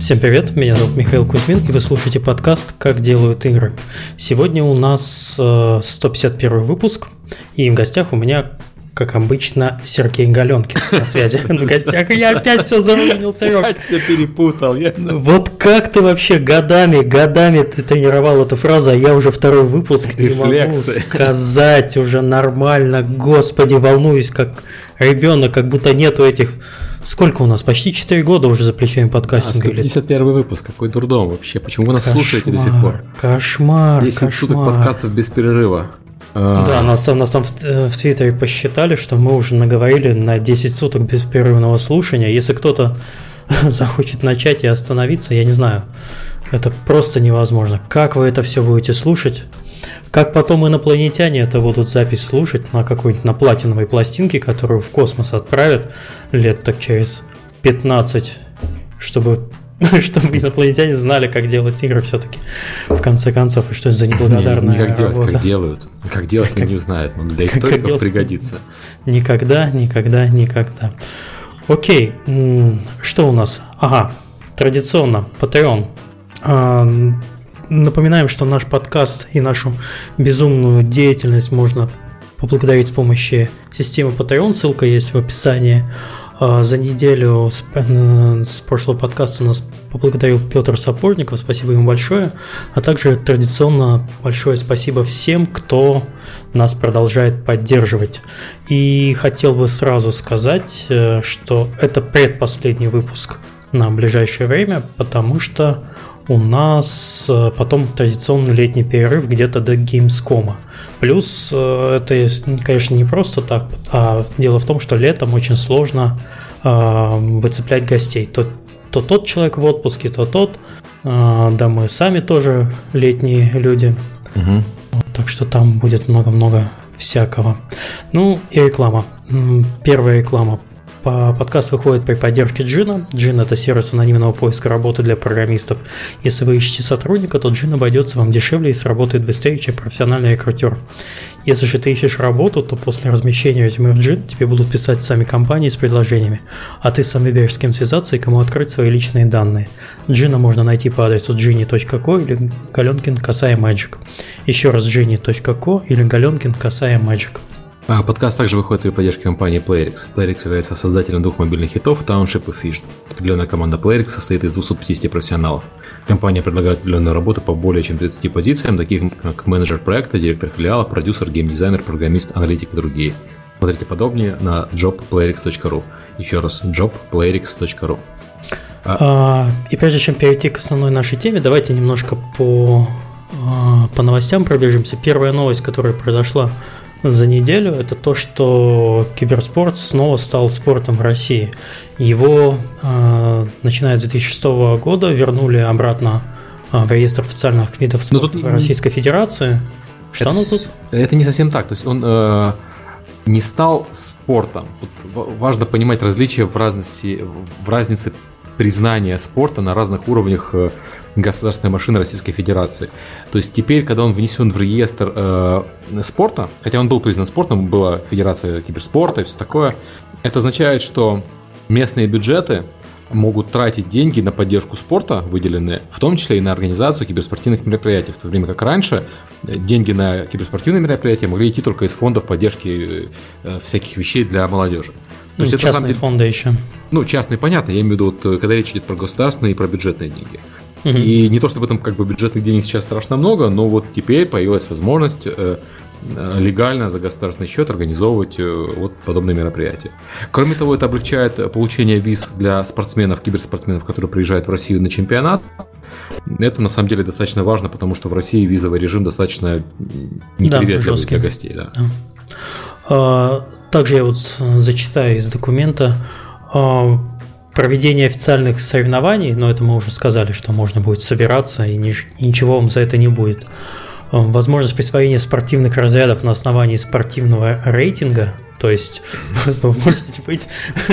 Всем привет, меня зовут Михаил Кузьмин, и вы слушаете подкаст «Как делают игры». Сегодня у нас 151 выпуск, и в гостях у меня, как обычно, Сергей Галенкин на связи. В гостях я опять все заруинил, Серег. Опять все перепутал. Вот как ты вообще годами ты тренировал эту фразу, а я уже второй выпуск не могу сказать уже нормально. Господи, волнуюсь, как ребенок, как будто нету этих... Сколько у нас? Почти 4 года уже за плечами подкастинга. 151 выпуск, какой дурдом вообще. Почему вы нас слушаете до сих пор? Кошмар. 10 суток подкастов без перерыва. Да, нас там в Твиттере посчитали, что мы уже наговорили на 10 суток беспрерывного слушания. Если кто-то захочет начать и остановиться, я не знаю. Это просто невозможно. Как вы это все будете слушать? Как потом инопланетяне это будут запись слушать на какой-нибудь на платиновой пластинке, которую в космос отправят лет так через 15, чтобы инопланетяне знали, как делать игры все-таки в конце концов, и что это за неблагодарная не как делать, работа. как делают. Как делать, они не узнают, но для историков пригодится. Никогда. Окей, что у нас? Ага, традиционно, Patreon. Напоминаем, что наш подкаст и нашу безумную деятельность можно поблагодарить с помощью системы Patreon. Ссылка есть в описании. За неделю с прошлого подкаста нас поблагодарил Петр Сапожников. Спасибо ему большое. А также традиционно большое спасибо всем, кто нас продолжает поддерживать. И хотел бы сразу сказать, что это предпоследний выпуск на ближайшее время, потому что у нас потом традиционный летний перерыв где-то до Gamescom. Плюс это, конечно, не просто так, а дело в том, что летом очень сложно выцеплять гостей. То тот человек в отпуске, то тот. Да мы сами тоже летние люди. Угу. Так что там будет много-много всякого. Ну и реклама. Первая реклама. Подкаст выходит при поддержке Джина. Джин – это сервис анонимного поиска работы для программистов. Если вы ищете сотрудника, то Джин обойдется вам дешевле и сработает быстрее, чем профессиональный рекрутер. Если же ты ищешь работу, то после размещения резюме в Джин тебе будут писать сами компании с предложениями, а ты сам выберешь, с кем связаться и кому открыть свои личные данные. Джина можно найти по адресу gini.co или galenkin-magic. Еще раз gini.co или galenkin-magic. Подкаст также выходит при поддержке компании PlayRix. PlayRix является создателем двух мобильных хитов Township и Fish. Определенная команда PlayRix состоит из 250 профессионалов. Компания предлагает определенную работу по более чем 30 позициям, таких как менеджер проекта, директор филиала, продюсер, геймдизайнер, программист, аналитик и другие. Смотрите подробнее на jobplayrix.ru. Еще раз, jobplayrix.ru. И прежде чем перейти к основной нашей теме, давайте немножко по новостям пробежимся. Первая новость, которая произошла за неделю, это то, что киберспорт снова стал спортом в России. Его, начиная с 2006 года, вернули обратно в реестр официальных видов спорта в Российской Федерации. Что оно тут? Это не совсем так. То есть он не стал спортом. Тут важно понимать различия в разнице признания спорта на разных уровнях государственной машины Российской Федерации. То есть теперь, когда он внесен в реестр спорта, хотя он был признан спортом, была Федерация киберспорта и все такое, это означает, что местные бюджеты могут тратить деньги на поддержку спорта, выделенные, в том числе и на организацию киберспортивных мероприятий, в то время как раньше деньги на киберспортивные мероприятия могли идти только из фондов поддержки всяких вещей для молодежи. То есть частные фонды еще. Ну, частные, понятно, я имею в виду, вот, когда речь идет про государственные и про бюджетные деньги. И не то, чтобы там как бы бюджетных денег сейчас страшно много, но вот теперь появилась возможность легально за государственный счет организовывать вот подобные мероприятия. Кроме того, это облегчает получение виз для спортсменов, киберспортсменов, которые приезжают в Россию на чемпионат. Это на самом деле достаточно важно, потому что в России визовый режим достаточно неприветливый для гостей. Да. Также я вот зачитаю из документа. Проведение официальных соревнований, но это мы уже сказали, что можно будет собираться и ничего вам за это не будет. Возможность присвоения спортивных разрядов на основании спортивного рейтинга, то есть вы можете быть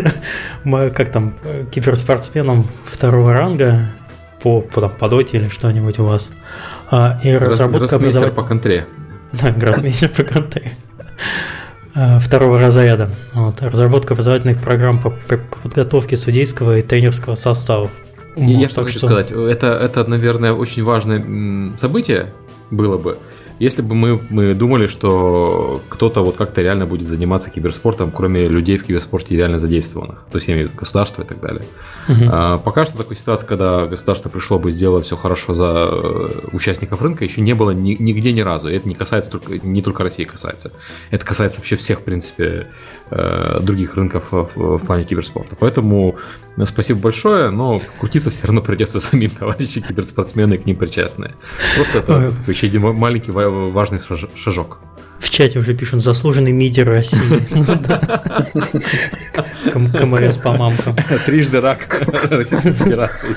как там киберспортсменом второго ранга по доте или что-нибудь у вас. И разработка гроссмейстер по контре. Да, гроссмейстер по контре. Второго разряда. Разработка образовательных программ по подготовке судейского и тренерского составов. Я что хочу сказать, это, наверное, очень важное событие было бы, если бы мы думали, что кто-то вот как-то реально будет заниматься киберспортом, кроме людей в киберспорте реально задействованных, то есть я имею в виду государство и так далее. Пока что такой ситуации, когда государство пришло бы сделать все хорошо за участников рынка, еще не было нигде ни разу. И это не касается не только России касается. Это касается вообще всех, в принципе, других рынков в плане киберспорта. Поэтому спасибо большое, но крутиться все равно придется самим товарищи киберспортсмены и к ним причастные. Просто это еще один маленький важный шажок. В чате уже пишут «заслуженный мидер России». КМС по мамкам. Трижды рак Российской Федерации.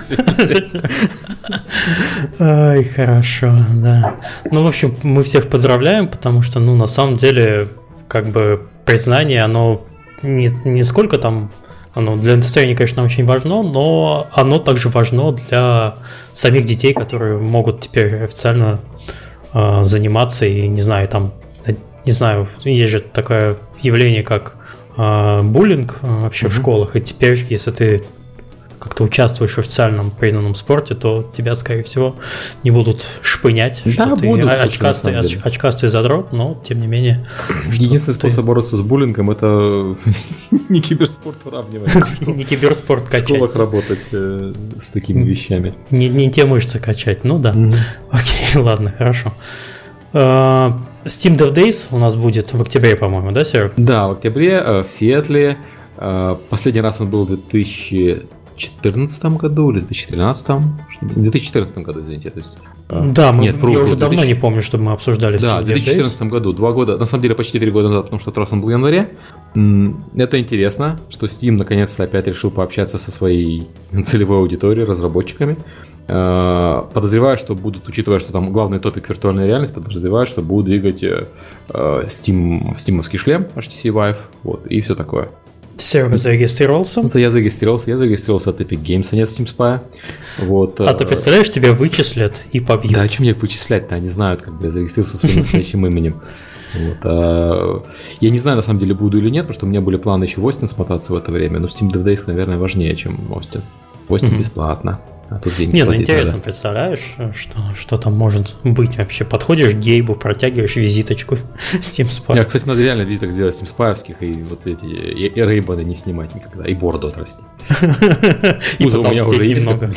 Ай, хорошо, да. Ну, в общем, мы всех поздравляем, потому что, на самом деле, как бы признание, оно не сколько там, оно для индустрии, конечно, очень важно, но оно также важно для самих детей, которые могут теперь официально заниматься и, не знаю, есть же такое явление, как буллинг вообще в школах, и теперь, если ты как-то участвуешь в официальном признанном спорте, то тебя, скорее всего, не будут шпынять, что ты очкастый задрот, но, тем не менее... Единственный способ бороться с буллингом – это не киберспорт уравнивать. Не киберспорт качать. В школах работать с такими вещами. Не те мышцы качать, ну да. Окей, ладно, хорошо. Steam Dev Days у нас будет в октябре, по-моему, да, Серег? Да, в октябре в Сиэтле. Последний раз он был в 2014 году или 2013? В 2014 году, извините. То есть, да, я уже давно не помню, чтобы мы обсуждали Steam Dev Days. Да, в 2014 году, 2 года, на самом деле почти 3 года назад, потому что раз он был в январе. Это интересно, что Steam наконец-то опять решил пообщаться со своей целевой аудиторией, разработчиками. Подозреваю, что будут, учитывая, что там главный топик виртуальная реальность, подозреваю, что будут двигать стимовский шлем HTC Vive, вот, и все такое. Серега зарегистрировался? Я зарегистрировался от Epic Games, а не от Steam Spy. Вот. А ты представляешь, тебя вычислят и побьют? Да, а что мне вычислять-то? Они знают, как бы я зарегистрировался своим настоящим именем. Вот, я не знаю, на самом деле, буду или нет, потому что у меня были планы еще в Остин смотаться в это время, но Steam Dev Days, наверное, важнее, чем Остин. Остин бесплатно. А тут интересно, надо. Представляешь, что там может быть вообще? Подходишь к Гейбу, протягиваешь визиточку Steam Spy. Кстати, надо реально визиток сделать Steam Spy-овских и вот эти и рейбаны не снимать никогда, и бороду отрастить. И у меня уже есть немного.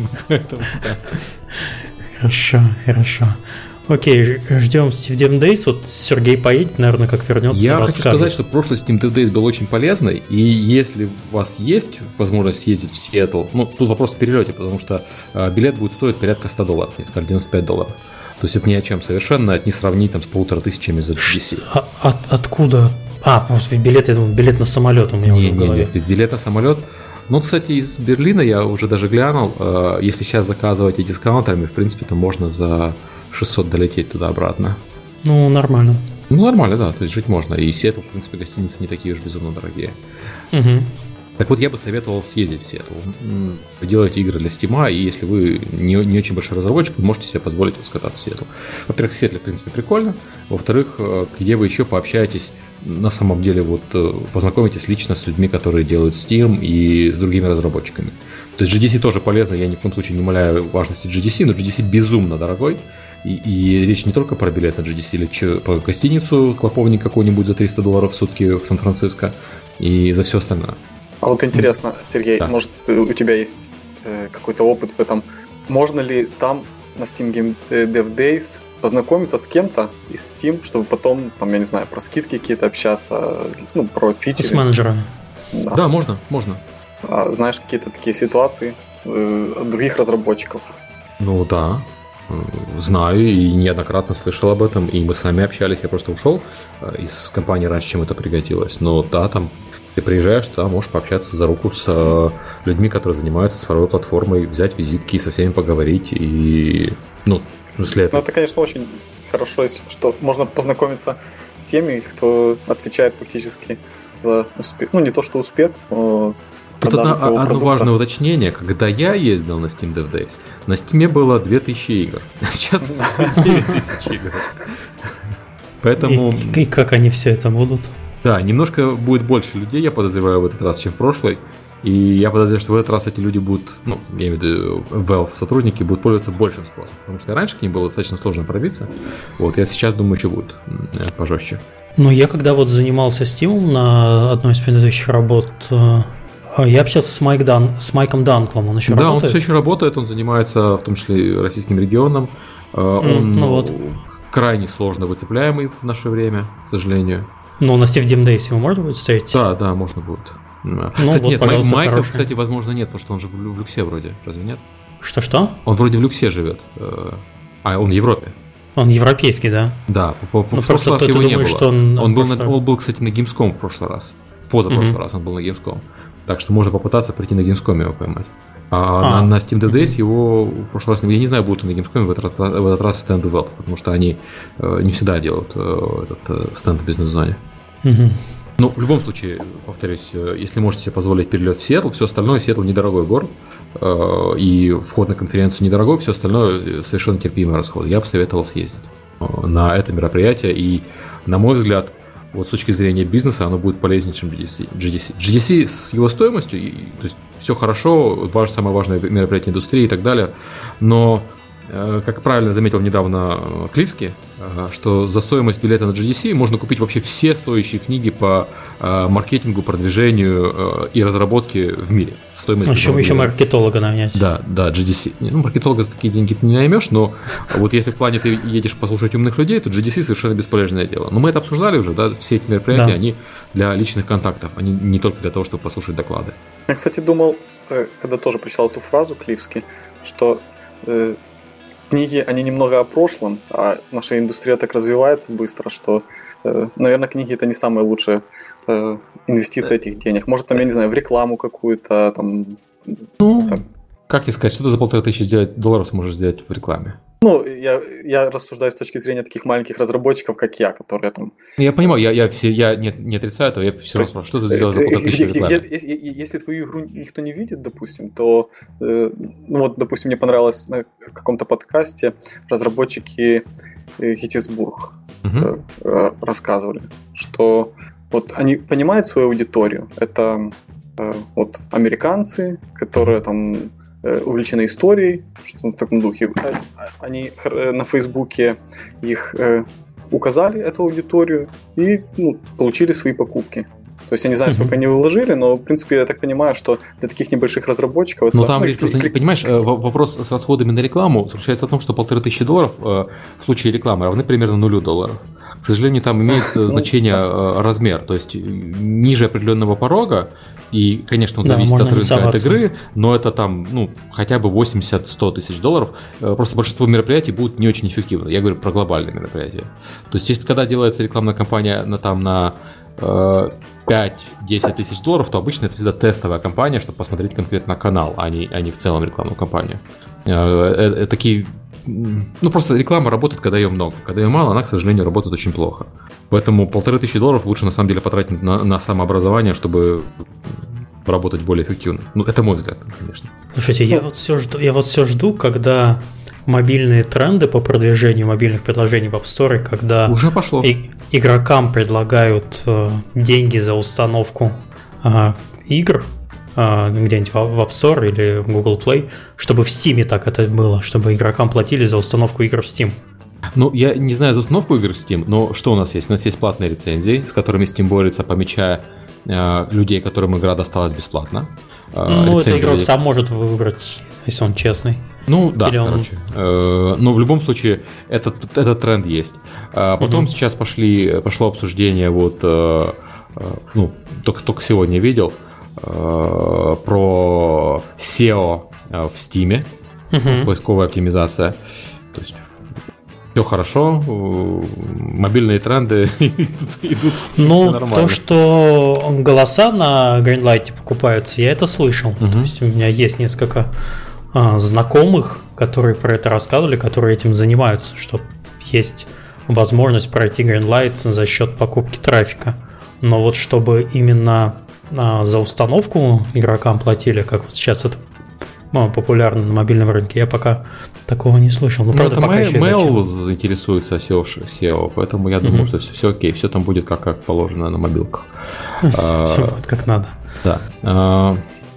Хорошо. Окей, ждем Steam Dev Days. Вот Сергей поедет, наверное, как вернется. Я хочу сказать, что прошлый Steam Dev Days был очень полезный, и если у вас есть возможность съездить в Сиэтл, тут вопрос в перелете, потому что билет будет стоить порядка $100, я сказал, $95. То есть это ни о чем совершенно, это не сравнить там с 1500 за GDC. Откуда? Господи, билет на самолет у меня уже в голове. Билет на самолет. Кстати, из Берлина я уже даже глянул, если сейчас заказывать эти дискаунтерами, в принципе, то можно за 600 долететь туда-обратно. Нормально. Нормально, да, то есть жить можно. И Сиэтл, в принципе, гостиницы не такие уж безумно дорогие. Так вот, я бы советовал съездить в Сиэтл. Вы делаете игры для Steam, и если вы не очень большой разработчик, вы можете себе позволить скататься в Сиэтл. Во-первых, в Сиэтле, в принципе, прикольно. Во-вторых, где вы еще пообщаетесь, на самом деле, познакомитесь лично с людьми, которые делают Steam, и с другими разработчиками. То есть GDC тоже полезно, я ни в коем случае не умаляю важности GDC, но GDC безумно дорогой. И речь не только про билет на GDC, или по гостиницу клоповник какой-нибудь за $300 в сутки в Сан-Франциско и за все остальное. А вот интересно, Сергей, да. Может у тебя есть какой-то опыт в этом? Можно ли там на Steam Dev Days познакомиться с кем-то из Steam, чтобы потом, я не знаю, про скидки какие-то общаться, про фичи? С менеджерами. Да, можно. А знаешь какие-то такие ситуации от других разработчиков? Да. Знаю и неоднократно слышал об этом, и мы сами общались, я просто ушел из компании раньше, чем это пригодилось. Но да, там ты приезжаешь, туда можешь пообщаться за руку с людьми, которые занимаются цифровой платформой, взять визитки и со всеми поговорить. И, в смысле это... Это, конечно, очень хорошо, что можно познакомиться с теми, кто отвечает фактически за успех. Не то, что успех, но... Тут одно важное уточнение. Когда я ездил на Steam Dev Days, на Steam было 2000 игр. А сейчас 9000 игр. Поэтому... И как они все это будут? Да, немножко будет больше людей, я подозреваю, в этот раз, чем в прошлый. И я подозреваю, что в этот раз эти люди будут, ну, я имею в виду Valve сотрудники, будут пользоваться большим спросом. Потому что раньше к ним было достаточно сложно пробиться. Вот, я сейчас думаю, что будет пожестче. Ну, я когда вот занимался Steam на одной из предыдущих работ, я общался с Майком Данклом, он еще работает? Да, он все еще работает, он занимается в том числе российским регионом. Он крайне сложно выцепляемый в наше время, к сожалению. Но на Steam Days его можно будет встретить? Да, можно будет. Ну, кстати, вот, нет, Майка, хороший. Кстати, возможно, нет, потому что он же в Люксе вроде, разве нет? Что? Он вроде в Люксе живет. Он в Европе. Он европейский, да? Да, в прошлый раз его не было. Он был, кстати, на Gamescom в прошлый раз. В позапрошлый раз он был на Gamescom. Так что можно попытаться прийти на Gamescom его поймать. На Steam Days его в прошлый раз... Я не знаю, будут ли на Gamescom в этот раз стенды Valve, потому что они не всегда делают этот стенд в бизнес-зоне. Ну, в любом случае, повторюсь, если можете себе позволить перелет в Сиэтл, все остальное, Сиэтл недорогой город, и вход на конференцию недорогой, все остальное совершенно терпимый расход. Я бы советовал съездить на это мероприятие, и, на мой взгляд, вот с точки зрения бизнеса, оно будет полезнее, чем GDC. GDC с его стоимостью, то есть все хорошо, самое важное мероприятие индустрии и так далее, но, как правильно заметил недавно Клифский, что за стоимость билета на GDC можно купить вообще все стоящие книги по маркетингу, продвижению и разработке в мире. Еще маркетолога нанять. Да, GDC. Ну, маркетолога за такие деньги ты не наймешь, но вот если в плане ты едешь послушать умных людей, то GDC совершенно бесполезное дело. Но мы это обсуждали уже, да, все эти мероприятия, они для личных контактов, они не только для того, чтобы послушать доклады. Я, кстати, думал, когда тоже прочитал эту фразу Клифски, что книги, они немного о прошлом, а наша индустрия так развивается быстро, что, наверное, книги это не самая лучшая инвестиция этих денег. Может, там, я не знаю, в рекламу какую-то, там... Как тебе сказать, что ты за $1500 сможешь сделать в рекламе? Ну, я рассуждаю с точки зрения таких маленьких разработчиков, как я, которые там... Я понимаю, я не отрицаю этого, я все равно спрашиваю, что ты сделал за $1500 в рекламе? Если твою игру никто не видит, допустим, то, допустим, мне понравилось на каком-то подкасте разработчики Gettysburg рассказывали, что вот они понимают свою аудиторию, это вот американцы, которые там увлечены историей, что в таком духе. Они на Фейсбуке их указали, эту аудиторию, и получили свои покупки. То есть я не знаю, сколько они вложили, но, в принципе, я так понимаю, что для таких небольших разработчиков... Но там речь просто, понимаешь, вопрос с расходами на рекламу заключается в том, что $1500 в случае рекламы равны примерно $0. К сожалению, там имеет значение размер, то есть ниже определенного порога, и, конечно, он зависит от рынка, от игры, но это там, хотя бы $80-100 тысяч. Просто большинство мероприятий будут не очень эффективны. Я говорю про глобальные мероприятия. То есть, если когда делается рекламная кампания на 5-10 тысяч $, то обычно это всегда тестовая кампания, чтобы посмотреть конкретно канал, а не в целом рекламную кампанию. Такие... просто реклама работает, когда ее много. Когда ее мало, она, к сожалению, работает очень плохо. Поэтому $1500 лучше, на самом деле, потратить на самообразование, чтобы работать более эффективно. Это мой взгляд, конечно. Слушайте, я вот все жду, когда мобильные тренды по продвижению мобильных приложений в App Store, когда уже пошло. Игрокам предлагают деньги за установку игр, где-нибудь в App Store или в Google Play, чтобы в Steam так это было, чтобы игрокам платили за установку игр в Steam. Я не знаю за установку игр в Steam, но что у нас есть? У нас есть платные рецензии, с которыми Steam борется, помечая людей, которым игра досталась бесплатно. Это игрок сам может выбрать, если он честный. Короче. Но в любом случае этот тренд есть. Потом сейчас пошло обсуждение, только сегодня видел, про SEO в Steam, поисковая оптимизация. То есть все хорошо, мобильные тренды идут в Steam, все нормально. То, что голоса на Greenlight покупаются, я это слышал. То есть у меня есть несколько знакомых, которые про это рассказывали, которые этим занимаются, что есть возможность пройти Greenlight за счет покупки трафика. Но вот чтобы именно за установку игрокам платили, как вот сейчас это популярно на мобильном рынке, я пока такого не слышал. Правда, пока Mail заинтересуется SEO, поэтому я думаю, что все окей, все там будет как положено на мобилках. Все будет как надо. Да.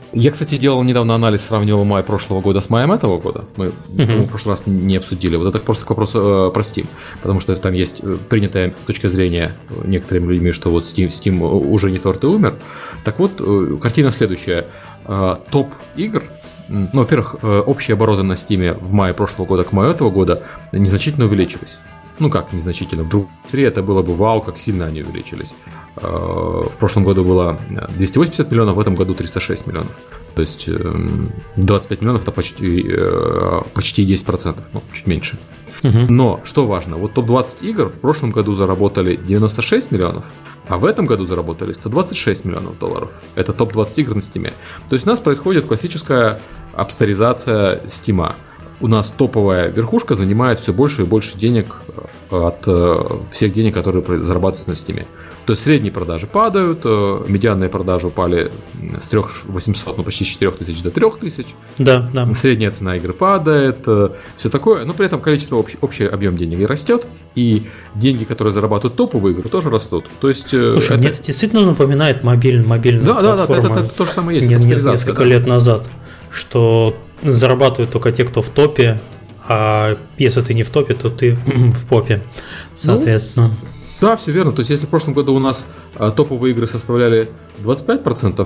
Я, кстати, делал недавно анализ, сравнивал май прошлого года с маем этого года. Мы в прошлый раз не обсудили. Вот это просто к вопросу про Steam. Потому что там есть принятая точка зрения некоторыми людьми, что вот Steam уже не торт и умер. Так вот, картина следующая. Топ игр. Ну, во-первых, общие обороты на Steam в мае прошлого года к маю этого года незначительно увеличились. Ну как незначительно? В другой игре это было бы вау, как сильно они увеличились. В прошлом году было 280 миллионов, в этом году 306 миллионов. То есть 25 миллионов это почти 10%, ну, чуть меньше. Но, что важно, вот топ-20 игр в прошлом году заработали 96 миллионов, а в этом году заработали 126 миллионов долларов. Это топ-20 игр на Steam. То есть у нас происходит классическая апсторизация Steam. У нас топовая верхушка занимает все больше и больше денег от всех денег, которые зарабатываются на Steam. То есть средние продажи падают, медианные продажи упали с 3800, ну почти с 4000 до 3000. Да. Средняя цена игры падает, все такое, но при этом количество, общий объем денег растет, и деньги, которые зарабатывают топовые игры, тоже растут. То есть, слушай, мне это действительно напоминает мобильную платформу. Да, это то же самое есть. Несколько лет назад, что зарабатывают только те, кто в топе, а если ты не в топе, то ты в попе, соответственно. Да, все верно. То есть, если в прошлом году у нас топовые игры составляли 25%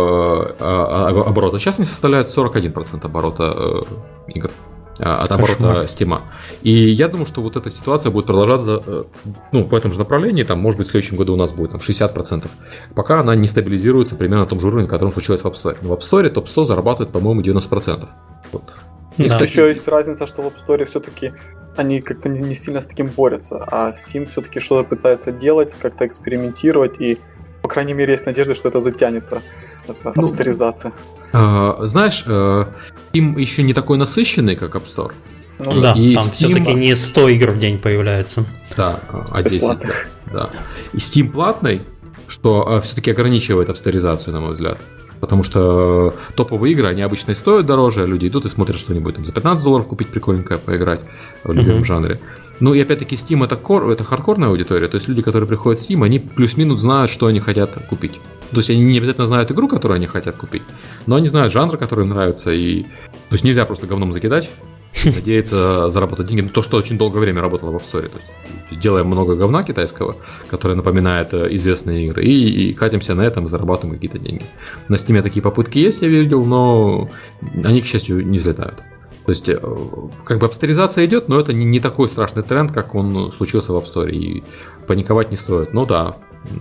оборота, сейчас они составляют 41% оборота игр. От оборота Steam. И я думаю, что вот эта ситуация будет продолжаться в этом же направлении. Там, может быть, в следующем году у нас будет 60%. Пока она не стабилизируется примерно на том же уровне, на котором случилось в App Store. Но в App Store топ-100 зарабатывает, по-моему, 90%. Вот. Здесь еще есть разница, что в App Store все-таки они как-то не сильно с таким борются, а Steam все-таки что-то пытается делать, как-то экспериментировать, и, по крайней мере, есть надежда, что это затянется, эта апсторизация. Знаешь, Steam еще не такой насыщенный, как App Store. Ну, да, и там Steam... все-таки не 100 игр в день появляется. Да, а 10. Да. И Steam платный, что все-таки ограничивает апсторизацию, на мой взгляд. Потому что топовые игры, они обычно и стоят дороже, люди идут и смотрят что-нибудь там за $15 купить прикольненькое, поиграть в любимом жанре. Ну и опять-таки Steam это хардкорная аудитория, то есть люди, которые приходят в Steam, они плюс-минус знают, что они хотят купить. То есть они не обязательно знают игру, которую они хотят купить, но они знают жанр, который им нравится, и то есть нельзя просто говном закидать, надеяться заработать деньги. Ну, то, что очень долгое время работало в App Store. То есть делаем много говна китайского, которое напоминает известные игры, и катимся на этом и зарабатываем какие-то деньги. На Steam такие попытки есть, я видел, но они, к счастью, не взлетают. То есть, как бы апсторизация идет, но это не такой страшный тренд, как он случился в App Store, и паниковать не стоит. Ну да,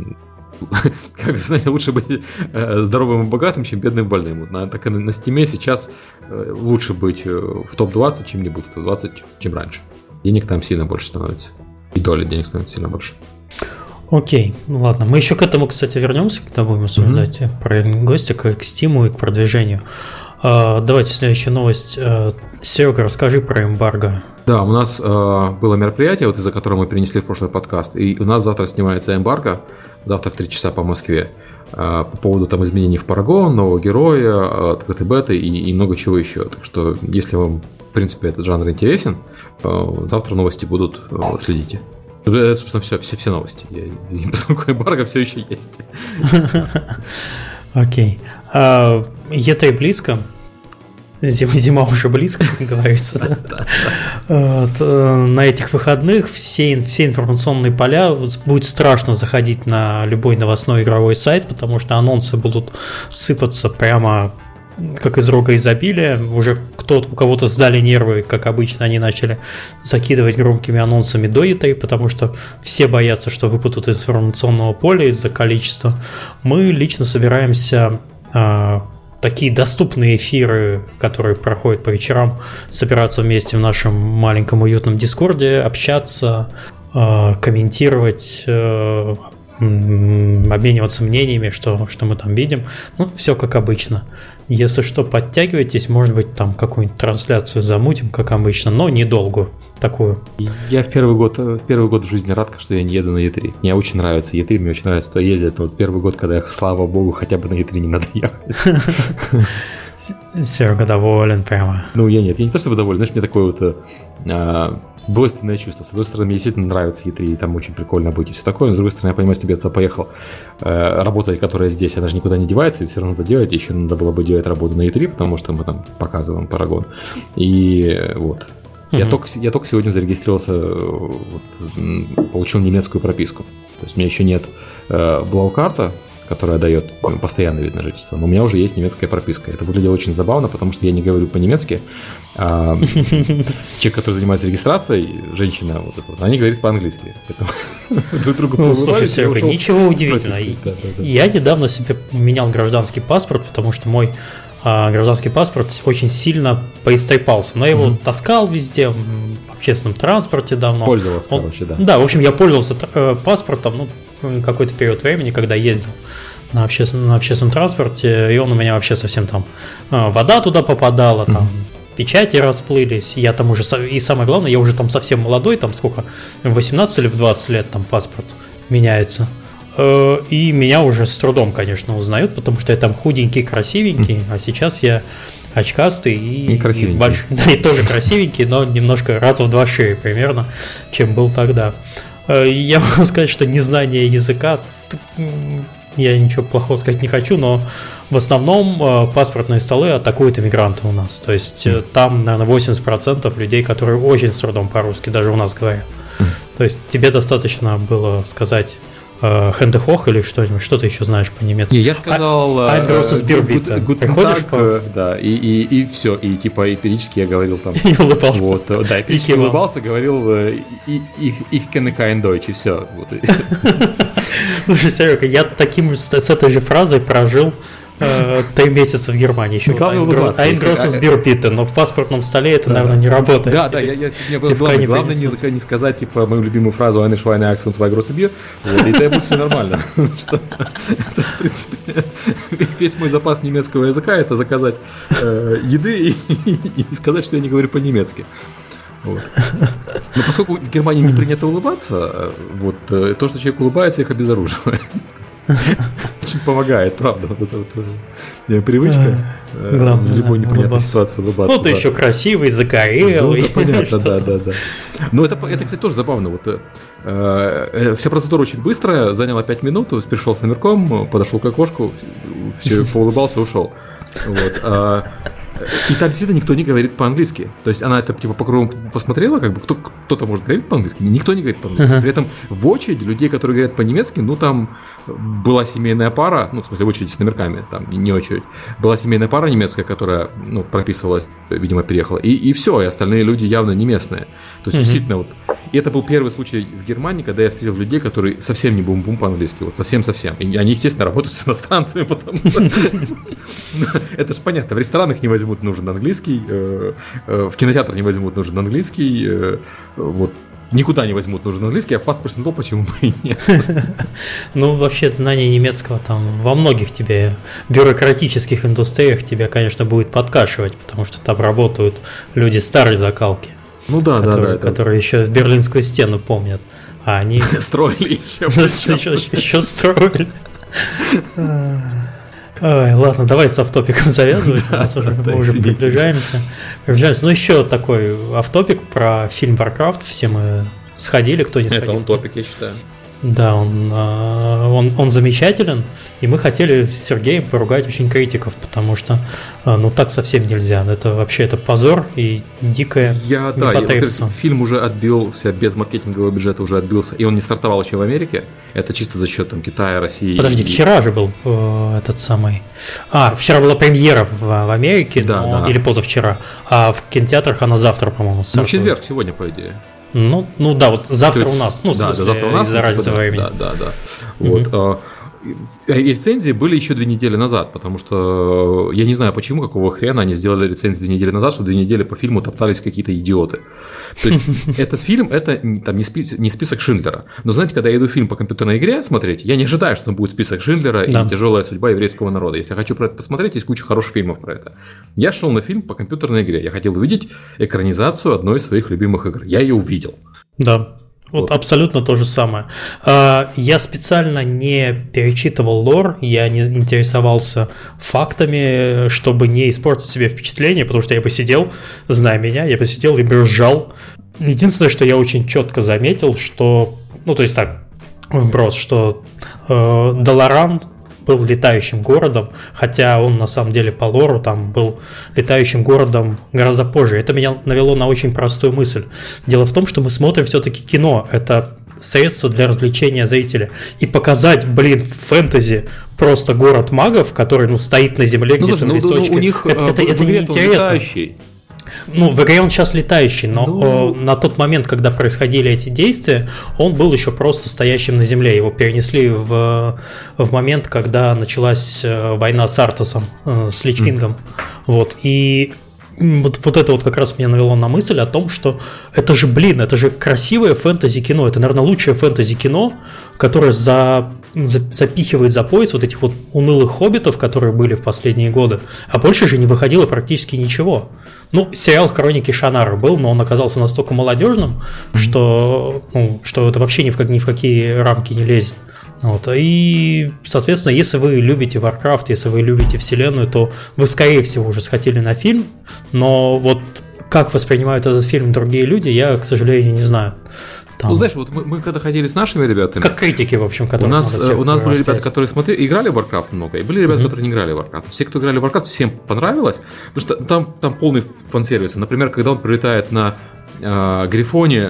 как вы знаете, лучше быть здоровым и богатым, чем бедным и больным. Так и на Steam сейчас лучше быть в топ-20, чем не быть в топ-20, чем раньше. Денег там сильно больше становится. И доля денег становится сильно больше. Окей, ну ладно. Мы еще к этому, кстати, вернемся, когда будем обсуждать про гостя, к Steam и к продвижению. Давайте следующая новость. Серега, расскажи про эмбарго. Да, у нас было мероприятие, вот из-за которого мы перенесли в прошлый подкаст, и у нас завтра снимается эмбарго, завтра в 3 часа по Москве, по поводу там изменений в Paragon, нового героя, открытой беты и много чего еще. Так что, если вам, в принципе, этот жанр интересен, завтра новости будут, следите. Это, собственно, все новости. Поскольку эмбарго все еще есть. Окей. E3 близко. Зима уже близко, как говорится. На этих выходных все информационные поля будет страшно заходить на любой новостной игровой сайт, потому что анонсы будут сыпаться прямо как из рога изобилия. Уже у кого-то сдали нервы, как обычно, они начали закидывать громкими анонсами до E3, потому что все боятся, что выпадут из информационного поля из-за количества. Мы лично собираемся такие доступные эфиры, которые проходят по вечерам, собираться вместе в нашем маленьком уютном Дискорде, общаться, комментировать, обмениваться мнениями, что мы там видим. Ну, все как обычно. Если что, подтягивайтесь, может быть, там какую-нибудь трансляцию замутим, как обычно, но недолгую такую. Я в первый год в жизни рад, что я не еду на E3. Мне очень нравится E3, мне очень нравится, что ездить. Это вот первый год, когда я, слава богу, хотя бы на E3 не надо ехать. Серега доволен прямо. Ну, я не то чтобы доволен, знаешь, мне такое вот двойственное чувство. С одной стороны, мне действительно нравится E3, и там очень прикольно быть и все такое, но с другой стороны, я понимаю, что тебе туда поехал, работа, которая здесь, она же никуда не девается, и все равно надо делать, еще надо было бы делать работу на E3, потому что мы там показываем Парагон. И вот. Я только сегодня зарегистрировался, получил немецкую прописку. То есть у меня еще нет блау-карта, которая дает постоянный вид на жительство, но у меня уже есть немецкая прописка. Это выглядело очень забавно, потому что я не говорю по-немецки. Человек, который занимается регистрацией, женщина, вот эта, она не говорит по-английски. Друг другу ну, слушай, Серега, ничего удивительного. Я недавно себе менял гражданский паспорт, потому что мой гражданский паспорт очень сильно поистрепался. Но я его таскал везде, в общественном транспорте давно. Пользовался, короче, да. Да, в общем, я пользовался паспортом, какой-то период времени, когда ездил на общественном транспорте, и он у меня вообще совсем там вода туда попадала, там печати расплылись, я там уже, и самое главное, я уже там совсем молодой, там сколько, 18 или в 20 лет там паспорт меняется. И меня уже с трудом, конечно, узнают, потому что я там худенький, красивенький, а сейчас я очкастый и большой, да, и тоже красивенький, но немножко раза в 2 шире примерно, чем был тогда. Я могу сказать, что незнание языка, я ничего плохого сказать не хочу, но в основном паспортные столы атакуют иммигранты у нас. То есть там, наверное, 80% людей, которые очень с трудом по-русски даже у нас говорят. То есть тебе достаточно было сказать Хендехох или что-нибудь, что ты еще знаешь по-немецки? Не, я сказал приходишь да, и все, и типа периодически я говорил там. И улыбался. Вот, да, периодически улыбался, говорил ich kenne kein Deutsch, и все. Слушай, Серега, я с этой же фразой прожил 3 месяца в Германии еще. Ein großes Bier bitte, но в паспортном столе это, наверное, не работает. Да, мне было главное не сказать, типа, мою любимую фразу eine Schweine Axt und zwei große Bier, и тогда будет все нормально. Что это, в принципе, весь мой запас немецкого языка — это заказать еды и сказать, что я не говорю по-немецки. Вот. Но поскольку в Германии не принято улыбаться, вот, то, что человек улыбается, их обезоруживает. Очень помогает, правда. Вот это вот привычка в любой непонятной ситуации улыбаться. Ну, ты еще красивый, загорелый. Ну, понятно, да. Но это, кстати, тоже забавно. Вот, вся процедура очень быстрая, заняла 5 минут, пришел с номерком, подошел к окошку, все, поулыбался, ушел. Вот. И там действительно никто не говорит по-английски. То есть она это типа по кругу посмотрела, как бы кто-то может говорить по-английски, никто не говорит по-английски. При этом в очереди людей, которые говорят по-немецки, ну там была семейная пара, ну в смысле в очереди с номерками, там не очередь, была семейная пара немецкая, которая прописывалась, видимо, переехала, и все, и остальные люди явно не местные. То есть действительно вот. И это был первый случай в Германии, когда я встретил людей, которые совсем не бум-бум по-английски, вот совсем-совсем. И они, естественно, работают с иностранцами, потому что это же понятно, в ресторанах не возьмут нужен английский, в кинотеатр не возьмут нужен английский, вот. Никуда не возьмут нужен английский, а в паспортный стол почему бы и нет? Ну, вообще, знание немецкого там во многих тебе бюрократических индустриях тебя, конечно, будет подкашивать, потому что там работают люди старой закалки. Ну да, которые еще Берлинскую стену помнят. А они строили еще строили. Ой, ладно, давай с автопиком завязывать. Мы уже приближаемся. Но еще такой автопик про фильм Warcraft. Все мы сходили, кто не сходил. Это он топик, я считаю. Да, он замечателен, и мы хотели с Сергеем поругать очень критиков, потому что так совсем нельзя. Это вообще позор и дикое непотребство. Фильм уже отбился, без маркетингового бюджета уже отбился, и он не стартовал еще в Америке. Это чисто за счет Китая, России. Подожди, вчера же был этот самый... вчера была премьера в Америке, или позавчера, а в кинотеатрах она завтра, по-моему, стартует. Четверг сегодня, по идее. Ну да, вот завтра у нас, завтра у нас из-за разницы времени. Да. Вот. Рецензии были еще 2 недели назад, потому что я не знаю, почему, какого хрена они сделали рецензии 2 недели назад, что 2 недели по фильму топтались какие-то идиоты. То есть этот фильм, это там не список Шиндлера. Но знаете, когда я иду фильм по компьютерной игре смотреть, я не ожидаю, что там будет список Шиндлера и тяжелая судьба еврейского народа. Если я хочу про это посмотреть, есть куча хороших фильмов про это. Я шел на фильм по компьютерной игре. Я хотел увидеть экранизацию одной из своих любимых игр. Я ее увидел. Да. Вот абсолютно то же самое. Я специально не перечитывал лор, я не интересовался фактами, чтобы не испортить себе впечатление, потому что я бы сидел, зная меня, я бы сидел и брюзжал. Единственное, что я очень четко заметил, что, ну, то есть так, вброс, что Долоран был летающим городом, хотя он на самом деле по лору там был летающим городом гораздо позже. Это меня навело на очень простую мысль. Дело в том, что мы смотрим все-таки кино. Это средство для развлечения зрителя. И показать, в фэнтези просто город магов, который, ну, стоит на земле где-то на лесочке. У них это неинтересно. Ну, в игре он сейчас летающий, но на тот момент, когда происходили эти действия, он был еще просто стоящим на земле. Его перенесли в момент, когда началась война с Артасом, с Лич Кингом. Вот. И вот это вот как раз меня навело на мысль о том, что это же красивое фэнтези-кино. Это, наверное, лучшее фэнтези-кино, которое запихивает за пояс вот этих вот унылых хоббитов, которые были в последние годы. А больше же не выходило практически ничего. Ну, сериал «Хроники Шаннары» был, но он оказался настолько молодежным, что это вообще ни в какие рамки не лезет. Вот. И, соответственно, если вы любите Warcraft, если вы любите вселенную, то вы, скорее всего, уже схватили на фильм, но вот как воспринимают этот фильм другие люди, я, к сожалению, не знаю. Там. Ну, знаешь, вот мы когда ходили с нашими ребятами... Как критики, в общем, которые... У нас были ребята, которые играли в Warcraft много, и были ребята, которые не играли в Warcraft. Все, кто играли в Warcraft, всем понравилось, потому что там полный фан-сервис. Например, когда он прилетает на Грифоне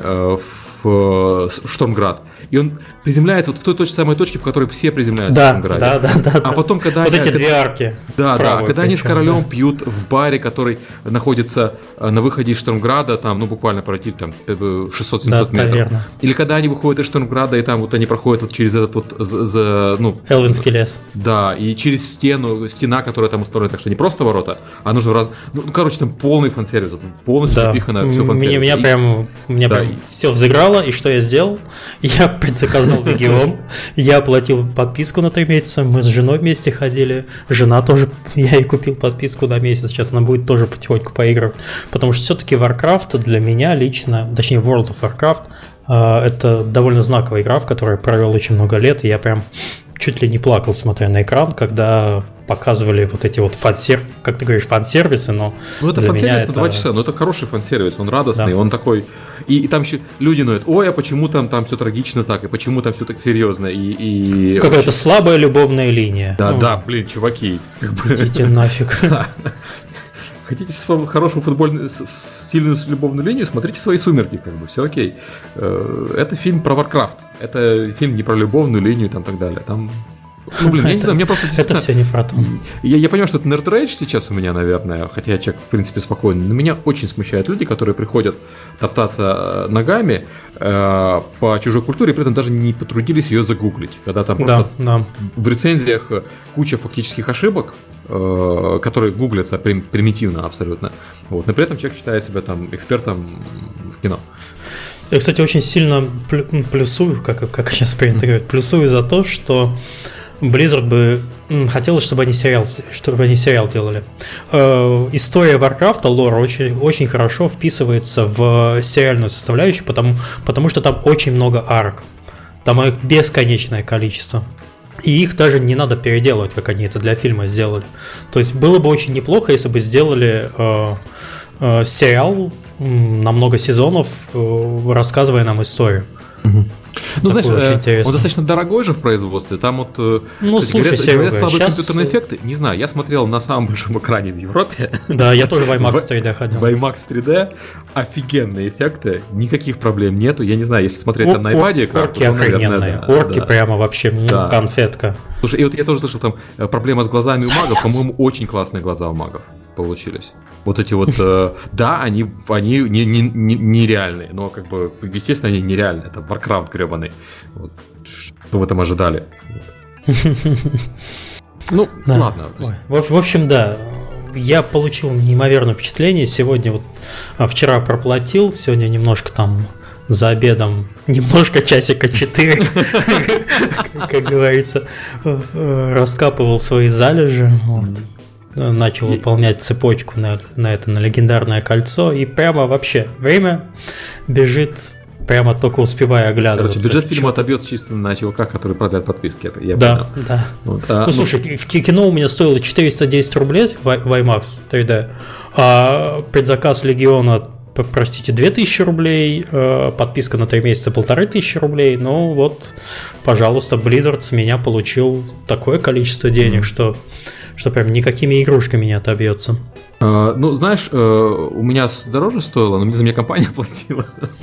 в Штормград, и он приземляется вот в той самой точке, в которой все приземляются в Штормграде. Да. А потом, когда вот эти две арки. Да, когда они с королем пьют в баре, который находится на выходе из Штормграда, там, ну, буквально пройти там 600-700 метров. Верно. Или когда они выходят из Штормграда, и там вот они проходят вот через этот вот Элвинский лес. Да, и через стена, которая там устроена, так что не просто ворота, а нужно короче, там полный фан-сервис, полностью запихано все фан-сервис. Меня прям все взыграло, и что я сделал? Я предзаказал Легион, я оплатил подписку на 3 месяца, мы с женой вместе ходили, жена тоже, я ей купил подписку на месяц, сейчас она будет тоже потихоньку поигрывать, потому что все-таки Warcraft для меня лично, точнее World of Warcraft, это довольно знаковая игра, в которой я провел очень много лет, и я прям чуть ли не плакал, смотря на экран, когда показывали вот эти вот как ты говоришь, фан-сервисы, но ну, это фан-сервис на 2 часа, но это хороший фан-сервис, он радостный, он такой, и там еще люди ноют, ой, а почему там все трагично так, и почему там все так серьезно, и какая-то слабая любовная линия. Да, чуваки. Идите нафиг. Хотите хорошую футбольную, сильную любовную линию, смотрите свои «Сумерки», все окей. Это фильм про Warcraft, это фильм не про любовную линию и так далее. Там, я не знаю, мне просто это все не про то. Я понимаю, что это nerd-rage сейчас у меня, наверное, хотя я человек, в принципе, спокойный, но меня очень смущают люди, которые приходят топтаться ногами по чужой культуре, и при этом даже не потрудились ее загуглить, когда там просто в рецензиях куча фактических ошибок, которые гуглятся примитивно абсолютно. Вот. Но при этом человек считает себя там экспертом в кино. Я, кстати, очень сильно плюсую, как сейчас принято говорить, плюсую за то, что Blizzard бы хотелось, чтобы они сериал делали. История Warcraft, лор, очень, очень хорошо вписывается в сериальную составляющую, потому что там очень много арок. Там их бесконечное количество. И их даже не надо переделывать, как они это для фильма сделали. То есть было бы очень неплохо, если бы сделали сериал на много сезонов, рассказывая нам историю. Ну, знаешь, он достаточно дорогой же в производстве. Там вот слушай, говорят слабые компьютерные эффекты. Не знаю, я смотрел на самом большом экране в Европе. Да, я тоже в IMAX 3D ходил. В IMAX 3D офигенные эффекты, никаких проблем нету. Я не знаю, если смотреть там на iPad экран, орки охрененные, орки прямо вообще конфетка. Слушай, и вот я тоже слышал, там проблема с глазами у магов. По-моему, очень классные глаза у магов получились. Вот эти вот, да, они нереальные, но как бы, естественно, они нереальные. Это Warcraft гребаный. Вот. Что вы там ожидали? Ну, ладно. В общем, да. Я получил неимоверное впечатление. Сегодня вчера проплатил, сегодня немножко там за обедом, немножко часика 4, как говорится, раскапывал свои залежи. Начал выполнять цепочку на легендарное кольцо, и прямо вообще время бежит прямо только успеваю оглядываться. Короче, бюджет фильма отобьется чисто на чуваках, которые продают подписки. Это я да, понял. Да. Вот, слушай, кино у меня стоило 410 рублей в IMAX 3D, а предзаказ Легиона, простите, 2000 рублей, подписка на 3 месяца 1500 рублей. Ну вот, пожалуйста, Blizzard с меня получил такое количество денег, что прям никакими игрушками не отобьется. Ну, знаешь, у меня дороже стоило, но за меня компания платила.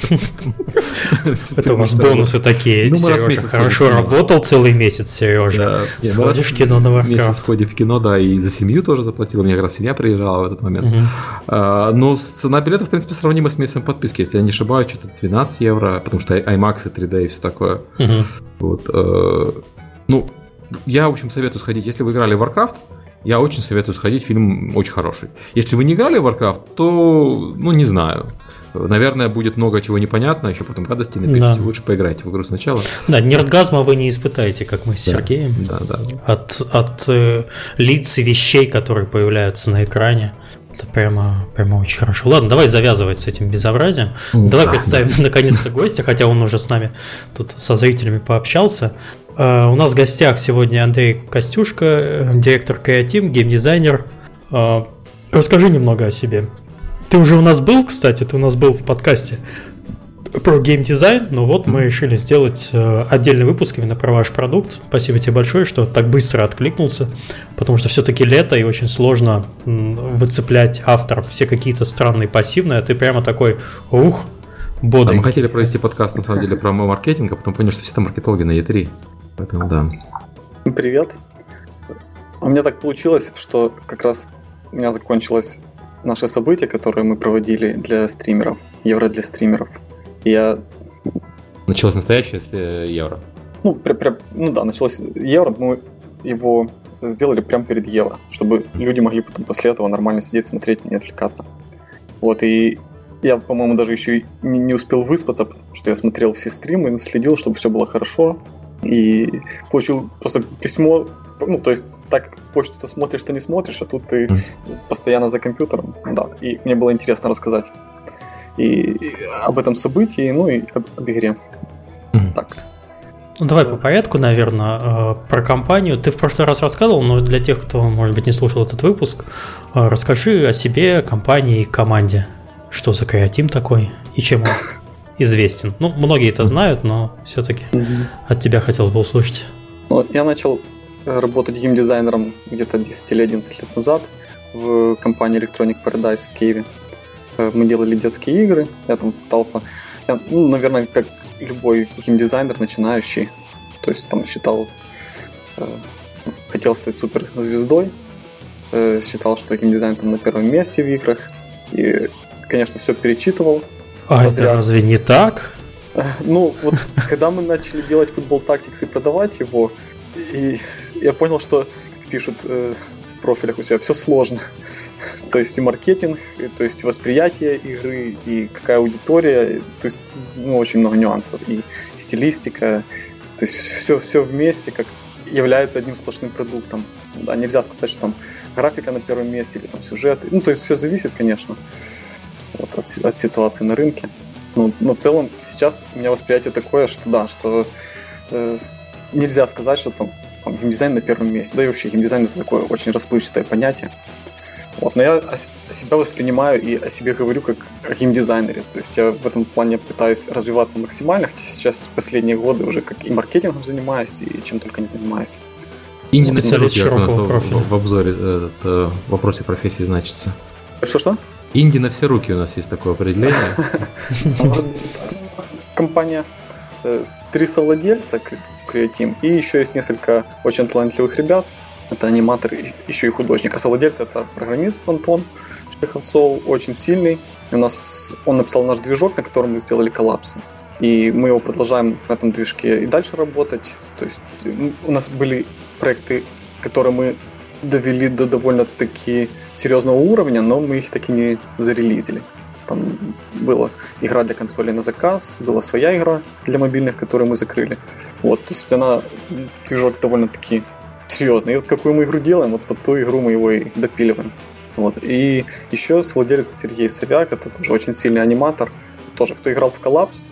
Это у вас бонусы такие. Сережа хорошо работал целый месяц, Сережа. Сходишь в кино на Warcraft. Месяц сходи в кино, да, и за семью тоже заплатил. У меня как раз семья приезжала в этот момент. Но цена билета, в принципе, сравнима с месяцем подписки. Если я не ошибаюсь, что-то 12 евро, потому что IMAX и 3D и все такое. Вот. Ну, я, в общем, советую сходить. Если вы играли в Warcraft, я очень советую сходить, фильм очень хороший. Если вы не играли в Warcraft, то, ну, не знаю. Наверное, будет много чего непонятно, еще потом гадости напишите. Да. Лучше поиграйте в игру сначала. Да, нердгазма вы не испытаете, как мы с Сергеем. Да. От лиц и вещей, которые появляются на экране. Это прямо очень хорошо. Ладно, давай завязывать с этим безобразием. Давай представим наконец-то гостя, хотя он уже с нами тут со зрителями пообщался. У нас в гостях сегодня Андрей Костюшко, директор Createam, геймдизайнер. Расскажи немного о себе. Ты уже у нас был, кстати, в подкасте про геймдизайн, но вот мы решили сделать отдельный выпуск именно про ваш продукт. Спасибо тебе большое, что так быстро откликнулся, потому что все-таки лето и очень сложно выцеплять авторов, все какие-то странные пассивные, а ты прямо такой, бодрый. Мы хотели провести подкаст, на самом деле, про маркетинг, а потом поняли, что все там маркетологи на E3. Поэтому да. Привет. У меня так получилось, что как раз у меня закончилось наше событие, которое мы проводили для стримеров, Евро для стримеров. Началось настоящее Евро? Ну да, началось Евро, мы его сделали прямо перед Евро, чтобы люди могли потом после этого нормально сидеть, смотреть, не отвлекаться. Вот, и я, по-моему, даже еще не успел выспаться, потому что я смотрел все стримы, следил, чтобы все было хорошо. И получил просто письмо, ну, то есть так почту ты смотришь, ты не смотришь, а тут ты постоянно за компьютером, да, и мне было интересно рассказать и об этом событии, ну и об игре. Так. Ну, давай по порядку, наверное, про компанию. Ты в прошлый раз рассказывал, но для тех, кто, может быть, не слушал этот выпуск, расскажи о себе, компании и команде. Что за Createam такой и чем он известен? Ну, многие это знают, но все-таки от тебя хотелось бы услышать. Ну, я начал работать геймдизайнером где-то 10-11 лет назад в компании Electronic Paradise в Киеве. Мы делали детские игры, я там пытался, наверное, как любой геймдизайнер начинающий, то есть там хотел стать суперзвездой, считал, что геймдизайн там на первом месте в играх, и, конечно, все перечитывал. А подряд. Это разве не так? Ну, вот когда мы начали делать Football Tactics и продавать его, и я понял, что, как пишут в профилях у себя, все сложно. То есть и маркетинг, то есть восприятие игры, и какая аудитория, то есть очень много нюансов, и стилистика, то есть все вместе как является одним сплошным продуктом. Да, нельзя сказать, что там графика на первом месте или там сюжет. Ну, то есть все зависит, конечно, вот, от ситуации на рынке. Но в целом сейчас у меня восприятие такое, что да, что нельзя сказать, что там геймдизайн на первом месте. Да и вообще геймдизайн это такое очень расплывчатое понятие. Вот, но я себя воспринимаю и о себе говорю как о геймдизайнере. То есть я в этом плане пытаюсь развиваться максимально, хотя сейчас в последние годы уже как и маркетингом занимаюсь, и чем только не занимаюсь. И не специалист широкого профиля. В обзоре в вопросе профессии значится. Что? Инди на все руки у нас есть такое определение. Компания 3 совладельца Createam, и еще есть несколько очень талантливых ребят. Это аниматор, еще и художник. А совладелец это программист Антон Шеховцов, очень сильный. Он написал наш движок, на котором мы сделали коллапс. И мы его продолжаем на этом движке и дальше работать. То есть у нас были проекты, которые мы довели до довольно-таки серьезного уровня, но мы их так и не зарелизили. Там была игра для консолей на заказ, была своя игра для мобильных, которую мы закрыли. Вот, то есть движок довольно-таки серьезный. И вот какую мы игру делаем, вот под ту игру мы его и допиливаем. Вот. И еще совладелец Сергей Савяк, это тоже очень сильный аниматор. Тоже, кто играл в коллапс,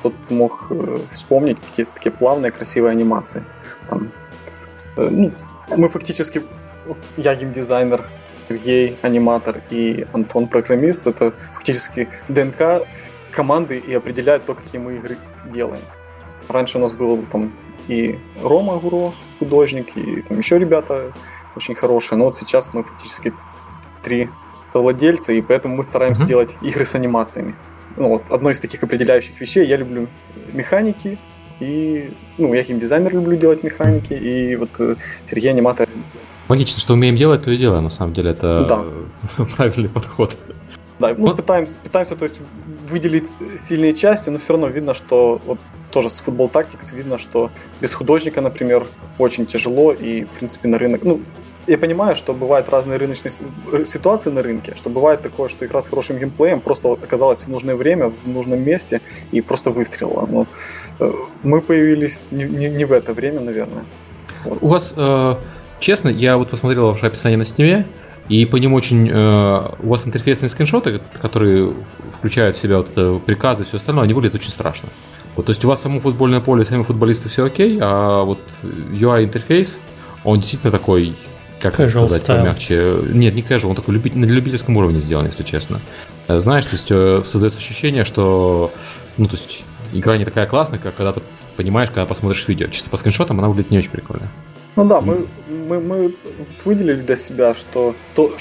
кто-то мог вспомнить какие-то такие плавные, красивые анимации. Там, мы фактически, вот я геймдизайнер, Сергей аниматор и Антон программист. Это фактически ДНК команды и определяет то, какие мы игры делаем. Раньше у нас был там и Рома Гуро, художник, и там еще ребята очень хорошие. Но вот сейчас мы фактически 3 владельца, и поэтому мы стараемся делать игры с анимациями. Вот, одно из таких определяющих вещей, я люблю механики, и я геймдизайнер, люблю делать механики, и вот Сергей аниматор. Логично, что умеем делать, то и делаем, на самом деле, это правильный подход. Да, пытаемся, то есть, выделить сильные части, но все равно видно, что вот тоже с Football Tactics видно, что без художника, например, очень тяжело, и, в принципе, на рынок... Я понимаю, что бывают разные рыночные ситуации на рынке, что бывает такое, что игра с хорошим геймплеем просто оказалась в нужное время, в нужном месте и просто выстрелила. Но мы появились не в это время, наверное. Вот. У вас, честно, я вот посмотрел ваше описание на Steam, и по ним очень... у вас интерфейсные скриншоты, которые включают в себя вот приказы и все остальное, они выглядят очень страшно. Вот, то есть у вас само футбольное поле, сами футболисты, все окей, а вот UI-интерфейс, он действительно такой... Как это сказать помягче? Нет, не casual, он такой на любительском уровне сделан, если честно. Знаешь, то есть создается ощущение, что то есть игра не такая классная, как когда ты понимаешь, когда посмотришь видео. Чисто по скриншотам она выглядит не очень прикольно. Ну да, мы выделили для себя, что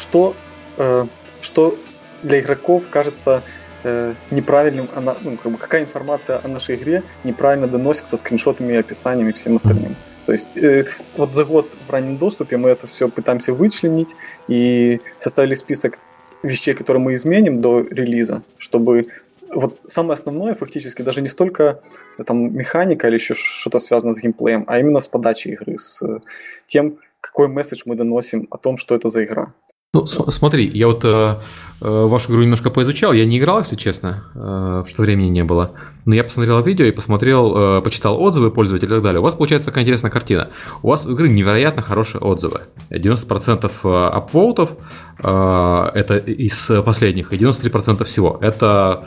для игроков кажется неправильным, какая информация о нашей игре неправильно доносится скриншотами, описаниями и всем остальным. То есть вот за год в раннем доступе мы это все пытаемся вычленить и составили список вещей, которые мы изменим до релиза, чтобы вот самое основное фактически даже не столько там механика или еще что-то связано с геймплеем, а именно с подачей игры, с тем, какой месседж мы доносим о том, что это за игра. Ну, смотри, я вот вашу игру немножко поизучал, я не играл, если честно, потому что времени не было, но я посмотрел видео и почитал отзывы пользователей и так далее. У вас получается такая интересная картина. У вас у игры невероятно хорошие отзывы. 90% апвоутов это из последних, и 93% всего. Это,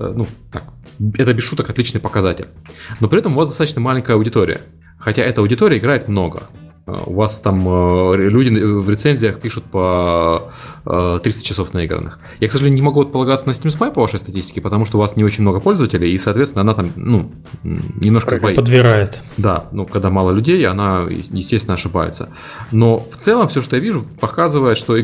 это без шуток отличный показатель. Но при этом у вас достаточно маленькая аудитория. Хотя эта аудитория играет много. У вас там люди в рецензиях пишут по 300 часов наигранных. Я, к сожалению, не могу полагаться на Steam Spy по вашей статистике, потому что у вас не очень много пользователей, и, соответственно, она там, немножко сбоит. Подбирает. Да, когда мало людей, она, естественно, ошибается. Но в целом все, что я вижу, показывает, что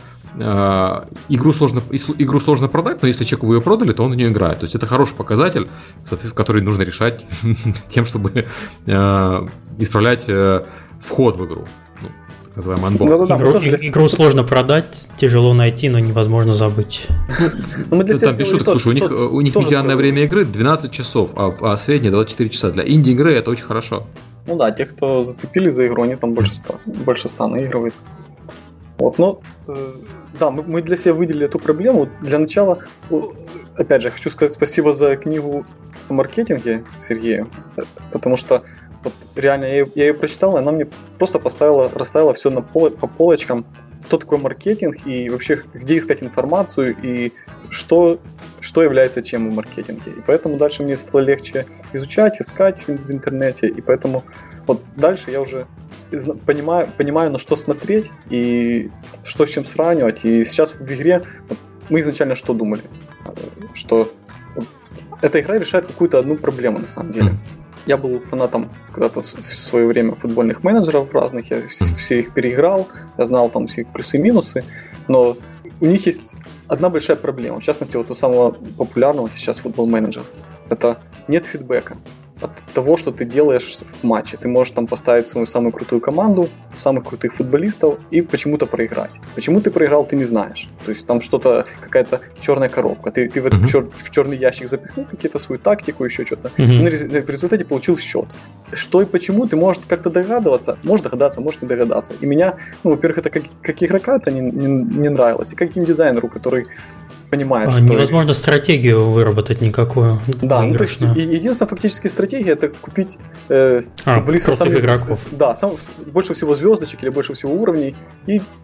игру сложно продать, но если человеку вы ее продали, то он в нее играет. То есть это хороший показатель, который нужно решать тем, чтобы исправлять вход в игру. Так называемый анбокс. Игру сложно продать, тяжело найти, но невозможно забыть. Там без шуток, слушай, у них медианное время игры 12 часов, а среднее 24 часа. Для инди-игры это очень хорошо. Ну да, те, кто зацепили за игру, они там больше 100 наигрывают. Вот, да, мы для себя выделили эту проблему. Для начала, опять же, хочу сказать спасибо за книгу о маркетинге Сергею, потому что вот реально я ее прочитал, и она мне просто расставила все по полочкам, что такое маркетинг и вообще где искать информацию и что является чем в маркетинге. И поэтому дальше мне стало легче изучать, искать в интернете, и поэтому вот дальше я уже понимаю, на что смотреть и что с чем сравнивать. И сейчас в игре мы изначально что думали? Что эта игра решает какую-то одну проблему на самом деле. Я был фанатом когда-то в свое время футбольных менеджеров разных, я все их переиграл, я знал там все их плюсы и минусы, но у них есть одна большая проблема. В частности, вот у самого популярного сейчас футбол-менеджер. Это нет фидбэка от того, что ты делаешь в матче. Ты можешь там поставить свою самую крутую команду, самых крутых футболистов и почему-то проиграть. Почему ты проиграл, ты не знаешь. То есть там что-то, какая-то черная коробка. Ты в этот в черный ящик запихнул какие-то свою тактику, еще что-то. И в результате получил счет. Что и почему, ты можешь как-то догадываться. Можешь догадаться, можешь не догадаться. И меня, во-первых, это как игрока это не нравилось. И как геймдизайнеру, который понимает, что... Невозможно стратегию выработать никакую. Да, то есть единственная фактически стратегия это купить футболистов самых игроков. Да, больше всего звездочек или больше всего уровней и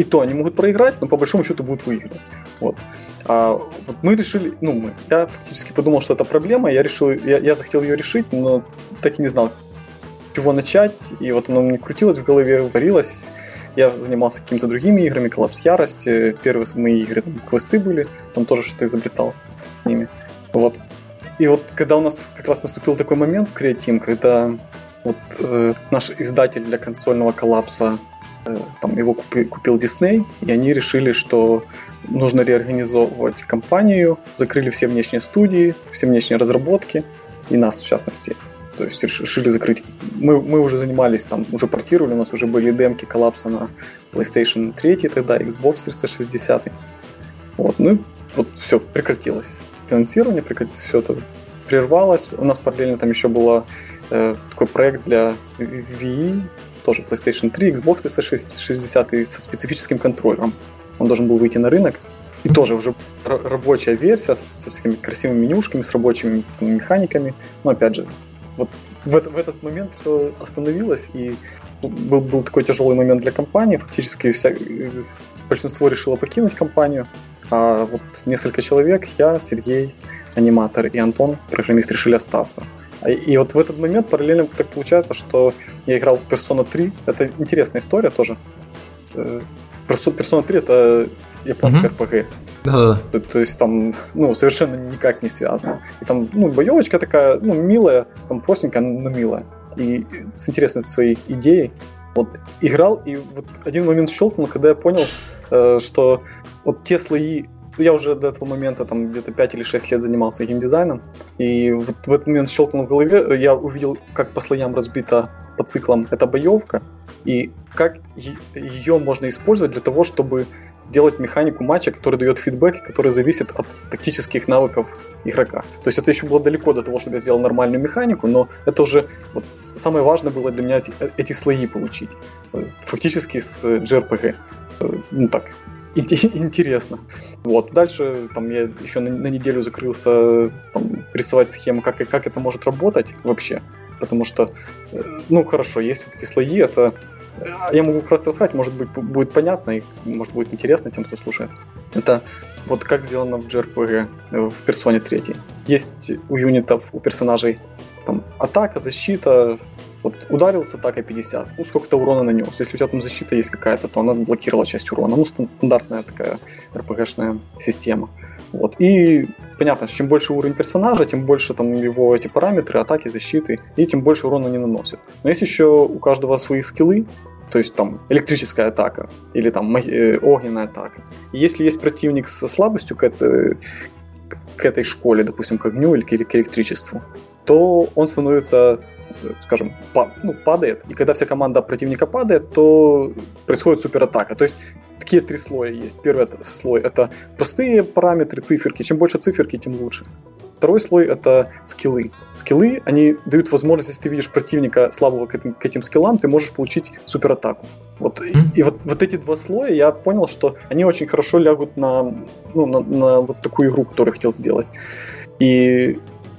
и то они могут проиграть, но по большому счету будут выигрывать. Вот. А вот мы решили, я фактически подумал, что это проблема, я захотел ее решить, но так и не знал, с чего начать, и вот оно мне крутилось в голове, варилось. Я занимался какими-то другими играми, Collapse Ярость, первые мои игры, там квесты были, там тоже что-то изобретал с ними. Вот. И вот когда у нас как раз наступил такой момент в Create Team, когда вот наш издатель для консольного коллапса, там его купил Disney, и они решили, что нужно реорганизовывать компанию, закрыли все внешние студии, все внешние разработки, и нас в частности. То есть решили закрыть. Мы уже занимались, там, уже портировали, у нас уже были демки коллапса на PlayStation 3 тогда, Xbox 360. Вот, вот все прекратилось. Финансирование прекратилось, все это прервалось. У нас параллельно там еще был такой проект для Wii, тоже PlayStation 3, Xbox 360 со специфическим контроллером. Он должен был выйти на рынок. И тоже уже рабочая версия со всеми красивыми менюшками, с рабочими механиками. Но опять же, вот в этот момент все остановилось, и был такой тяжелый момент для компании. Фактически большинство решило покинуть компанию, а вот несколько человек, я, Сергей, аниматор, и Антон, программист, решили остаться. И вот в этот момент параллельно так получается, что я играл в Persona 3. Это интересная история тоже. Persona 3 это японская RPG. Да. То есть там, совершенно никак не связано. И там, боевочка такая, милая, там простенькая, но милая. И с интересной своей идеей. Вот играл, и вот один момент щелкнул, когда я понял, что вот те слои. Я уже до этого момента там где-то 5 или 6 лет занимался геймдизайном, и вот в этот момент щелкнул в голове, я увидел, как по слоям разбита по циклам эта боевка, и как ее можно использовать для того, чтобы сделать механику матча, который дает фидбэк, который зависит от тактических навыков игрока. То есть это еще было далеко до того, чтобы я сделал нормальную механику, но это уже вот самое важное было для меня эти слои получить. Фактически с JRPG. Так, интересно. Вот. Дальше там я еще на неделю закрылся там, рисовать схему, как это может работать вообще. Потому что, хорошо, есть вот эти слои, это... Я могу вкратце рассказать, может быть, будет понятно и, может, будет интересно тем, кто слушает. Это вот как сделано в JRPG, в Persona 3. Есть у юнитов, у персонажей там атака, защита. Вот ударил с атакой 50, сколько-то урона нанес. Если у тебя там защита есть какая-то, то она блокировала часть урона. Стандартная такая RPG-шная система. Вот. И понятно, что чем больше уровень персонажа, тем больше там его эти параметры, атаки, защиты, и тем больше урона они наносят. Но есть еще у каждого свои скиллы, то есть там электрическая атака или там огненная атака. И если есть противник со слабостью к этой школе, допустим, к огню или к электричеству, то он становится, скажем, падает. И когда вся команда противника падает, то происходит суператака. То есть такие 3 слоя есть. Первый слой — это простые параметры, циферки. Чем больше циферки, тем лучше. Второй слой — это скиллы. Скиллы, они дают возможность, если ты видишь противника слабого к этим скиллам, ты можешь получить суператаку. Вот. И вот эти 2 слоя, я понял, что они очень хорошо лягут на вот такую игру, которую я хотел сделать. И,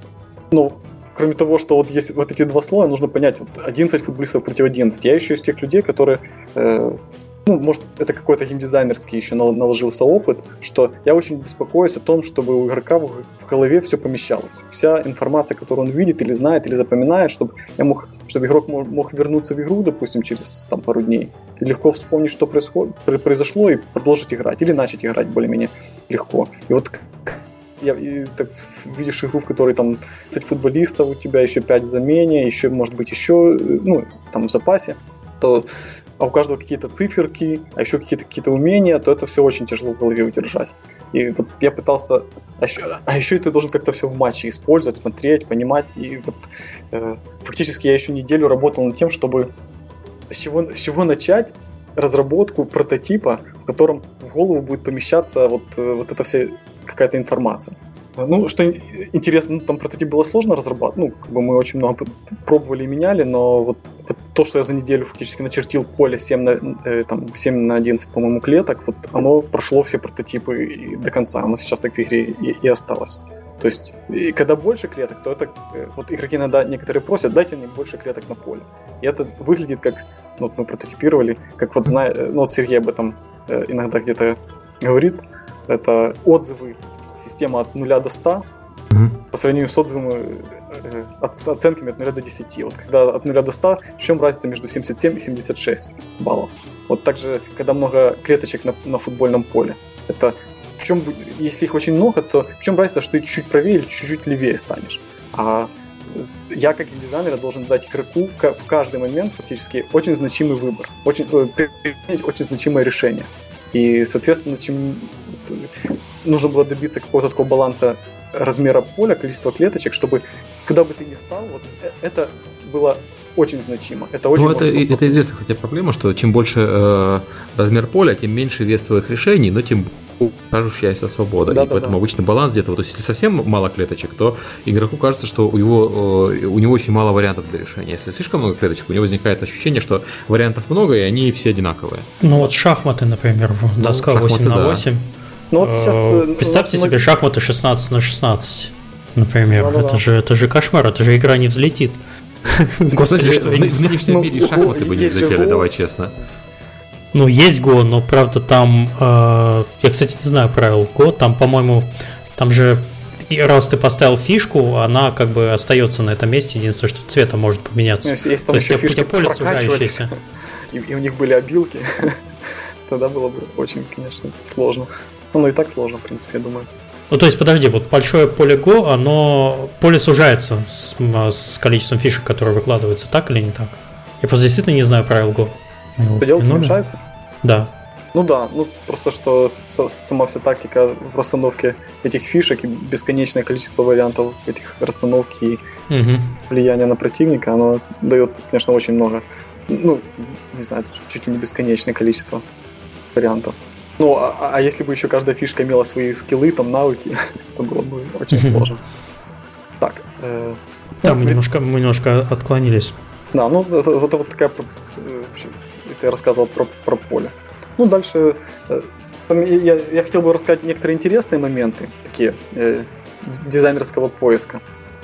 кроме того, что вот есть вот эти 2 слоя, нужно понять, вот 11 футболистов против 11. Я еще из тех людей, которые... может, это какой-то геймдизайнерский еще наложился опыт, что я очень беспокоюсь о том, чтобы у игрока в голове все помещалось. Вся информация, которую он видит или знает, или запоминает, чтобы игрок мог вернуться в игру, допустим, через пару дней, и легко вспомнить, что произошло, и продолжить играть, или начать играть более-менее легко. И вот так видишь игру, в которой там 30 футболистов, у тебя еще 5 в замене, еще, может быть, еще в запасе, а у каждого какие-то циферки, а еще какие-то умения, то это все очень тяжело в голове удержать. И вот я пытался... А еще ты должен как-то все в матче использовать, смотреть, понимать. И вот фактически я еще неделю работал над тем, чтобы с чего начать разработку прототипа, в котором в голову будет помещаться вот эта вся какая-то информация. Что интересно, там прототип было сложно разрабатывать. Мы очень много пробовали и меняли, но вот то, что я за неделю фактически начертил поле 7 на 11, по-моему, клеток, вот оно прошло все прототипы до конца. Оно сейчас так в игре и осталось. То есть, и когда больше клеток, то это... Вот игроки иногда некоторые просят, дайте мне больше клеток на поле. И это выглядит как... мы прототипировали, как Сергей об этом иногда где-то говорит, это отзывы системы от 0 до 100 по сравнению с отзывами, с оценками от 0 до 10. Вот когда от 0 до 100, в чем разница между 77 и 76 баллов? Вот также, когда много клеточек на футбольном поле. Это в чем, если их очень много, то в чем разница, что ты чуть правее или чуть-чуть левее станешь? А я, как дизайнер, должен дать игроку в каждый момент фактически очень значимый выбор, принять очень значимое решение. И, соответственно, нужно было добиться какого-то такого баланса размера поля, количества клеточек, чтобы куда бы ты ни стал, вот это было очень значимо. Это известная, кстати, проблема, что чем больше размер поля, тем меньше вес твоих решений, но тем кажущаяся свобода. И поэтому обычно баланс где-то. То есть, если совсем мало клеточек, то игроку кажется, что у него очень мало вариантов для решения. Если слишком много клеточек, у него возникает ощущение, что вариантов много, и они все одинаковые. Ну вот шахматы, например, доска 8х8. Ну, вот сейчас, представьте себе шахматы 16х16, например. Это же кошмар, это же игра не взлетит. Господи, что в нынешнем мире шахматы бы не взлетели, давай честно. Ну, есть Go, но, правда, там... я, кстати, не знаю правил Go. Там, по-моему, там же... Раз ты поставил фишку, она как бы остается на этом месте. Единственное, что цвета может поменяться. Если там еще фишки прокачивались, и у них были обилки, тогда было бы очень, конечно, сложно. Ну, и так сложно, в принципе, я думаю. Ну, то есть, подожди, вот большое поле Go, поле сужается с количеством фишек, которые выкладываются, так или не так? Я просто действительно не знаю правил Go. Что делать, уменьшается? Да. Ну да, просто что сама вся тактика в расстановке этих фишек и бесконечное количество вариантов этих расстановки и влияния на противника, оно дает, конечно, очень много, ну, не знаю, чуть ли не бесконечное количество вариантов. Ну, а если бы еще каждая фишка имела свои скиллы, там, навыки, то было бы очень сложно. Так. Да, мы немножко отклонились. Да, ну, вот такая... Это я рассказывал про поле. Ну, дальше я хотел бы рассказать некоторые интересные моменты, такие дизайнерского поиска,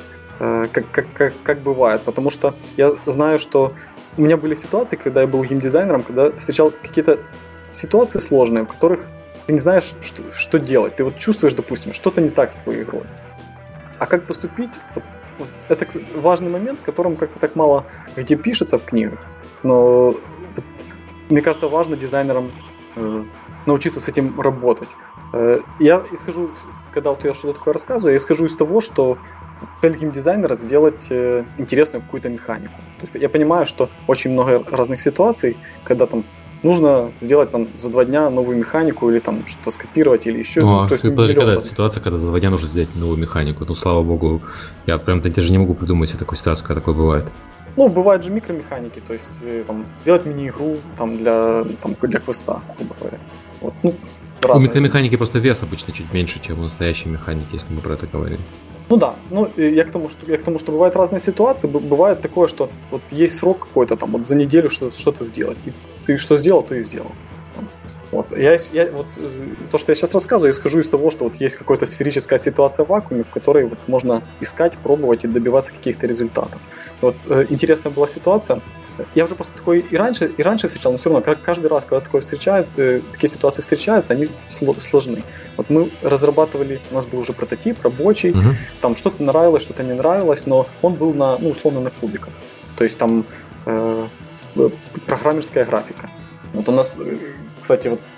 как бывает. Потому что я знаю, что у меня были ситуации, когда я был геймдизайнером, когда встречал какие-то ситуации сложные, в которых ты не знаешь, что делать. Ты вот чувствуешь, допустим, что-то не так с твоей игрой. А как поступить? Вот это важный момент, о котором как-то так мало где пишется в книгах. Но мне кажется, важно дизайнерам научиться с этим работать. Я исхожу, когда вот я что-то такое рассказываю, я исхожу из того, что цель геймдизайнера сделать интересную какую-то механику. То есть я понимаю, что очень много разных ситуаций, когда там нужно сделать там за 2 дня новую механику или там что-то скопировать или еще. То есть когда ситуация, когда за 2 дня нужно сделать новую механику, ну слава богу, я прям даже не могу придумать себе такую ситуацию, когда такое бывает. Ну, бывают же микромеханики, то есть там, сделать мини-игру там, для квеста, грубо говоря. Вот, ну, у микромеханики просто вес обычно чуть меньше, чем у настоящей механики, если мы про это говорим. Ну да, ну я к тому, что бывают разные ситуации. Бывает такое, что вот есть срок какой-то там, вот за неделю что-то сделать. И ты что сделал, то и сделал. Вот. Я вот то, что я сейчас рассказываю, я исхожу из того, что вот есть какая-то сферическая ситуация в вакууме, в которой вот можно искать, пробовать и добиваться каких-то результатов. Вот интересная была ситуация. Я уже просто такой и раньше встречал, но все равно каждый раз, когда такие ситуации встречаются, они сложны. Вот мы разрабатывали, у нас был уже прототип рабочий, там что-то нравилось, что-то не нравилось, но он был условно на кубиках. То есть там программерская графика. Вот у нас, кстати, вот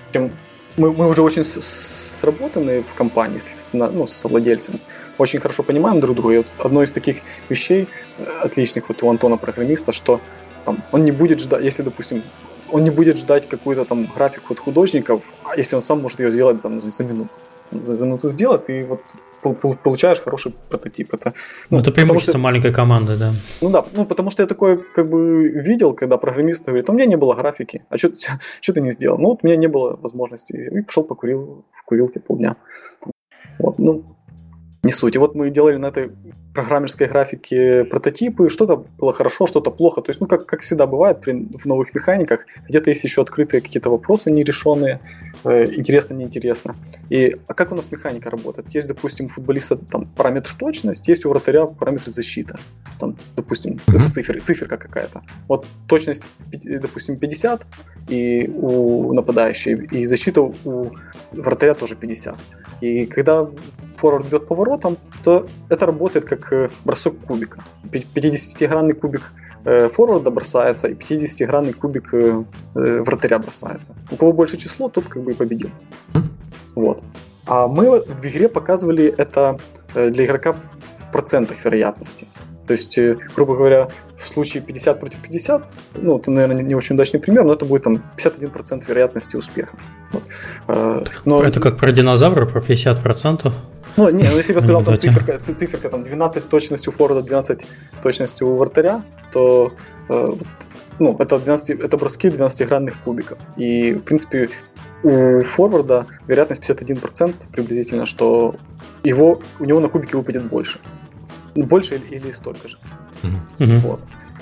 мы уже очень сработаны в компании с совладельцем, очень хорошо понимаем друг друга. И вот одно из таких вещей отличных вот у Антона, программиста, что там, он не будет ждать, если, допустим, он не будет ждать какую-то там графику от художников, а если он сам может ее сделать за минуту. За минуту сделать, и вот получаешь хороший прототип. Это преимущество маленькой команды, да. Ну да, потому что я такое как бы видел, когда программист говорит, у меня не было графики, а что ты не сделал? Ну вот у меня не было возможности. И пошел покурил в курилке полдня. Вот, не суть. И вот мы делали на этой программерской графике прототипы, что-то было хорошо, что-то плохо. То есть, как всегда бывает в новых механиках, где-то есть еще открытые какие-то вопросы нерешенные, интересно, неинтересно. А как у нас механика работает? Есть, допустим, у футболиста там параметр точность, есть у вратаря параметр защита. Там, допустим, это циферка какая-то. Вот точность, допустим, 50, и у нападающего, и защита у вратаря тоже 50. И когда форвард бьет поворотом, то это работает как бросок кубика. 50-гранный кубик форварда бросается, и 50-гранный кубик вратаря бросается. У кого больше число, тот как бы и победил. Вот. А мы в игре показывали это для игрока в процентах вероятности. То есть, грубо говоря, в случае 50 против 50, ну, это, наверное, не очень удачный пример, но это будет там 51% вероятности успеха. Вот. Но... Это как про динозавра, про 50%? Ну, не, ну, если бы я сказал, там циферка там 12 точность у форварда, 12 точность у вратаря, то ну, это броски 12-гранных кубиков. И, в принципе, у форварда вероятность 51% приблизительно, что у него на кубике выпадет больше. Больше или столько же. Вот.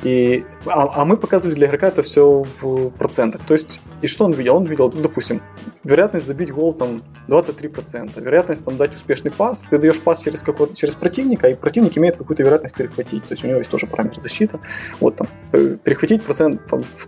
А мы показывали для игрока это все в процентах. То есть, и что он видел? Он видел, допустим, вероятность забить гол там 23%, вероятность там дать успешный пас. Ты даешь пас через противника, и противник имеет какую-то вероятность перехватить. То есть у него есть тоже параметр защиты. Вот там перехватить процент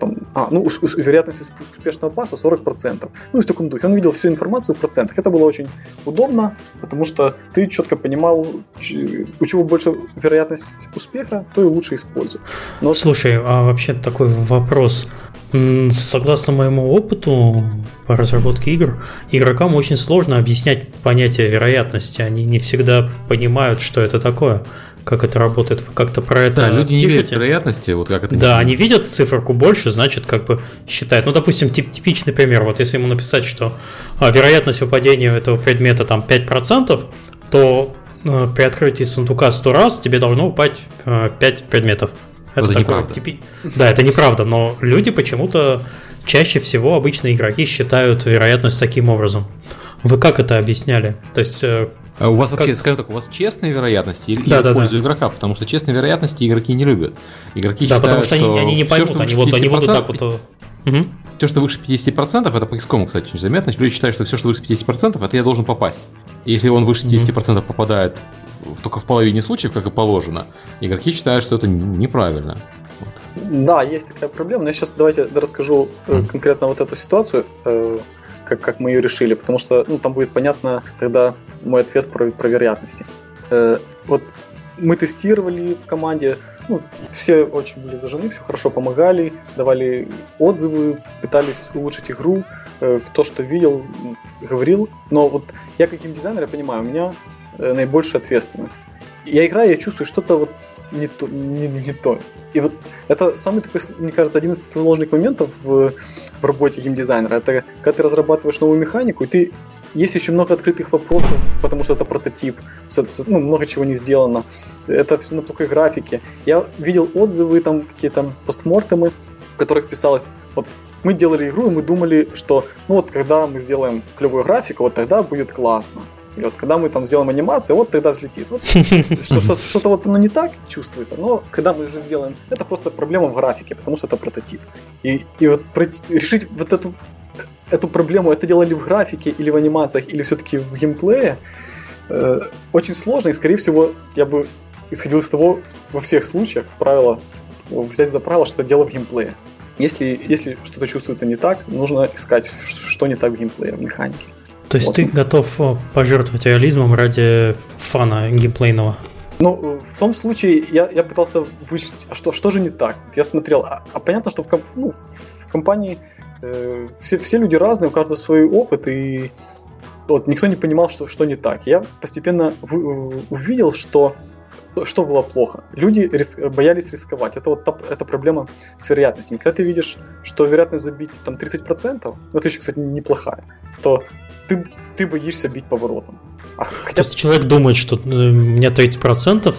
вероятность успешного паса 40%. Ну и в таком духе. Он видел всю информацию в процентах. Это было очень удобно, потому что ты четко понимал, у чего больше вероятность успеха, то и лучше используй. Но... Слушай, а вообще такой вопрос. Согласно моему опыту по разработке игр, игрокам очень сложно объяснять понятие вероятности. Они не всегда понимают, что это такое, как это работает. Вы как-то про это Да, люди не пишете? видят вероятности, вот как это. Да, они видят циферку больше, значит, как бы считают. Ну, допустим, типичный пример. Вот если ему написать, что вероятность выпадения этого предмета там 5%, то при открытии сундука 100 раз тебе должно упасть 5 предметов. Это неправда. Да, это неправда, но люди почему-то чаще всего, обычные игроки, считают вероятность таким образом. Вы как это объясняли? То есть... У вас вообще, скажем так, у вас честные вероятности или в пользу игрока? Потому что честные вероятности игроки не любят. Игроки считают, потому что они не поймут, они будут так вот... Все, что выше 50%, это по XCOM, кстати, очень заметно. Люди считают, что все, что выше 50%, это я должен попасть. И если он выше 50% попадает только в половине случаев, как и положено, игроки считают, что это неправильно. Вот. Да, есть такая проблема, но я сейчас давайте расскажу конкретно вот эту ситуацию, как мы ее решили, потому что там будет понятно тогда мой ответ про вероятности. Вот мы тестировали в команде, все очень были зажжены, все хорошо помогали, давали отзывы, пытались улучшить игру, кто что видел, говорил. Но вот я как геймдизайнер, я понимаю, у меня наибольшая ответственность. Я играю, я чувствую что-то вот не то. И вот это самый такой, мне кажется, один из сложных моментов в работе геймдизайнера. Это когда ты разрабатываешь новую механику, и есть еще много открытых вопросов, потому что это прототип, много чего не сделано. Это все на плохой графике. Я видел отзывы, там какие-то постмортемы, в которых писалось, вот мы делали игру, и мы думали, что когда мы сделаем клевую графику, вот тогда будет классно. И вот когда мы там сделаем анимацию, вот тогда взлетит. Вот, что-то вот оно не так чувствуется, но когда мы уже сделаем, это просто проблема в графике, потому что это прототип. И вот решить вот эту проблему, это делали в графике или в анимациях, или все-таки в геймплее, очень сложно, и, скорее всего, я бы исходил из того, во всех случаях, взять за правило, что это дело в геймплее. Если что-то чувствуется не так, нужно искать, что не так в геймплее, в механике. То есть ты готов пожертвовать реализмом ради фана геймплейного? В том случае я пытался вычислить, а что же не так? Я смотрел, а понятно, что в компании все люди разные, у каждого свой опыт, и вот никто не понимал, что не так. Я постепенно увидел, что было плохо. Люди боялись рисковать. Это проблема с вероятностями. Когда ты видишь, что вероятность забить там 30%, это еще, кстати, неплохая, то ты боишься бить поворотом. То есть человек думает, что у меня 30%,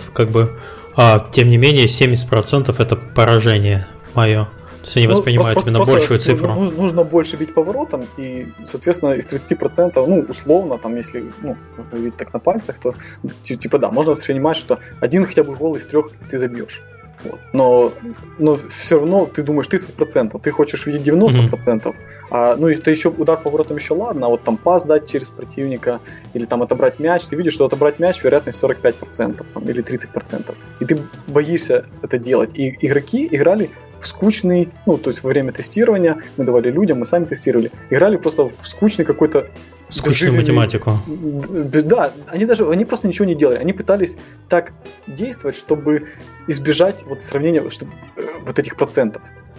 а тем не менее 70% это поражение мое. То есть они воспринимают именно большую цифру. Нужно больше бить поворотом, и, соответственно, из 30%, условно, там, если видеть так на пальцах, то, можно воспринимать, что один хотя бы гол из 3 ты забьешь. Вот. Но все равно ты думаешь 30%, ты хочешь видеть 90%, ну и ты еще удар поворотом еще ладно, а вот там пас дать через противника, или там отобрать мяч, ты видишь, что отобрать мяч вероятность 45% там, или 30%. И ты боишься это делать. И игроки играли в скучный, то есть во время тестирования мы давали людям, мы сами тестировали, играли просто в скучный какой-то скучную математику. Да, они просто ничего не делали. Они пытались так действовать, чтобы избежать сравнения вот этих процентов.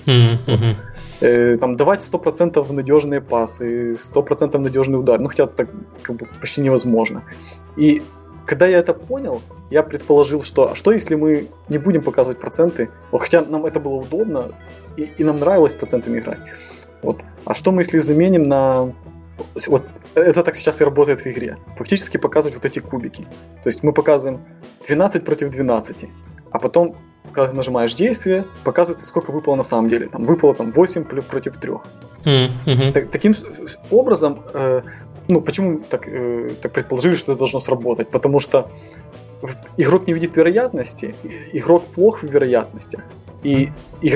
Там давать 100% надежные пасы, 100% надежный удар. Хотя так как бы почти невозможно. И когда я это понял, я предположил, что если мы не будем показывать проценты, хотя нам это было удобно, и нам нравилось процентами играть. А что мы если заменим на... это так сейчас и работает в игре. Фактически показывать вот эти кубики. То есть мы показываем 12 против 12. А потом, когда ты нажимаешь действие, показывается, сколько выпало на самом деле. Там выпало 8 против 3. Таким образом, почему так предположили, что это должно сработать? Потому что игрок не видит вероятности, игрок плох в вероятностях. И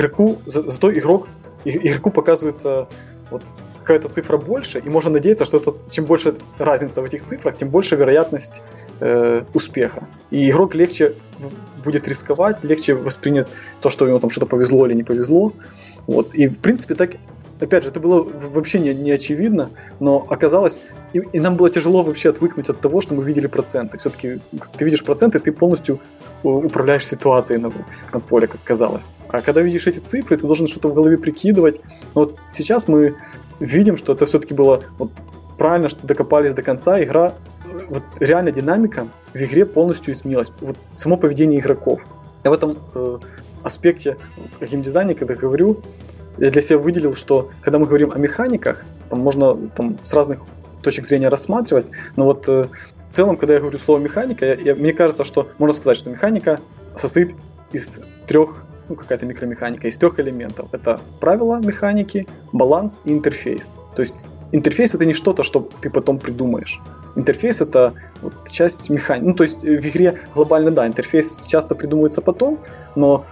зато игроку показывается какая-то цифра больше, и можно надеяться, что чем больше разница в этих цифрах, тем больше вероятность успеха. И игрок легче будет рисковать, легче воспринять то, что ему там что-то повезло или не повезло. И в принципе так, опять же, это было вообще не очевидно, но оказалось, и нам было тяжело вообще отвыкнуть от того, что мы видели проценты. Все-таки ты видишь проценты, ты полностью управляешь ситуацией на поле, как казалось. А когда видишь эти цифры, ты должен что-то в голове прикидывать. Но сейчас мы видим, что это все-таки было правильно, что докопались до конца. Игра, реально динамика в игре полностью изменилась. Само поведение игроков. Я в этом аспекте о геймдизайне, когда говорю, я для себя выделил, что когда мы говорим о механиках, можно с разных точек зрения рассматривать, но в целом, когда я говорю слово механика, мне кажется, что можно сказать, что механика состоит из 3, какая-то микромеханика, из 3 элементов. Это правила механики, баланс и интерфейс. То есть интерфейс — это не что-то, что ты потом придумаешь. Интерфейс — это часть механики. То есть в игре глобально, да, интерфейс часто придумывается потом, но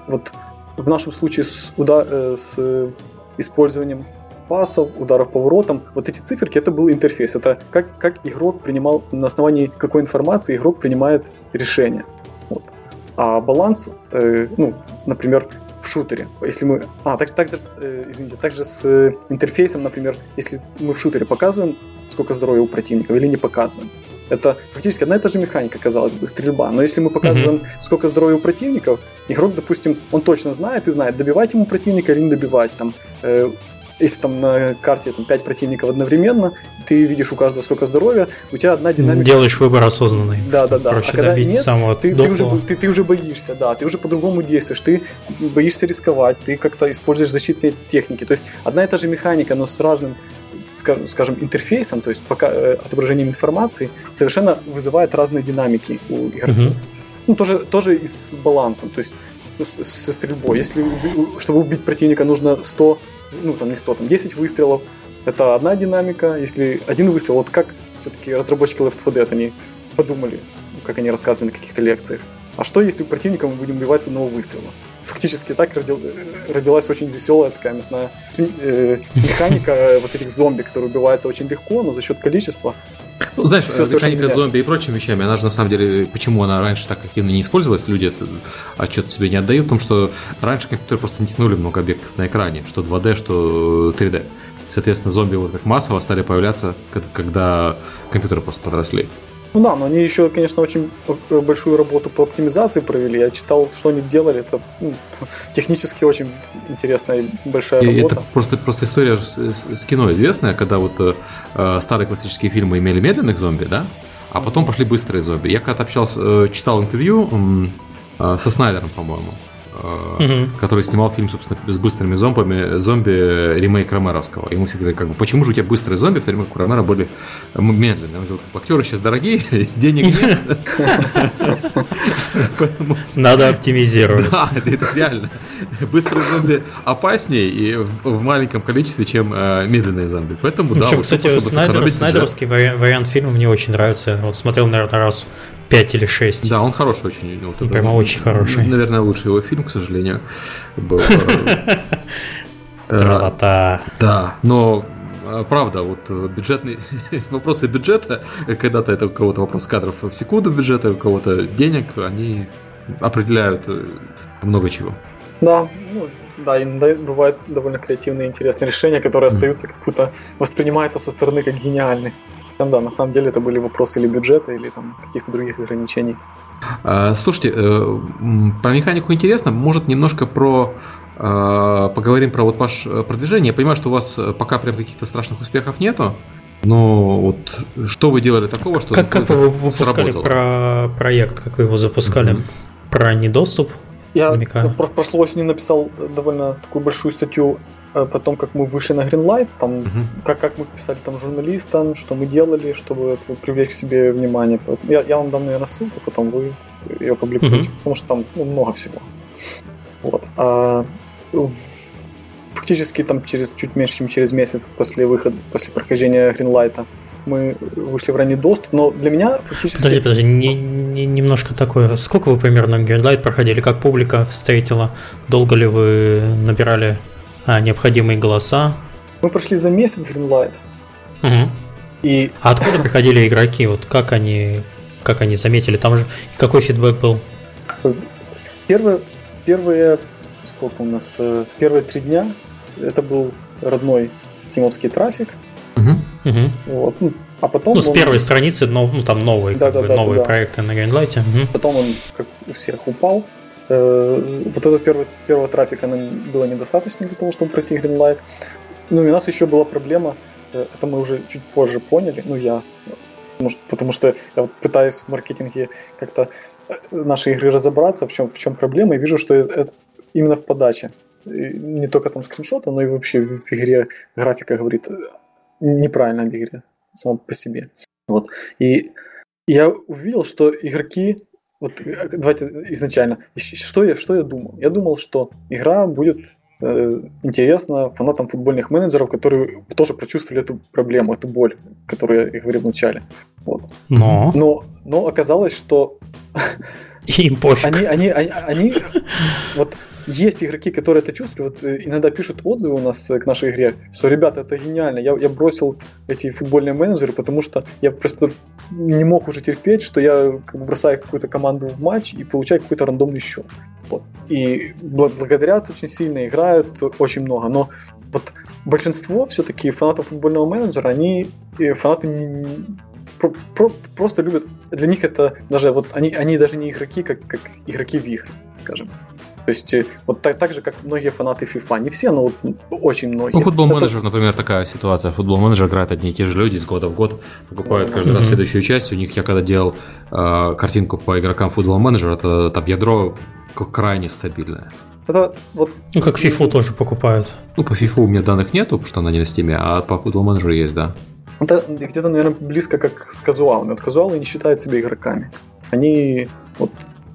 в нашем случае с использованием пасов, ударов поворотом, эти циферки — это был интерфейс. Это как игрок принимал, на основании какой информации игрок принимает решение. А баланс, например, в шутере, если мы... также с интерфейсом, например, если мы в шутере показываем, сколько здоровья у противников, или не показываем. Это фактически одна и та же механика, казалось бы, стрельба. Но если мы показываем, сколько здоровья у противников, игрок, допустим, он точно знает, добивать ему противника или не добивать. Если на карте 5 противников одновременно, ты видишь у каждого сколько здоровья, у тебя одна динамика... Делаешь выбор осознанный. Да. А когда нет, ты уже боишься, да, ты уже по-другому действуешь, ты боишься рисковать, ты как-то используешь защитные техники. То есть одна и та же механика, но с разным, скажем, интерфейсом, то есть отображением информации, совершенно вызывает разные динамики у игроков. Тоже и с балансом, то есть со стрельбой. Если, чтобы убить противника, нужно 100, не 100, 10 выстрелов. Это одна динамика. Если один выстрел, как все-таки разработчики Left 4 Dead, они подумали, как они рассказывали на каких-то лекциях. А что, если противника мы будем убивать с одного выстрела? Фактически так родилась очень веселая такая мясная механика этих зомби, которые убиваются очень легко, но за счет количества. Знаешь, механика зомби и прочими вещами, она же на самом деле, почему она раньше так активно не использовалась, люди отчет себе не отдают, потому что раньше компьютеры просто не тянули много объектов на экране, что 2D, что 3D. Соответственно, зомби как массово стали появляться, когда компьютеры просто подросли. Но они еще, конечно, очень большую работу по оптимизации провели. Я читал, что они делали. Это технически очень интересная и большая работа. Это просто история с кино известная, когда старые классические фильмы имели медленных зомби, да? А потом пошли быстрые зомби. Я когда-то читал интервью со Снайдером, по-моему, который снимал фильм, собственно, с быстрыми зомби ремейк Ромеровского. Ему все говорили, почему же у тебя быстрые зомби, в то время как у Ромеро были медленные. Он говорил, актеры сейчас дорогие, денег нет. Надо оптимизировать. Да, это реально. быстрые зомби опаснее и в маленьком количестве, чем медленные зомби. Поэтому, да. Причем, кстати, снайдеровский вариант фильма мне очень нравится. Вот смотрел, наверное, раз 5 или 6. Да, он хороший очень. Вот прямо очень хороший. Наверное, лучший его фильм, к сожалению, был. Тра-та. Да, но правда, вот бюджетные вопросы бюджета, когда-то это у кого-то вопрос кадров в секунду бюджета, у кого-то денег, они определяют много чего. Да, иногда бывают довольно креативные и интересные решения, которые остаются как будто воспринимаются со стороны как гениальные. Да, на самом деле это были вопросы или бюджета, или там каких-то других ограничений. Слушайте, про механику интересно, может немножко поговорим про вот ваше продвижение. Я понимаю, что у вас пока прям каких-то страшных успехов нету, но вот что вы делали такого, что как вы выпускали про проект, как вы его запускали? Про недоступ? Я прошлой осенью написал довольно такую большую статью о том, как мы вышли на Greenlight, там, как мы писали там журналистам, что мы делали, чтобы привлечь к себе внимание. Я вам дам, наверное, ссылку, потом вы ее публикуете, потому что там много всего. Вот. Фактически там чуть меньше, чем через месяц после прохождения Greenlight'а мы вышли в ранний доступ, но для меня фактически... Подожди, немножко такое. Сколько вы примерно Greenlight проходили? Как публика встретила? Долго ли вы набирали необходимые голоса? Мы прошли за месяц Greenlight. И... А откуда приходили игроки? Вот как они заметили? Там же какой фидбэк был? Первые сколько у нас? Первые 3 дня это был родной стимовский трафик. Вот. А потом с первой страницы, там новые, новые проекты на Greenlight. Потом он, как у всех, упал. Вот этого первого трафика нам было недостаточно для того, чтобы пройти Greenlight. Ну и у нас еще была проблема, это мы уже чуть позже поняли, потому что я вот пытаюсь в маркетинге как-то нашей игры разобраться, в чем проблема, и вижу, что это именно в подаче. И не только там скриншоты, но и вообще в игре графика говорит неправильно об игре само по себе. Вот. И я увидел, что игроки... Вот давайте изначально. Что я думал? Я думал, что игра будет интересна фанатам футбольных менеджеров, которые тоже прочувствовали эту проблему, эту боль, которую я говорил в начале. Вот. Но оказалось, что им пофиг. Они вот есть игроки, которые это чувствуют. Вот иногда пишут отзывы у нас к нашей игре, что, ребята, это гениально. Я бросил эти футбольные менеджеры, потому что я просто не мог уже терпеть, что я бросаю какую-то команду в матч и получаю какой-то рандомный счет. Вот. И благодарят очень сильно, играют очень много. Но вот большинство все-таки фанатов футбольного менеджера, они фанаты просто любят. Для них это даже вот они даже не игроки, как игроки в игры, скажем. То есть, вот так же, как многие фанаты FIFA. Не все, но вот очень многие. Футбол-менеджер, например, такая ситуация. Футбол-менеджер играет одни и те же люди из года в год, покупают каждый раз следующую часть. У них, я когда делал картинку по игрокам футбол-менеджера, это там ядро крайне стабильное. Это вот... как FIFA тоже покупают. По FIFA у меня данных нету, потому что она не на Steam, а по футбол-менеджеру есть, да. Это где-то, наверное, близко как с казуалами. Вот казуалы не считают себя игроками. Они вот...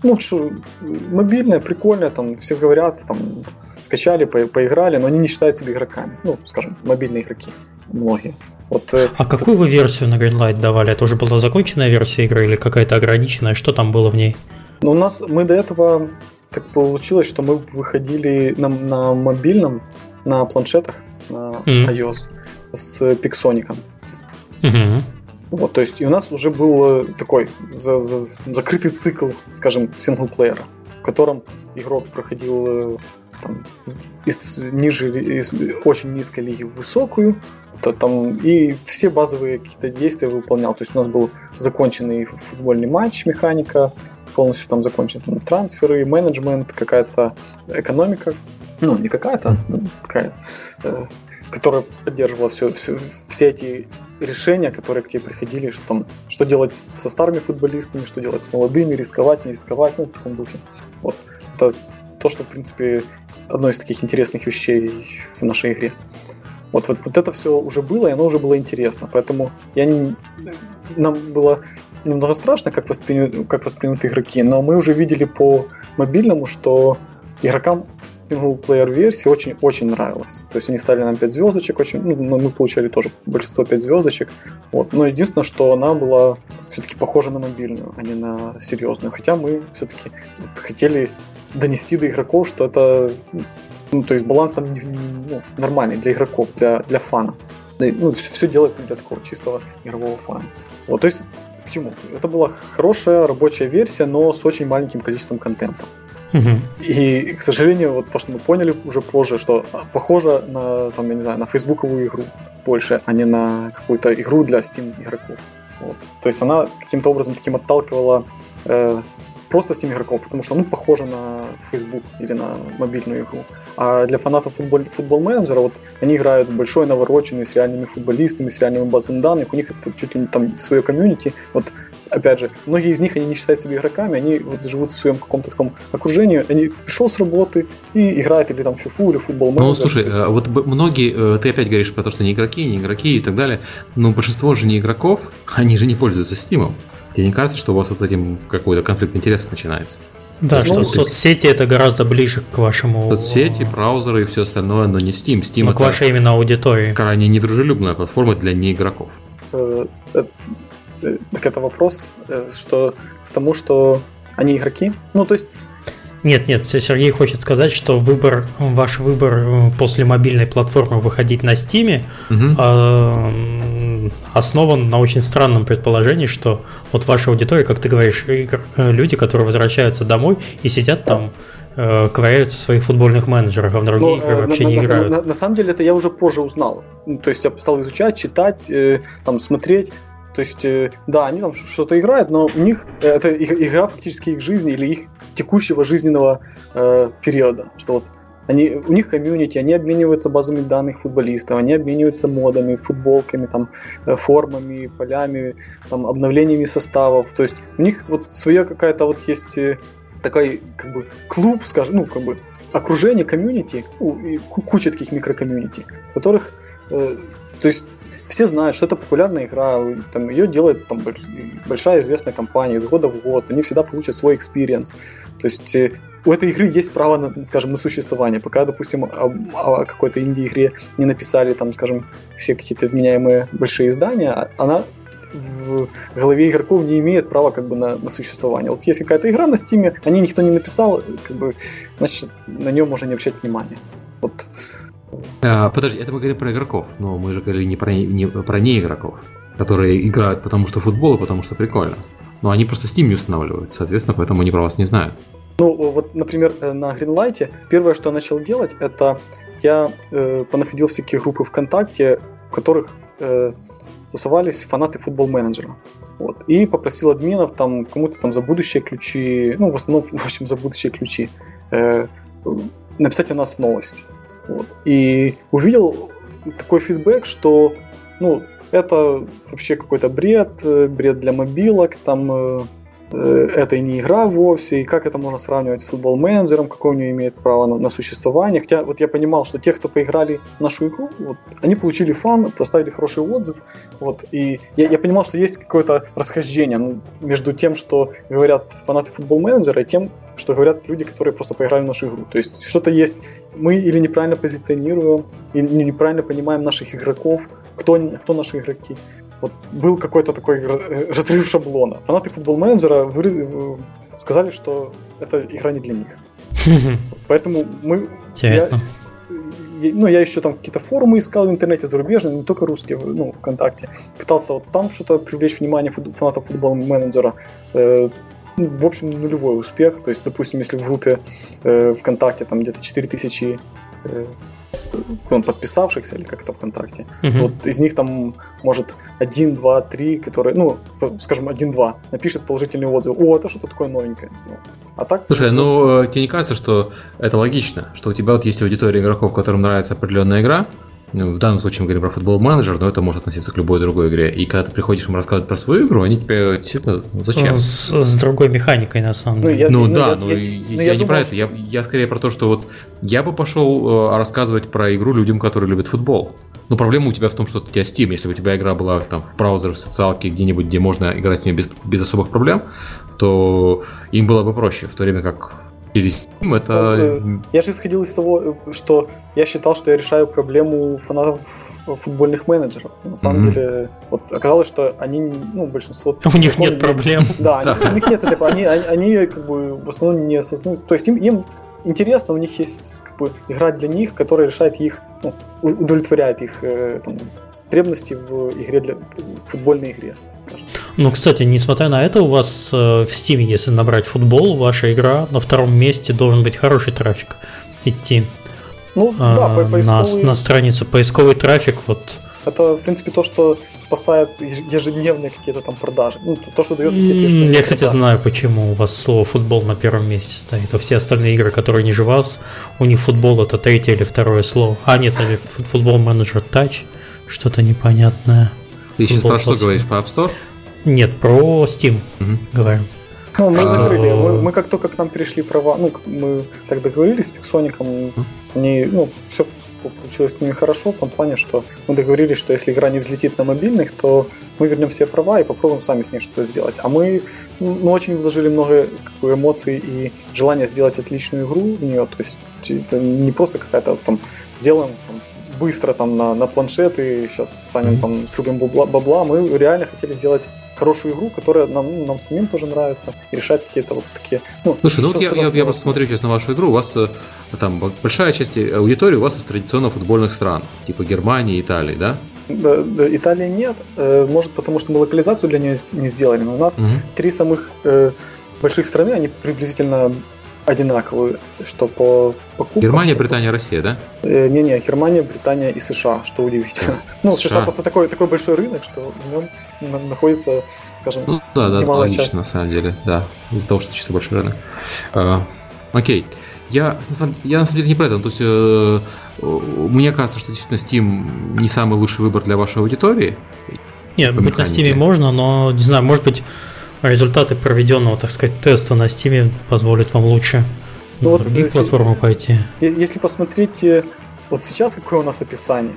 мобильная, прикольная, там все говорят, там скачали, поиграли, но они не считают себя игроками. Скажем, мобильные игроки. Многие. Вот, какую вы версию на Greenlight давали? Это уже была законченная версия игры или какая-то ограниченная? Что там было в ней? Мы до этого так получилось, что мы выходили на мобильном, на планшетах, на iOS с Pixonic. Вот, то есть и у нас уже был такой закрытый цикл, скажем, синглплеера, в котором игрок проходил там, из очень низкой лиги в высокую, и все базовые какие-то действия выполнял. То есть у нас был законченный футбольный матч, механика, полностью там закончен трансферы, менеджмент, какая-то экономика, не какая-то, такая, которая поддерживала все эти решения, которые к тебе приходили, что делать со старыми футболистами, что делать с молодыми, рисковать, не рисковать, в таком духе. Вот. Это то, что, в принципе, одно из таких интересных вещей в нашей игре. Вот это все уже было, и оно уже было интересно. Поэтому нам было немного страшно, как воспримут игроки, но мы уже видели по мобильному, что игрокам синглплеер-версии очень нравилась. То есть они ставили нам 5 звездочек, мы получали тоже большинство 5 звездочек. Вот. Но единственное, что она была все-таки похожа на мобильную, а не на серьезную. Хотя мы все-таки хотели донести до игроков, что это... то есть баланс там нормальный для игроков, для фана. Все делается для такого чистого игрового фана. Вот, то есть, к чему? Это была хорошая рабочая версия, но с очень маленьким количеством контента. И, к сожалению, вот то, что мы поняли уже позже, что похоже на, там, я не знаю, на фейсбуковую игру больше, а не на какую-то игру для Steam игроков. Вот. То есть она каким-то образом таким отталкивала просто Steam игроков, потому что похоже на Facebook или на мобильную игру. А для фанатов футбол-менеджера вот они играют в большой навороченный с реальными футболистами, с реальными базами данных, у них это чуть ли не там свое комьюнити. Вот опять же, многие из них они не считают себя игроками, они вот живут в своем каком-то таком окружении, они пришел с работы и играют или там в FIFA, или в футбол-менеджер. Ну, слушай, есть... вот многие, ты опять говоришь про то, что не игроки и так далее, но большинство же не игроков, они же не пользуются Steam. Тебе не кажется, что у вас вот этим какой-то конфликт интересов начинается? Да, что соцсети это гораздо ближе к вашему... Соцсети, браузеры и все остальное, но не Steam. Steam это к вашей именно аудитории. Крайне недружелюбная платформа для неигроков. Так это вопрос, что к тому, что они игроки? Ну, то есть... Нет, Сергей хочет сказать, что ваш выбор после мобильной платформы выходить на Steam основан на очень странном предположении, что вот ваша аудитория, как ты говоришь, люди, которые возвращаются домой и сидят там, ковыряются в своих футбольных менеджерах, а в другие игры вообще не играют. На самом деле это я уже позже узнал. То есть я стал изучать, читать, там, смотреть. То есть, да, они там что-то играют, но у них это игра фактически их жизни или их текущего жизненного периода. Что вот у них комьюнити, они обмениваются базами данных футболистов, они обмениваются модами, футболками, там, формами, полями, там, обновлениями составов. То есть у них вот своя какая-то вот есть такой как бы клуб, скажем, окружение, комьюнити, куча таких микрокомьюнити, которых, то есть все знают, что это популярная игра, там, ее делает там, большая известная компания из года в год, они всегда получат свой экспириенс. То есть у этой игры есть право, на существование. Пока, допустим, о какой-то инди-игре не написали, там, скажем, все какие-то вменяемые большие издания, она в голове игроков не имеет права на существование. Вот есть какая-то игра на Steam, о ней никто не написал, значит, на нее можно не обращать внимания. Вот. Подожди, это мы говорим про игроков, но мы же говорили не про неигроков, которые играют потому что футбол и потому что прикольно. Но они просто Steam не устанавливают, соответственно, поэтому они про вас не знают. Ну, вот, например, на Greenlight первое, что я начал делать, это я понаходил всякие группы ВКонтакте, в которых тусовались фанаты футбол-менеджера. Вот, и попросил админов там кому-то там за будущие ключи, в основном, в общем, за будущие ключи, написать о нас новость. Вот. И увидел такой фидбэк, что это вообще какой-то бред для мобилок, там это и не игра вовсе, и как это можно сравнивать с футбол-менеджером, какое у нее имеет право на существование. Хотя вот я понимал, что те, кто поиграли в нашу игру, вот, они получили фан, поставили хороший отзыв. Вот, и я понимал, что есть какое-то расхождение между тем, что говорят фанаты футбол-менеджера, и тем, что говорят люди, которые просто поиграли в нашу игру. То есть что-то есть, мы или неправильно позиционируем, или неправильно понимаем наших игроков, кто наши игроки. Вот был какой-то такой разрыв шаблона. Фанаты футбол-менеджера сказали, что эта игра не для них. Поэтому мы... Интересно. Я еще там какие-то форумы искал в интернете зарубежные, не только русские, ВКонтакте. Пытался вот там что-то привлечь внимание фанатов футбол-менеджера. В общем, нулевой успех. То есть, допустим, если в группе ВКонтакте там где-то 4000 подписавшихся, или как это ВКонтакте, то вот из них там может 1, 2, 3, которые, скажем, 1-2 напишет положительный отзыв. О, это что-то такое новенькое. А так... Слушай, тебе не кажется, что это логично, что у тебя вот есть аудитория игроков, которым нравится определенная игра? В данном случае мы говорим про футбол-менеджер, но это может относиться к любой другой игре. И когда ты приходишь им рассказывать про свою игру, они тебе действительно, зачем? С другой механикой, на самом деле. Я не про это. Я скорее про то, что вот я бы пошел рассказывать про игру людям, которые любят футбол. Но проблема у тебя в том, что у тебя Steam. Если бы у тебя игра была там в браузере, в социалке, где-нибудь, где можно играть в нее без особых проблем, то им было бы проще. В то время как через Steam, это... Я же исходил из того, что я считал, что я решаю проблему фанатов футбольных менеджеров. На самом деле, вот оказалось, что они, большинство... У них нет проблем. Да, у них нет этой... Они как бы в основном не осознают... То есть им интересно, у них есть как бы игра для них, которая решает их, удовлетворяет их потребности в игре, в футбольной игре. Ну, кстати, несмотря на это, у вас в Steam, если набрать футбол, ваша игра на втором месте должен быть хороший трафик идти. Поисковый... на странице поисковый трафик вот. Это, в принципе, то, что спасает ежедневные какие-то там продажи. То, что дает какие-то ежедневные Я, кстати, знаю, почему у вас слово «футбол» на первом месте стоит. А все остальные игры, которые ниже вас, у них футбол — это третье или второе слово. Нет, футбол менеджер Touch, что-то непонятное. Ты сейчас про что говоришь? Про App Store? Нет, про Steam говорим. Мы закрыли. Мы как только к нам перешли права, мы так договорились с Pixonic, они, все получилось с ними хорошо в том плане, что мы договорились, что если игра не взлетит на мобильных, то мы вернем все права и попробуем сами с ней что-то сделать. А мы очень вложили много эмоций и желания сделать отличную игру в нее. То есть это не просто какая-то там сделаем быстро там на планшет и сейчас станем срубим бабла. Мы реально хотели сделать хорошую игру, которая нам самим тоже нравится, и решать какие-то вот такие... Слушай, я просто смотрю сейчас на вашу игру, у вас там большая часть аудитории у вас из традиционно футбольных стран, типа Германии, Италии, да? Да, Италии нет, может потому что мы локализацию для нее не сделали, но у нас 3 самых больших страны, они приблизительно одинаковые, что по покупкам. Германия, Британия, Россия, да? Не, Германия, Британия и США, что удивительно. США просто такой большой рынок, что в нем находится, скажем, немалая часть. На самом деле, да, из-за того, что чисто большой рынок. Окей. Я на самом деле не про это. То есть мне кажется, что действительно Steam не самый лучший выбор для вашей аудитории. Нет, быть на Steam можно, но не знаю, может быть, результаты проведенного, так сказать, теста на Steam позволят вам лучше на другие платформы пойти. Если посмотреть, вот сейчас какое у нас описание.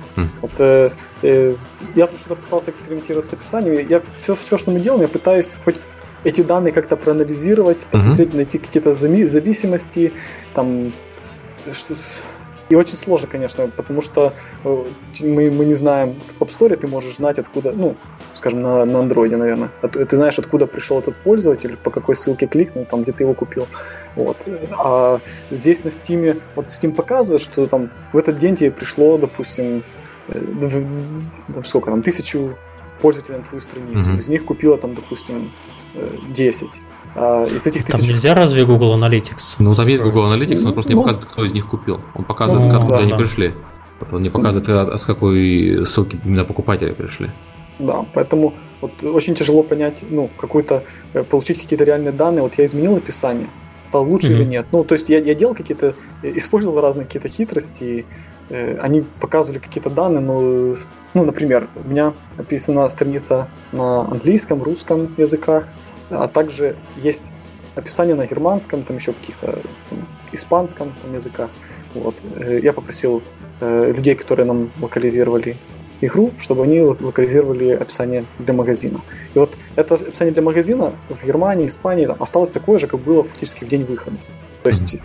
Я тут что-то пытался экспериментировать с описанием. Все, что мы делаем, я пытаюсь хоть эти данные как-то проанализировать, посмотреть, найти какие-то зависимости, там. И очень сложно, конечно, потому что мы не знаем, в App Store ты можешь знать, откуда, скажем, на Android, наверное. Ты знаешь, откуда пришел этот пользователь, по какой ссылке кликнул, там, где ты его купил. Вот. А здесь на Steam, Steam показывает, что там в этот день тебе пришло, допустим, 1000 пользователей на твою страницу. Из них купила, там, допустим, 10. Из этих там нельзя разве Google Analytics? Там есть Google Analytics, но он просто не показывает, кто из них купил. Он показывает, откуда они пришли. Он не показывает, с какой ссылки именно покупатели пришли. Да, поэтому очень тяжело понять, получить какие-то реальные данные. Я изменил описание, стал лучше или нет. То есть я делал какие-то, использовал разные какие-то хитрости, они показывали какие-то данные, но, например, у меня описана страница на английском, русском языках, а также есть описание на германском, там еще каких-то испанском языках. Я попросил людей, которые нам локализировали игру, чтобы они локализировали описание для магазина. И это описание для магазина в Германии, Испании осталось такое же, как было фактически в день выхода. То есть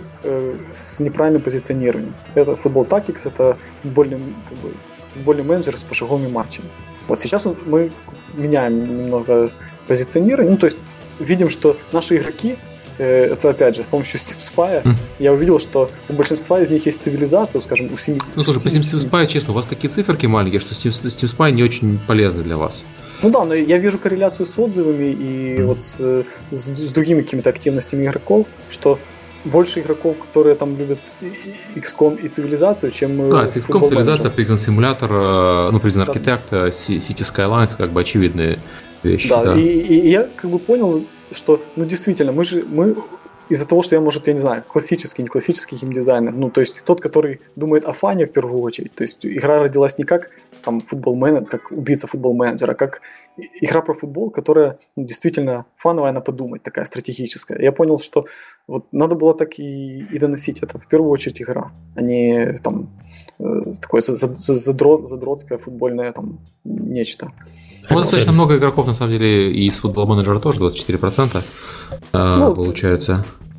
с неправильным позиционированием. Это Football Tactics, это футбольный менеджер с пошаговыми матчами. Сейчас мы меняем немного позиционирование, то есть видим, что наши игроки, это опять же с помощью Steam Spy, я увидел, что у большинства из них есть цивилизация, скажем, у 7. Слушай, по Steam Spy, честно, у вас такие циферки маленькие, что Steam Spy не очень полезны для вас. Но я вижу корреляцию с отзывами и с другими какими-то активностями игроков, что больше игроков, которые там любят XCOM и цивилизацию, чем XCOM, цивилизация, Prison Simulator, Prison Architect, City Skylines, очевидные вещи. Да. И я понял, что, действительно, мы из-за того, что я не знаю, классический, не классический геймдизайнер, то есть тот, который думает о фане в первую очередь, то есть игра родилась не как там футбол-менеджер, как убийца футбол-менеджера, а как игра про футбол, которая действительно фановая, она подумать, такая стратегическая. Я понял, что надо было так и доносить. Это в первую очередь игра, а не там такое задротское футбольное там нечто. У вас достаточно много игроков, на самом деле, и из футбол-менеджера тоже, 24% получается.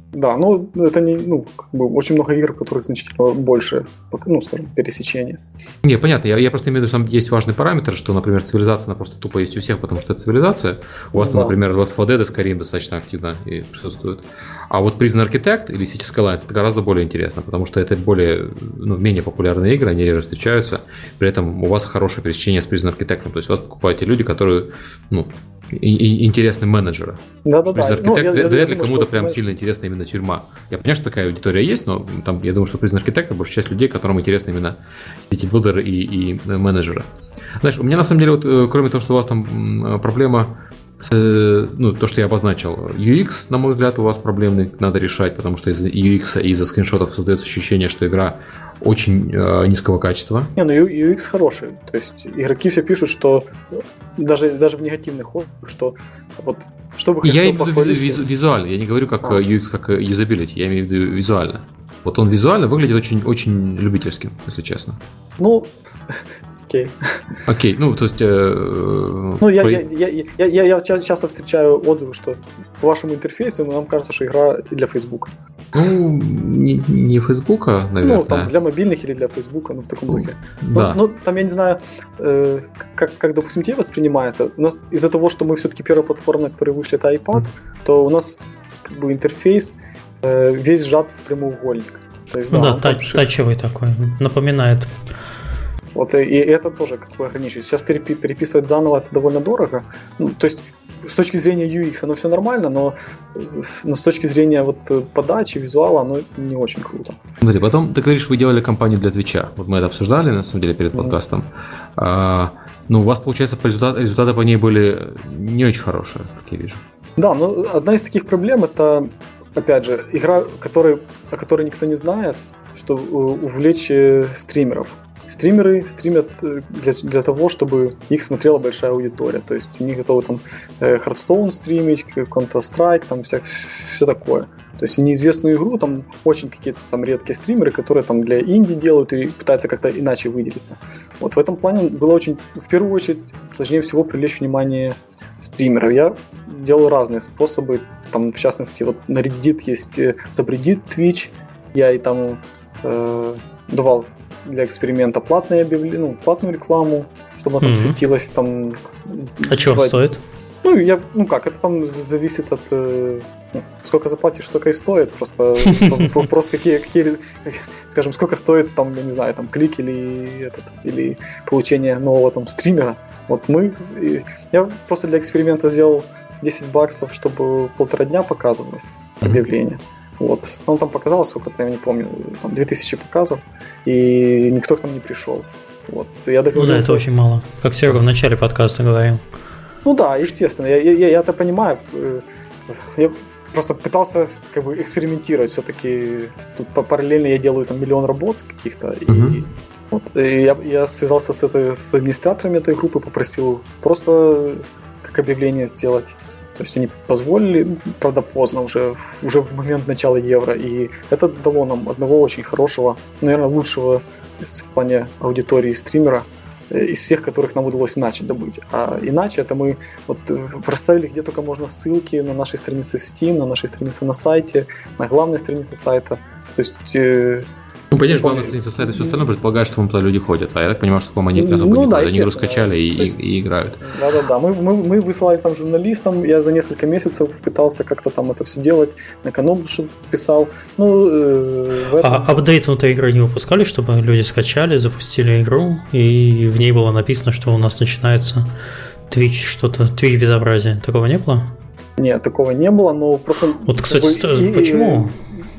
Да, ну это не, ну, как бы очень много игр, в которых значительно больше, ну, скажем, пересечения. Не, понятно, я просто имею в виду, что там есть важный параметр, что, например, цивилизация, она просто тупо есть у всех, потому что это цивилизация. У вас, Да. например, Left 4 Dead и Skyrim достаточно активно и присутствует. А вот Prison Architect или City Skylines это гораздо более интересно, потому что это более, ну, менее популярные игры, они реже встречаются, при этом у вас хорошее пересечение с Prison Architect, то есть вас покупают те люди, которые, ну, и интересны менеджеры. Да-да-да. Ну, вряд ли думаю, кому-то что, прям сильно интересна именно тюрьма. Я понимаю, что такая аудитория есть, но там, я думаю, что Prison Architect большая часть людей, которым интересны именно сетибилдеры и менеджеры. Знаешь, у меня на самом деле, вот, кроме того, что у вас там проблема с, ну, то, что я обозначил, UX, на мой взгляд, у вас проблемный, надо решать, потому что из-за UX и из-за скриншотов создается ощущение, что игра очень низкого качества. Не, ну UX хороший. То есть игроки все пишут, что даже в негативных отзывах, что вот что бы Я хотел имею в виду визуально, я не говорю как UX, как юзабилити, я имею в виду визуально. Вот он визуально выглядит очень, очень любительским, если честно. Ну, окей. Окей, ну, то есть... Ну, я часто встречаю отзывы, что по вашему интерфейсу нам кажется, что игра для Фейсбука. Ну, не Фейсбука, наверное. Ну, там для мобильных или для Фейсбука, ну, в таком духе. Да. Ну, там, я не знаю, как, допустим, тебе воспринимается. У нас из-за того, что мы все-таки первая платформа, на которой вышли, это iPad, то у нас как бы интерфейс весь сжат в прямоугольник. То есть, да, тачевый такой, напоминает. Вот, и это тоже как бы ограничивает. Сейчас переписывать заново это довольно дорого. Ну, то есть, с точки зрения UX оно все нормально, но с точки зрения вот подачи, визуала, оно не очень круто. Смотри, потом ты говоришь, вы делали кампанию для Твича. Вот мы это обсуждали, на самом деле, перед подкастом. Ну, у вас, получается, результаты по ней были не очень хорошие, как я вижу. Да, но одна из таких проблем это, опять же, игра, о которой никто не знает, что увлечь стримеров. Стримеры стримят для того, чтобы их смотрела большая аудитория. То есть они готовы там Hearthstone стримить, Counter-Strike, там все такое. То есть неизвестную игру там очень какие-то там редкие стримеры, которые там для инди делают и пытаются как-то иначе выделиться. Вот в этом плане было очень, в первую очередь, сложнее всего привлечь внимание стримеров. Я делал разные способы, там в частности вот на Reddit есть Subreddit Twitch, я и там давал для эксперимента платную рекламу, чтобы она там светилась там. А чего стоит? Это там зависит от сколько заплатишь, столько и стоит. Просто вопрос, какие, скажем, сколько стоит там, я не знаю, там клик или получение нового там стримера. Вот я просто для эксперимента сделал $10, чтобы 1,5 дня показывалось объявление. Вот. Он там показал, сколько-то, я не помню, там 2000 показов, и никто к нам не пришел. Вот. Я договорился. Ну да, это очень мало. Как Серега в начале подкаста говорил. Ну да, естественно, я это понимаю. Я просто пытался как бы экспериментировать. Все-таки тут параллельно я делаю там миллион работ каких-то. И я связался с администраторами этой группы, попросил просто как объявление сделать. То есть они позволили, правда поздно, уже в момент начала евро. И это дало нам одного очень хорошего, наверное, лучшего в плане аудитории стримера из всех, которых нам удалось иначе добыть. А иначе это мы вот проставили где только можно ссылки на нашей странице в Steam, на нашей странице на сайте, на главной странице сайта. То есть... Ну, понятно, главная страница сайта и все остальное предполагает, что туда люди ходят. А я так понимаю, что по-моему они игру скачали и играют. Да. Мы высылали там журналистам. Я за несколько месяцев пытался как-то там это все делать. На канал что-то писал. А апдейт внутри игры не выпускали, чтобы люди скачали, запустили игру, и в ней было написано, что у нас начинается Twitch безобразие. Такого не было? Нет, такого не было, но просто... Вот, кстати, почему?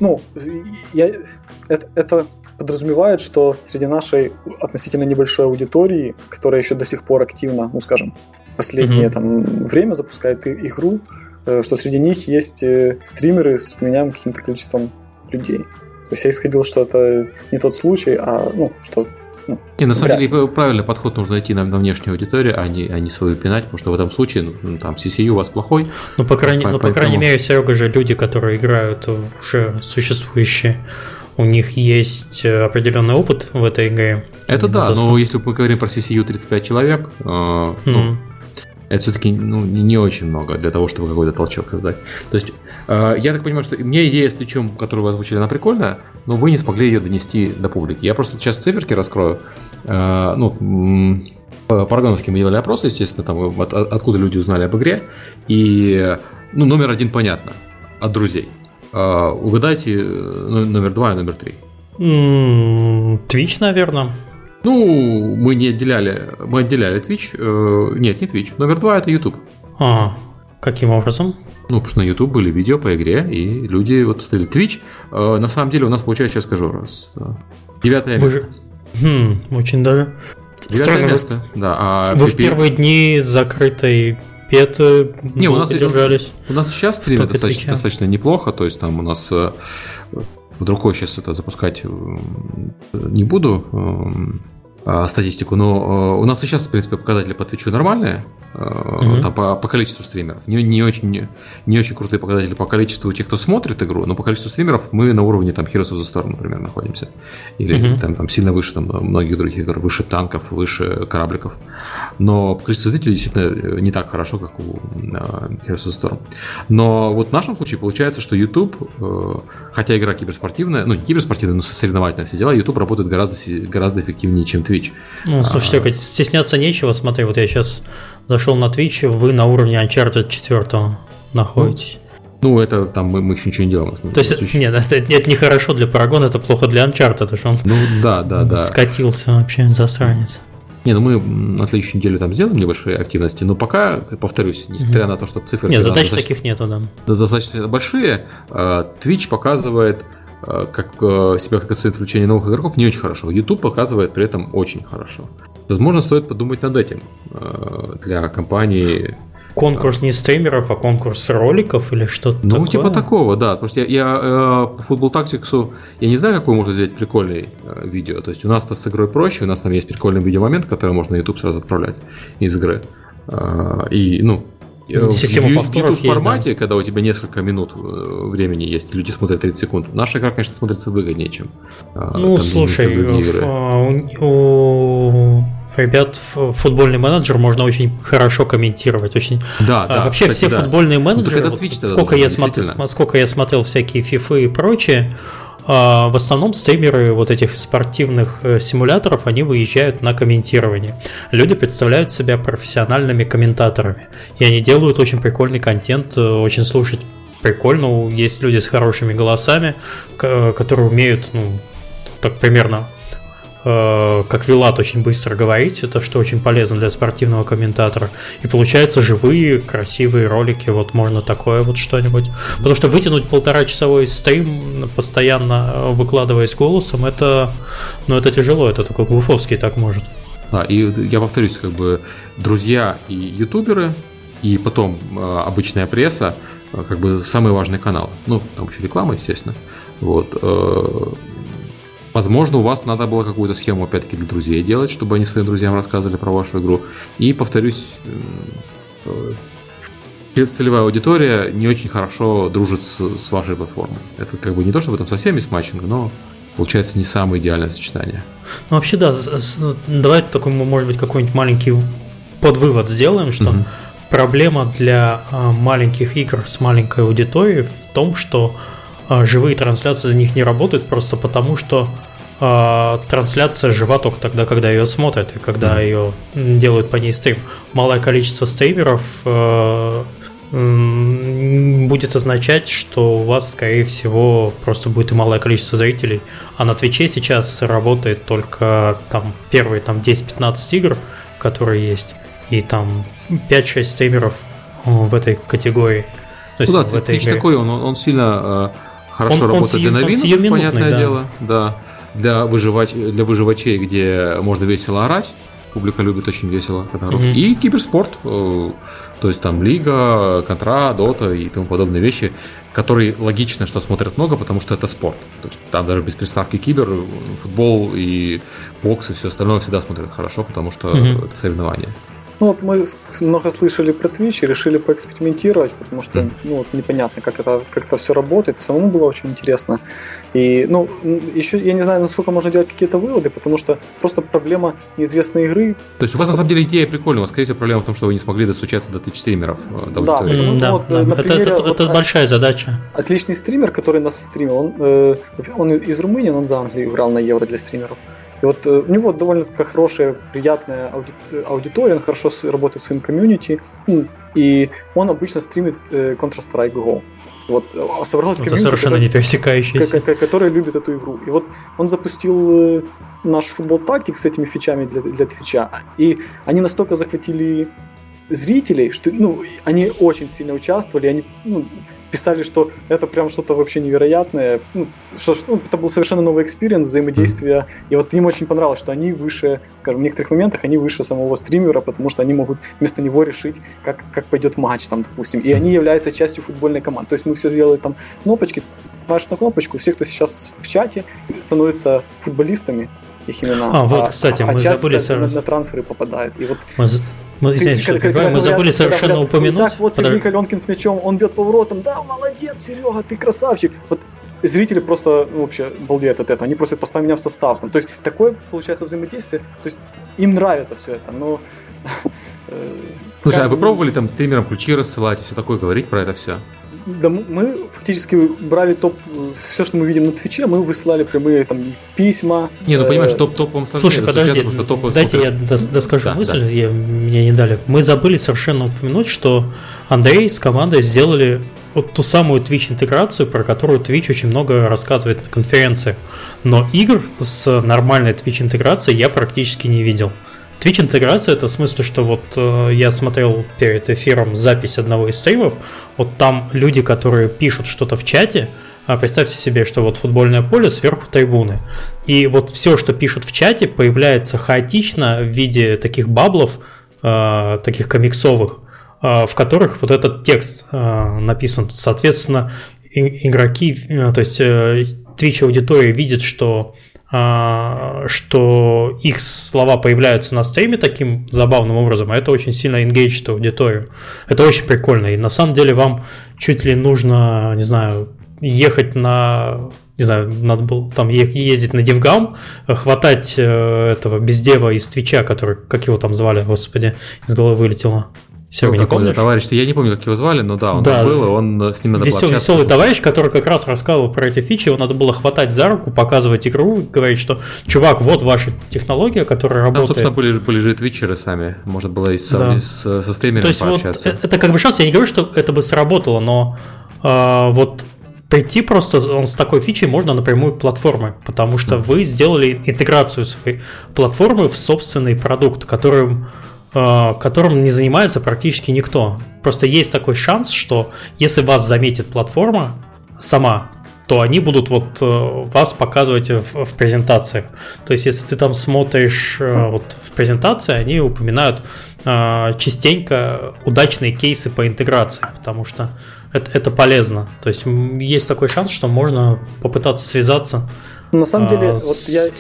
Это подразумевает, что среди нашей относительно небольшой аудитории, которая еще до сих пор активно, ну скажем, последнее там время запускает игру, что среди них есть стримеры с меняемым каким-то количеством людей. То есть я исходил, что это не тот случай, на самом деле правильный подход нужно идти на внешнюю аудиторию, а не свою пинать, потому что в этом случае там CCU у вас плохой. По крайней мере, Серега же люди, которые играют в уже существующие, у них есть определенный опыт в этой игре. Это да, но если мы говорим про CCU 35 человек, это все-таки не очень много для того, чтобы какой-то толчок создать. То есть, я так понимаю, что мне идея с Твичом, которую вы озвучили, она прикольная, но вы не смогли ее донести до публики. Я просто сейчас циферки раскрою. По-аргоновски мы делали опрос, естественно, там, откуда люди узнали об игре. И номер 1 понятно, от друзей. Угадайте номер 2 и номер 3. Twitch, наверное. Мы отделяли Twitch. Нет, не Twitch. Номер 2 это YouTube. Каким образом? Потому что на YouTube были видео по игре, и люди вот поставили Twitch. На самом деле у нас получается, сейчас скажу, 9-е место. Очень даже. 9-е место, да. Вы в первые дни закрытой беты держались. У нас сейчас стримы достаточно неплохо, то есть там у нас под рукой сейчас это запускать не буду статистику, но у нас и сейчас, в принципе, показатели по Твичу нормальные, там по количеству стримеров. Не очень крутые показатели по количеству тех, кто смотрит игру, но по количеству стримеров мы на уровне там Heroes of the Storm, например, находимся. Или там сильно выше там, многих других игр, выше танков, выше корабликов. Но по количеству зрителей действительно не так хорошо, как у Heroes of the Storm. Но вот в нашем случае получается, что YouTube, хотя игра киберспортивная, не киберспортивная, но соревновательная все дела, YouTube работает гораздо эффективнее, чем Twitch. Слушайте, стесняться нечего. Смотри, вот я сейчас зашел на Twitch, вы на уровне Uncharted 4 находитесь. Это там мы еще ничего не делаем. То есть, нет, это нехорошо для Paragon, это плохо для Uncharted, потому что он да. скатился вообще, засранец. Мы на следующую неделю там сделаем небольшие активности, но пока, повторюсь, несмотря на то, что цифры... Нет, задач таких нету, да. Достаточно большие, Twitch показывает себя как инструмент привлечения новых игроков не очень хорошо. YouTube показывает при этом очень хорошо. Возможно, стоит подумать над этим для компании. Конкурс не стримеров, а конкурс роликов или что-то такое? Типа такого, да. Потому что я по Football Tactics я не знаю, какой можно сделать прикольный видео. То есть у нас-то с игрой проще, у нас там есть прикольный видеомомент, который можно на YouTube сразу отправлять из игры. Система повторов в формате, есть, да. Когда у тебя несколько минут времени есть, люди смотрят 30 секунд. Наша игра, конечно, смотрится выгоднее, чем слушай, у ребят футбольный менеджер можно очень хорошо комментировать. Вообще, кстати, все футбольные менеджеры, сколько я смотрел всякие FIFA и прочее, в основном стримеры вот этих спортивных симуляторов, они выезжают на комментирование. Люди представляют себя профессиональными комментаторами, и они делают очень прикольный контент, очень слушать прикольно. Есть люди с хорошими голосами, которые умеют, так примерно как Вилат, очень быстро говорить, это что очень полезно для спортивного комментатора. И получаются живые, красивые ролики, вот можно такое вот что-нибудь. Потому что вытянуть 1,5-часовой стрим, постоянно выкладываясь голосом, это тяжело, это только Глуфовский так может. Да, и я повторюсь, друзья и ютуберы, и потом обычная пресса, самые важные каналы. Там еще реклама, естественно. Возможно, у вас надо было какую-то схему, опять-таки, для друзей делать, чтобы они своим друзьям рассказывали про вашу игру. И, повторюсь, целевая аудитория не очень хорошо дружит с вашей платформой. Это не то, чтобы там совсем есть матчинг, но получается не самое идеальное сочетание. Вообще, да, давай такой, может быть, какой-нибудь маленький подвывод сделаем, что проблема для маленьких игр с маленькой аудиторией в том, что живые трансляции за них не работают просто потому, что трансляция жива только тогда, когда ее смотрят и когда ее делают по ней стрим. Малое количество стримеров будет означать, что у вас, скорее всего, просто будет и малое количество зрителей. А на Твиче сейчас работает только там первые 10-15 игр, которые есть, и там 5-6 стримеров в этой категории. То есть Twitch такой, он сильно... Хорошо работает для новинок, понятное дело. Да. Для выживачей, где можно весело орать. Публика любит очень весело. И киберспорт. То есть там Лига, Контра, Дота и тому подобные вещи, которые логично, что смотрят много, потому что это спорт. То есть там даже без приставки кибер, футбол и бокс и все остальное всегда смотрят хорошо, потому что это соревнования. Ну вот мы много слышали про Twitch и решили поэкспериментировать, потому что непонятно, как это все работает. Самому было очень интересно. И еще я не знаю, насколько можно делать какие-то выводы, потому что просто проблема неизвестной игры. То есть у вас на самом деле идея прикольная, у вас, скорее всего, проблема в том, что вы не смогли достучаться до Twitch-стримеров. Да, это большая задача. Отличный стример, который нас стримил, он из Румынии, но он за Англию играл на Евро для стримеров. И вот у него довольно хорошая, приятная аудитория, он хорошо работает с своим комьюнити, и он обычно стримит Counter-Strike Go. Вот, собралась комьюнити, совершенно не пересекающаяся, которая любит эту игру. И вот он запустил наш футбол тактик с этими фичами для Твича, и они настолько захватили зрителей, что они очень сильно участвовали, они писали, что это прям что-то вообще невероятное, что это был совершенно новый экспириенс взаимодействия, и вот им очень понравилось, что они выше, скажем, в некоторых моментах они выше самого стримера, потому что они могут вместо него решить, как пойдет матч, там, допустим, и они являются частью футбольной команды, то есть мы все сделали там кнопочки, нажимаешь на кнопочку, все, кто сейчас в чате, становятся футболистами, их имена, кстати, мы часть забыли на трансферы попадает, и вот мы забыли совершенно упомянуть. Так вот Сергей Каленкин с мячом, он бьет поворотом, да, молодец, Серега, ты красавчик. Вот зрители просто вообще балдеют от этого, они просят поставить меня в состав. То есть такое получается взаимодействие, то есть им нравится все это, но... Слушай, а вы пробовали там стримерам ключи рассылать и все такое, говорить про это все? Да, мы фактически брали все, что мы видим на Твиче, мы высылали прямые там письма. Понимаешь, топ-вам сложнее. Слушай, подожди, дайте я доскажу мысль, мне не дали. Мы забыли совершенно упомянуть, что Андрей с командой сделали вот ту самую Twitch-интеграцию, про которую Twitch очень много рассказывает на конференции. Но игр с нормальной Twitch-интеграцией я практически не видел. Twitch-интеграция — это в смысле, что вот я смотрел перед эфиром запись одного из стримов, вот там люди, которые пишут что-то в чате, представьте себе, что вот футбольное поле, сверху трибуны, и вот все, что пишут в чате, появляется хаотично в виде таких баблов, таких комиксовых, в которых вот этот текст написан. Соответственно, игроки, то есть Twitch-аудитория видит, что их слова появляются на стриме таким забавным образом, а это очень сильно энгейджит аудиторию. Это очень прикольно. И на самом деле вам чуть ли нужно, не знаю, ехать надо было там ездить на Дивгам, хватать этого бездева из Твича, который, как его там звали, господи, из головы вылетело. Серега, не помнишь? Товарищ, я не помню, как его звали, но да, он там был, и он с ним надо было общаться. Веселый товарищ, который как раз рассказывал про эти фичи, его надо было хватать за руку, показывать игру, говорить, что, чувак, вот ваша технология, которая работает. Там, собственно, были же и твитчеры сами, можно было и со стримерами пообщаться. Вот, это как бы шанс, я не говорю, что это бы сработало, но вот прийти просто с такой фичей можно напрямую к платформе, потому что вы сделали интеграцию своей платформы в собственный продукт, которым не занимается практически никто. Просто есть такой шанс, что если вас заметит платформа сама, то они будут вот вас показывать в презентациях. То есть если ты там смотришь вот в презентации, они упоминают частенько удачные кейсы по интеграции, потому что это полезно. То есть есть такой шанс, что можно попытаться связаться на самом деле, вот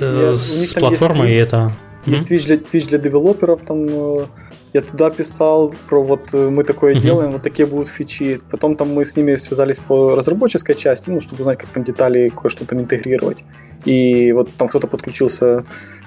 с платформой, и это... Есть Twitch для девелоперов, там я туда писал про вот мы такое делаем, вот такие будут фичи. Потом там мы с ними связались по разработческой части, чтобы узнать, как там детали кое-что там интегрировать. И вот там кто-то подключился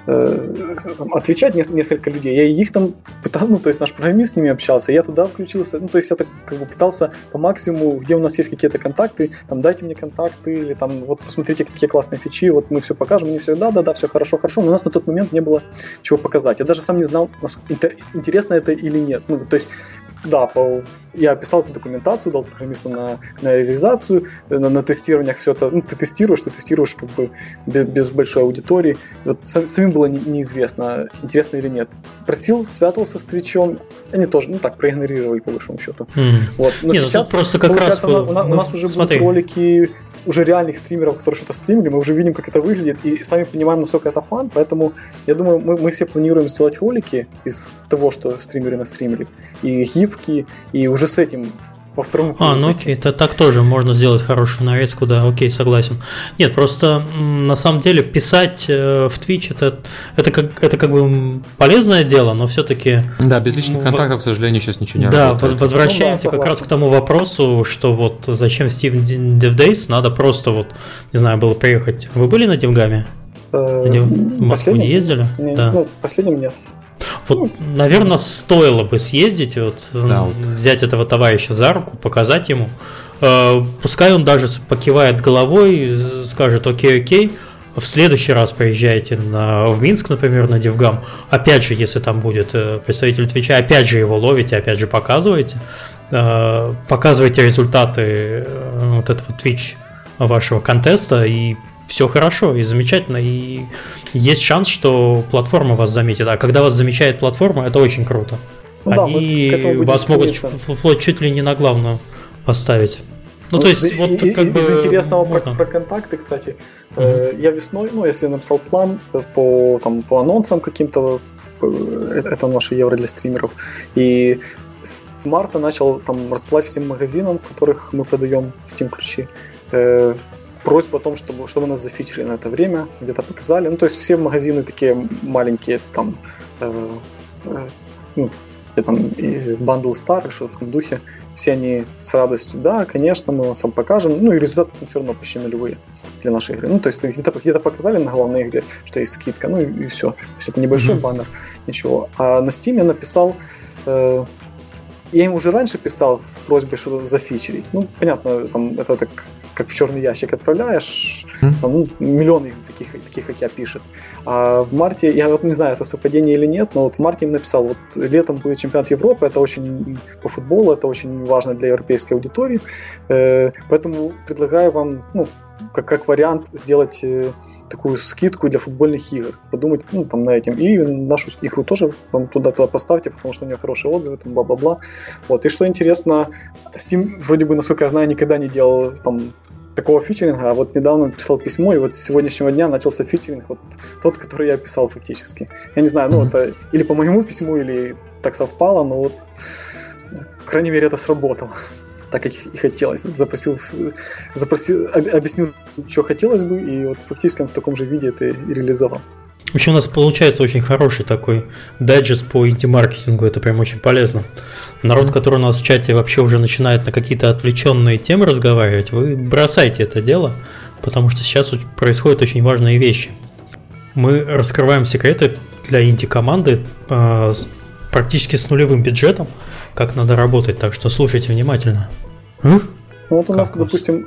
отвечать, несколько людей. Я их там пытал, то есть наш программист с ними общался, я туда включился, то есть я так как бы пытался по максимуму, где у нас есть какие-то контакты, там дайте мне контакты, или там вот посмотрите, какие классные фичи, вот мы все покажем, мне все, да, все хорошо, но у нас на тот момент не было чего показать. Я даже сам не знал, интересно это или нет. То есть, да, я писал эту документацию, дал программисту на реализацию, на тестированиях все это, ты тестируешь как бы без большой аудитории. Вот самим было неизвестно, интересно или нет. Просил, связывался с Твичом, они тоже, так, проигнорировали по большому счету. Вот. Но сейчас, просто как получается, раз у нас уже будут ролики уже реальных стримеров, которые что-то стримили, мы уже видим, как это выглядит, и сами понимаем, насколько это фан, поэтому я думаю, мы все планируем сделать ролики из того, что стримеры настримили, и гифки, и уже с этим во втором. Ну окей, это так тоже можно сделать хорошую нарезку, да, окей, согласен. Нет, просто на самом деле писать в Twitch это как бы полезное дело, но все-таки... Да, без личных контактов, к сожалению, сейчас ничего не работает. Да, возвращаемся как раз к тому вопросу, что вот зачем Steam Dev Days, надо просто вот, не знаю, было приехать. Вы были на Девгаме? В Москву не ездили? Да. Ну, последним нет. Вот, наверное, стоило бы съездить, взять этого товарища за руку, показать ему. Пускай он даже покивает головой, скажет окей, в следующий раз приезжайте в Минск, например, на Девгам. Опять же, если там будет представитель Твича, опять же его ловите, опять же показываете. Показывайте результаты вот этого Twitch вашего контеста, и все хорошо и замечательно, и есть шанс, что платформа вас заметит. А когда вас замечает платформа, это очень круто. Они вас могут вплоть чуть ли не на главную поставить. То есть, вот как бы... Из интересного про контакты, кстати, я весной, если я написал план по анонсам каким-то, это наши евро для стримеров, и с марта начал рассылать всем магазинам, в которых мы продаем Steam ключи, просьбу о том, чтобы нас зафичерили на это время, где-то показали. То есть все магазины такие маленькие, и Bundle Star, что в таком духе, все они с радостью, да, конечно, мы вам сам покажем, и результаты все равно почти нулевые для нашей игры. То есть где-то показали на главной игре, что есть скидка, и все. То есть это небольшой баннер, ничего. А на Steam я написал... Я им уже раньше писал с просьбой что-то зафичерить. Понятно, это так, как в черный ящик отправляешь, миллионы таких, как я, пишет. А в марте, я не знаю, это совпадение или нет, но в марте им написал, летом будет чемпионат Европы, это очень по футболу, это очень важно для европейской аудитории, поэтому предлагаю вам, как вариант, сделать такую скидку для футбольных игр, подумать на этим, и нашу игру тоже туда поставьте, потому что у нее хорошие отзывы, бла-бла-бла. И что интересно, Steam, вроде бы, насколько я знаю, никогда не делал такого фичеринга, а недавно писал письмо, и с сегодняшнего дня начался фичеринг, тот, который я писал фактически. Я не знаю, это или по моему письму, или так совпало, но по крайней мере, это сработало. Так, как и хотелось. Объяснил, что хотелось бы, и фактически он в таком же виде это и реализовал. В общем, у нас получается очень хороший такой дайджест по инди-маркетингу, это прям очень полезно. Народ, который у нас в чате вообще уже начинает на какие-то отвлеченные темы разговаривать, вы бросайте это дело, потому что сейчас происходят очень важные вещи. Мы раскрываем секреты для инди-команды практически с нулевым бюджетом, как надо работать, так что слушайте внимательно. У нас, допустим,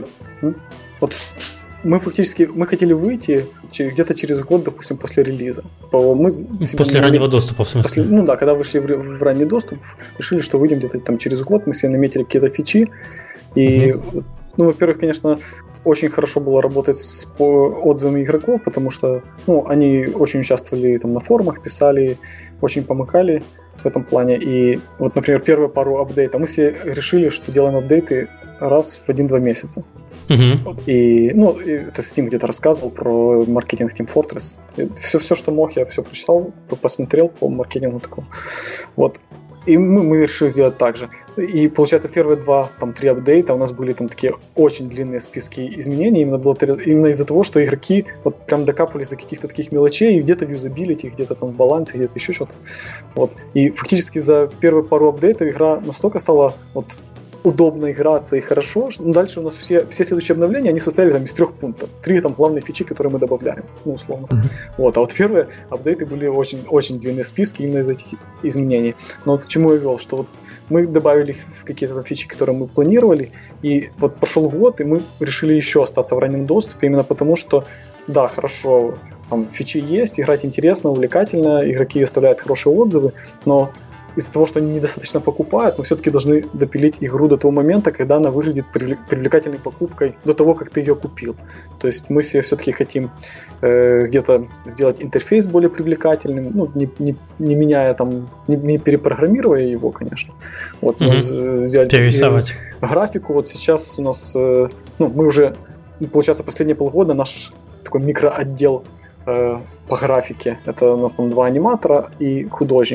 мы хотели выйти где-то через год, допустим, после релиза. После раннего доступа, в смысле? Когда вышли в ранний доступ, решили, что выйдем где-то через год, мы себе наметили какие-то фичи, и, во-первых, конечно, очень хорошо было работать с отзывами игроков, потому что, они очень участвовали на форумах, писали, очень помогали в этом плане. И например, первые пару апдейтов мы себе решили, что делаем апдейты раз в 1-2 месяца. И это Steam где-то рассказывал про маркетинг Team Fortress. Все, что мог, я все прочитал, посмотрел по маркетингу такому. И мы решили сделать так же. И получается, первые 2-3 апдейта у нас были такие очень длинные списки изменений. Именно из-за того, что игроки прям докапывались до каких-то таких мелочей, где-то в юзабилити, где-то в балансе, где-то еще что-то. И фактически за первые пару апдейтов игра настолько стала удобно играться и хорошо. Дальше у нас все следующие обновления, они состояли из 3 пунктов. 3 главные фичи, которые мы добавляем, условно. А первые апдейты были очень, очень длинные списки именно из этих изменений. Но к чему я вел, что мы добавили какие-то фичи, которые мы планировали, и прошел год, и мы решили еще остаться в раннем доступе, именно потому что, да, хорошо, фичи есть, играть интересно, увлекательно, игроки оставляют хорошие отзывы, но из-за того, что они недостаточно покупают, мы все-таки должны допилить игру до того момента, когда она выглядит привлекательной покупкой, до того, как ты ее купил. То есть мы себе все-таки хотим где-то сделать интерфейс более привлекательным, не меняя не перепрограммируя его, конечно. Взять графику. Сейчас у нас, мы уже, получается, последние полгода наш такой микроотдел по графике. Это у нас 2 аниматора и художник.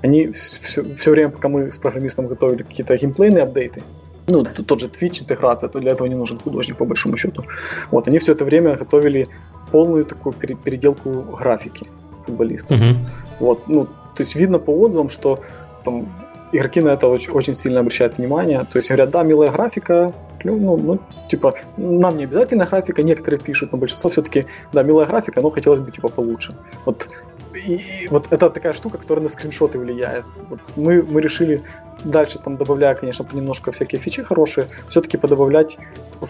они все время, пока мы с программистом готовили какие-то геймплейные апдейты, ну, тот же Twitch интеграция, то для этого не нужен художник, по большому счету. Вот, они все это время готовили полную такую переделку графики футболистов. Вот, ну, то есть видно по отзывам, что там игроки на это очень сильно обращают внимание. То есть говорят, да, милая графика, ну, типа, нам не обязательно графика, некоторые пишут, но большинство все-таки, да, милая графика, но хотелось бы, типа, получше. Вот, и вот это такая штука, которая на скриншоты влияет. Вот мы решили дальше, там, добавляя, конечно, понемножку всякие фичи хорошие, все-таки подобавлять вот,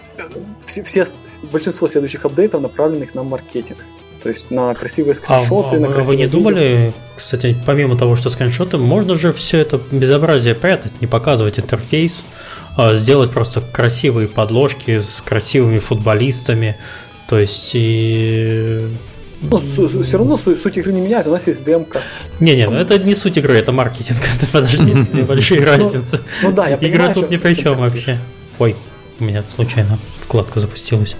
большинство следующих апдейтов, направленных на маркетинг. То есть на красивые скриншоты, на красивые вы не видео. думали, кстати, помимо того, что скриншоты, можно же все это безобразие прятать, не показывать интерфейс, сделать просто красивые подложки с красивыми футболистами, то есть и... Ну, все равно суть игры не меняется, у нас есть демка. Не, это не суть игры, это маркетинг, это подожди, большие разницы. Ну да, я понимаю. Игра тут ни при чем вообще. Ой, у меня случайно вкладка запустилась.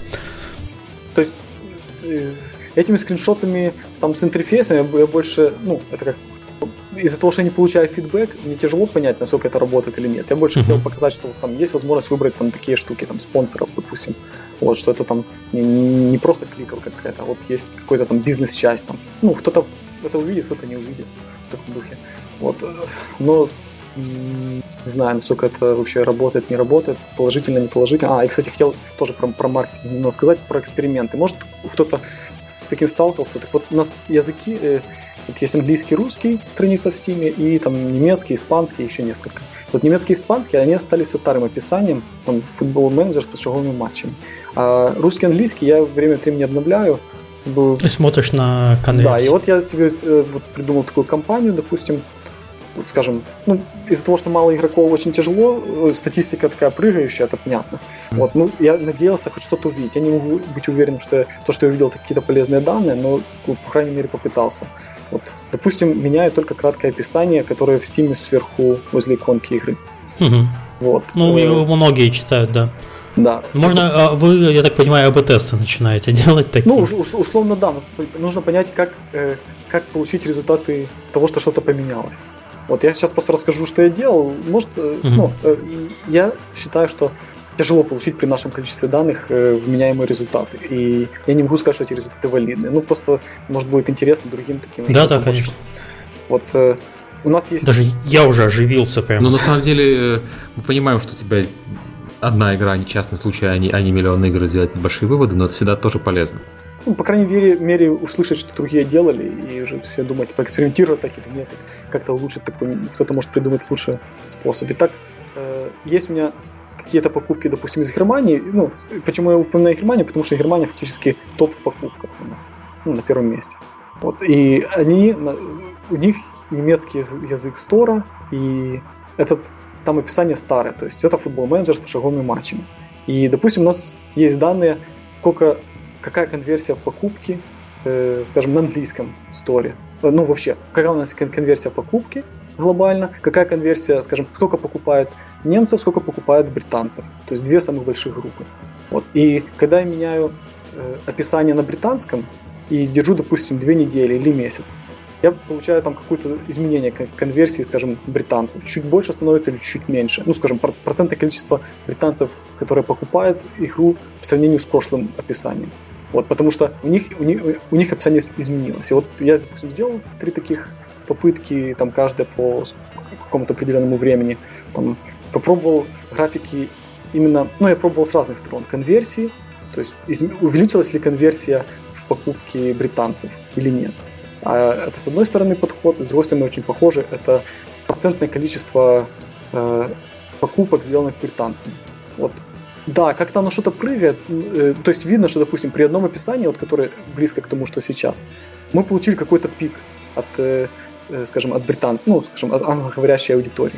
То есть этими скриншотами там с интерфейсом я больше, ну, это как из-за того, что я не получаю фидбэк, мне тяжело понять, насколько это работает или нет. Я больше хотел показать, что там есть возможность выбрать там такие штуки, там спонсоров, допустим. Вот, что это там не просто кликалка какая-то, а вот есть какой-то там бизнес-часть там. Ну, кто-то это увидит, кто-то не увидит в таком духе. Вот, но не знаю, насколько это вообще работает, не работает, положительно, не положительно. И, кстати, хотел тоже про маркетинг немного сказать, про эксперименты. Может, кто-то с таким сталкивался. Так вот, у нас языки, вот есть английский, русский, страница в Steam, и там немецкий, испанский, еще несколько. Вот немецкий и испанский, они остались со старым описанием, там, футбол-менеджер с пошаговыми матчами. А русский, английский я время от времени обновляю. И смотришь на конверсию. Да, и вот я себе вот придумал такую кампанию, допустим, вот скажем, ну, из-за того, что мало игроков, очень тяжело, статистика такая прыгающая, это понятно. Вот, ну, я надеялся хоть что-то увидеть. Я не могу быть уверен, что то, что я увидел, это какие-то полезные данные, но, по крайней мере, попытался. Вот, допустим, меняю только краткое описание, которое в Steam сверху возле иконки игры. Вот. Ну, его многие читают, да. Да. Можно, вы, я так понимаю, АБ-тесты начинаете делать такие? Ну, условно, да. Нужно понять, как получить результаты того, что что-то поменялось. Вот я сейчас просто расскажу, что я делал. Может, я считаю, что тяжело получить при нашем количестве данных вменяемые результаты. И я не могу сказать, что эти результаты валидны. Ну, просто, может, будет интересно другим таким. Да, конечно. Вот у нас есть... Даже я уже оживился прямо. Но на самом деле мы понимаем, что у тебя одна игра, не частный случай, а не миллион игр, сделать большие выводы, но это всегда тоже полезно. Ну, по крайней мере, услышать, что другие делали, и уже все думать, поэкспериментировать так или нет, или как-то улучшить такой, кто-то может придумать лучший способ. Итак, есть у меня какие-то покупки, допустим, из Германии. Ну, почему я упоминаю Германию? Потому что Германия фактически топ в покупках у нас, на первом месте. Вот, и у них немецкий язык стора, и там описание старое, то есть это футбол-менеджер с пошаговыми матчами. И, допустим, у нас есть данные, какая конверсия в покупке, скажем, на английском сторе. Ну, вообще, какая у нас конверсия в покупке глобально, какая конверсия, скажем, сколько покупает немцев, сколько покупает британцев. То есть две самых больших группы. Вот. И когда я меняю описание на британском и держу, допустим, 2 недели или месяц, я получаю там какое-то изменение конверсии, скажем, британцев. Чуть больше становится или чуть меньше. Ну, скажем, процентное количество британцев, которые покупают игру по сравнению с прошлым описанием. Вот, потому что у них описание изменилось. И вот я, допустим, сделал 3 таких попытки, там каждая по какому-то определенному времени. Там, попробовал графики именно, я пробовал с разных сторон. Конверсии, то есть увеличилась ли конверсия в покупке британцев или нет. А это с одной стороны подход, с другой стороны очень похоже, это процентное количество покупок, сделанных британцами. Вот. Да, как-то оно что-то прыгает, то есть видно, что, допустим, при одном описании, вот, которое близко к тому, что сейчас, мы получили какой-то пик от, скажем, от британцев, скажем, от англоговорящей аудитории.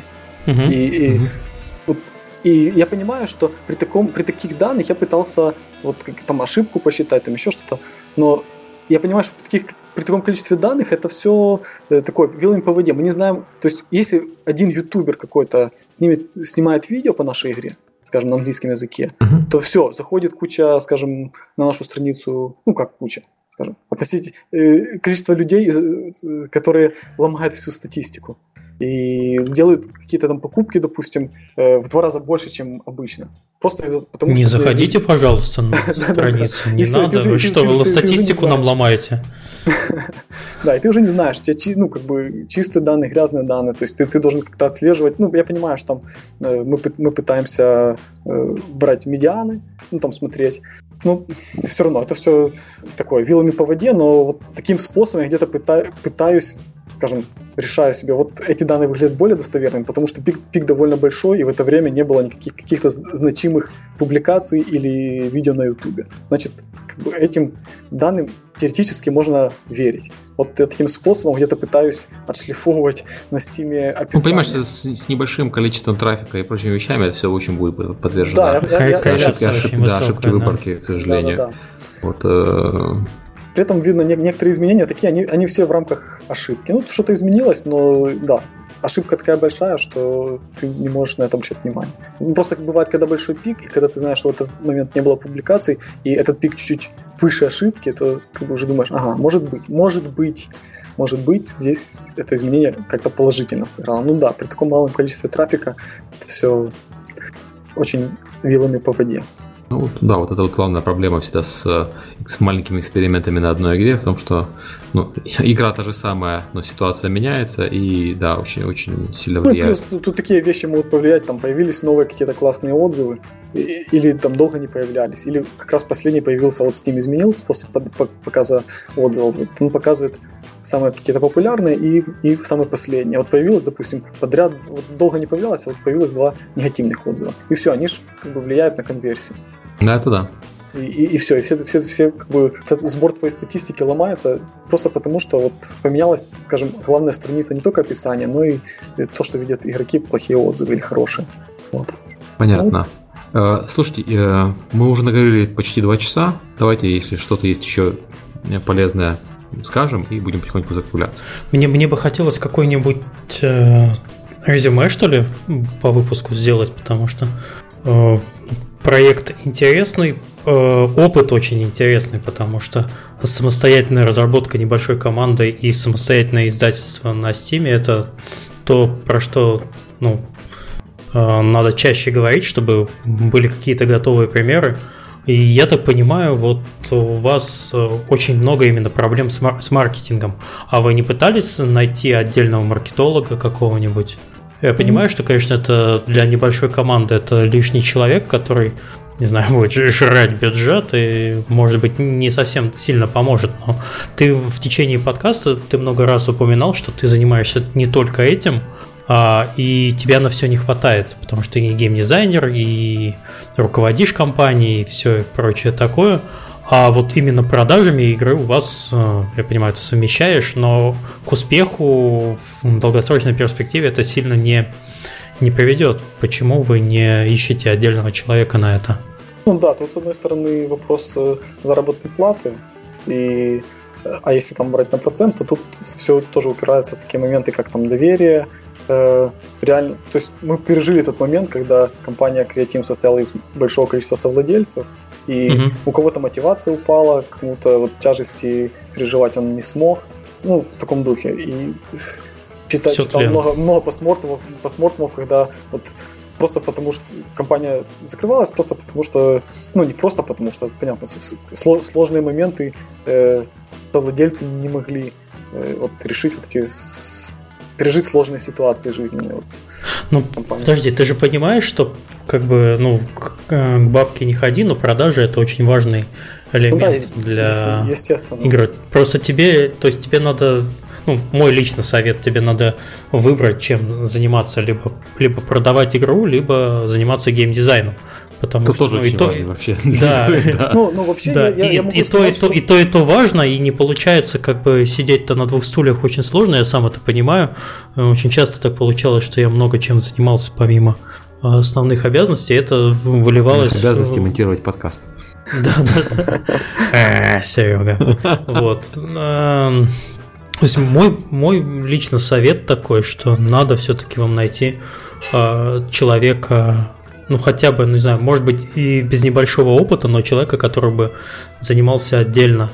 И я понимаю, что при таких данных я пытался там ошибку посчитать, там еще что-то, но я понимаю, что при таком количестве данных это все такое вилами по воде. Мы не знаем, то есть если один ютубер какой-то снимает видео по нашей игре, скажем, на английском языке, то все, заходит куча, скажем, на нашу страницу, как куча, скажем, относительно количество людей, которые ломают всю статистику. и делают какие-то там покупки, допустим, в 2 раза больше, чем обычно. Просто потому не что... заходите, пожалуйста, на страницу, не надо, вы что, вы статистику нам ломаете? Да, и ты уже не знаешь, у тебя чистые данные, грязные данные, то есть ты должен как-то отслеживать, я понимаю, что там мы пытаемся брать медианы, там смотреть, все равно, это все такое, вилами по воде, но вот таким способом я где-то пытаюсь, скажем, решаю себе, вот эти данные выглядят более достоверными, потому что пик довольно большой, и в это время не было никаких каких-то значимых публикаций или видео на YouTube. Значит, этим данным теоретически можно верить. Вот я таким способом где-то пытаюсь отшлифовывать на Steam описание. Понимаешь, с небольшим количеством трафика и прочими вещами это все очень будет подвержено. Да, ошибки выборки, к сожалению. Да. Вот, При этом видно некоторые изменения такие, они все в рамках ошибки. Что-то изменилось, но да, ошибка такая большая, что ты не можешь на это обращать внимание. Просто бывает, когда большой пик, и когда ты знаешь, что в этот момент не было публикаций, и этот пик чуть-чуть выше ошибки, то уже думаешь, может быть, здесь это изменение как-то положительно сыграло. При таком малом количестве трафика это все очень вилами по воде. Вот это вот главная проблема всегда с маленькими экспериментами на одной игре, в том, что игра та же самая, но ситуация меняется, и да, очень сильно влияет. Плюс тут такие вещи могут повлиять, там появились новые какие-то классные отзывы, или там долго не появлялись, или как раз последний появился, Steam изменил способ показа отзывов, он показывает самые какие-то популярные и самые последние. Вот появилось, допустим, подряд, долго не появлялось, а вот появилось 2 негативных отзыва. И все, они же влияют на конверсию. Да, это да. И все, сбор твоей статистики ломается просто потому, что поменялась, скажем, главная страница, не только описание, но и то, что видят игроки, плохие отзывы или хорошие. Вот. Понятно. Слушайте, мы уже наговорили почти 2 часа. Давайте, если что-то есть еще полезное, скажем, и будем потихоньку закругляться. Мне бы хотелось какой-нибудь резюме, что ли, по выпуску сделать, потому что проект интересный, опыт очень интересный, потому что самостоятельная разработка небольшой командой и самостоятельное издательство на Steam — это то, про что надо чаще говорить, чтобы были какие-то готовые примеры. И я так понимаю, вот у вас очень много именно проблем с маркетингом. А вы не пытались найти отдельного маркетолога какого-нибудь? Я понимаю, что, конечно, это для небольшой команды это лишний человек, который, не знаю, будет жрать бюджет и, может быть, не совсем сильно поможет. Но ты в течение подкаста много раз упоминал, что ты занимаешься не только этим, и тебя на все не хватает, потому что ты и геймдизайнер, и руководишь компанией, и все прочее такое. А вот именно продажами игры у вас, я понимаю, ты совмещаешь, но к успеху в долгосрочной перспективе это сильно не приведет. Почему вы не ищете отдельного человека на это? Тут с одной стороны вопрос заработной платы, а если там брать на процент, то тут все тоже упирается в такие моменты, как там доверие. Реально, то есть мы пережили тот момент, когда компания Createam состояла из большого количества совладельцев, и у кого-то мотивация упала, кому-то тяжести переживать он не смог, в таком духе. И читал много постмортемов, когда просто потому что компания закрывалась, просто потому что, не просто потому что, понятно, сложные моменты совладельцы не могли решить пережить сложные ситуации жизненные. Подожди, ты же понимаешь, что к бабке не ходи, но продажи — это очень важный элемент для игры. Просто тебе надо, мой личный совет, тебе надо выбрать, чем заниматься, либо продавать игру, либо заниматься геймдизайном. Потому это что, тоже очень важно вообще. Да. Вообще, да. Я могу сказать, и то важно, и не получается сидеть-то на 2 стульях очень сложно, я сам это понимаю. Очень часто так получалось, что я много чем занимался помимо основных обязанностей, это выливалось... Обязанности монтировать подкаст. Да. Серега. Вот. То есть мой личный совет такой, что надо все-таки вам найти человека, хотя бы, не знаю, может быть, и без небольшого опыта, но человека, который бы занимался отдельно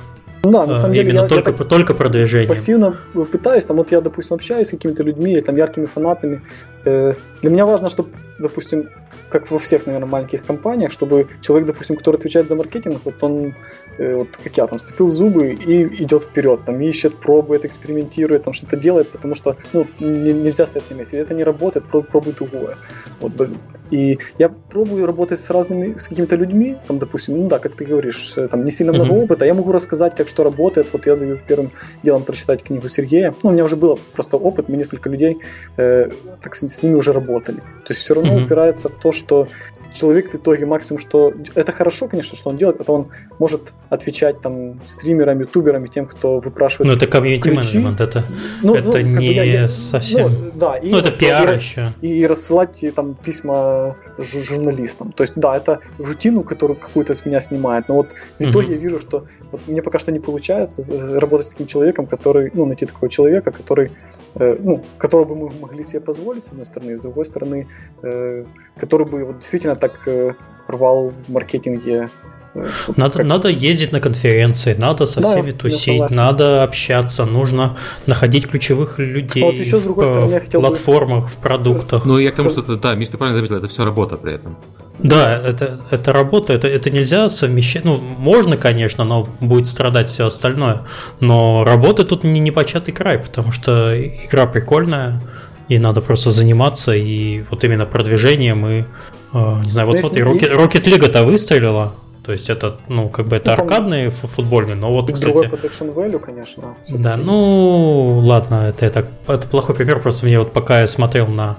Да, на самом деле именно только продвижение. Пассивно пытаюсь, там вот я, допустим, общаюсь с какими-то людьми, там яркими фанатами. Для меня важно, чтобы, допустим, как во всех, наверное, маленьких компаниях, чтобы человек, допустим, который отвечает за маркетинг, вот он, вот как я, там, сцепил зубы и идет вперед, там, ищет, пробует, экспериментирует, там, что-то делает, потому что, ну, нельзя стоять на месте. Если это не работает, пробуй другое. Вот, и я пробую работать с какими-то людьми, там, допустим, ну да, как ты говоришь, там, не сильно много опыта, я могу рассказать, как что работает, вот я даю первым делом прочитать книгу Сергея, ну, у меня уже был просто опыт, мы несколько людей, так с ними уже работали. То есть все равно упирается в то, что человек в итоге максимум, что... Это хорошо, конечно, что он делает, это он может отвечать там стримерам, ютуберам и тем, кто выпрашивает. Ну, это комьюнити-менеджмент, это не совсем... Ну, да, и это пиар еще. И рассылать там письма журналистам. То есть, да, это рутину, которую какую-то с меня снимает, но вот в итоге я вижу, что вот мне пока что не получается работать с таким человеком, который, ну, найти такого человека, который, ну, которого бы мы могли себе позволить, с одной стороны, и с другой стороны, который бы вот действительно так рвал в маркетинге. Надо ездить на конференции, надо со всеми тусить, надо общаться, нужно находить ключевых людей вот еще, с другой стороны, я хотел платформах, в продуктах. Ну, я к тому, что это, да, Миш, ты правильно заметил, это все работа при этом. Да, это работа, это нельзя совмещать. Ну, можно, конечно, но будет страдать все остальное. Но работа тут не непочатый край, потому что игра прикольная, и надо просто заниматься, и вот именно продвижением, и не знаю, вот смотри, Rocket League-то выстрелила. То есть это, ну, как бы это аркадный футбольный, но вот, кстати... Другой production value, конечно. Да, ну, ладно, это плохой пример, просто мне вот пока я смотрел на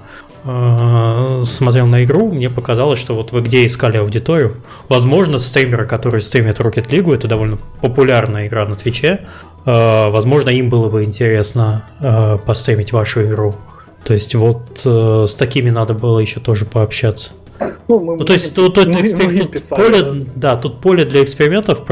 игру, мне показалось, что вот вы где искали аудиторию. Возможно, стримеры, которые стримят Rocket League, это довольно популярная игра на Твиче, возможно, им было бы интересно постримить вашу игру. То есть вот с такими надо было еще тоже пообщаться. Ну, то есть тут поле для экспериментов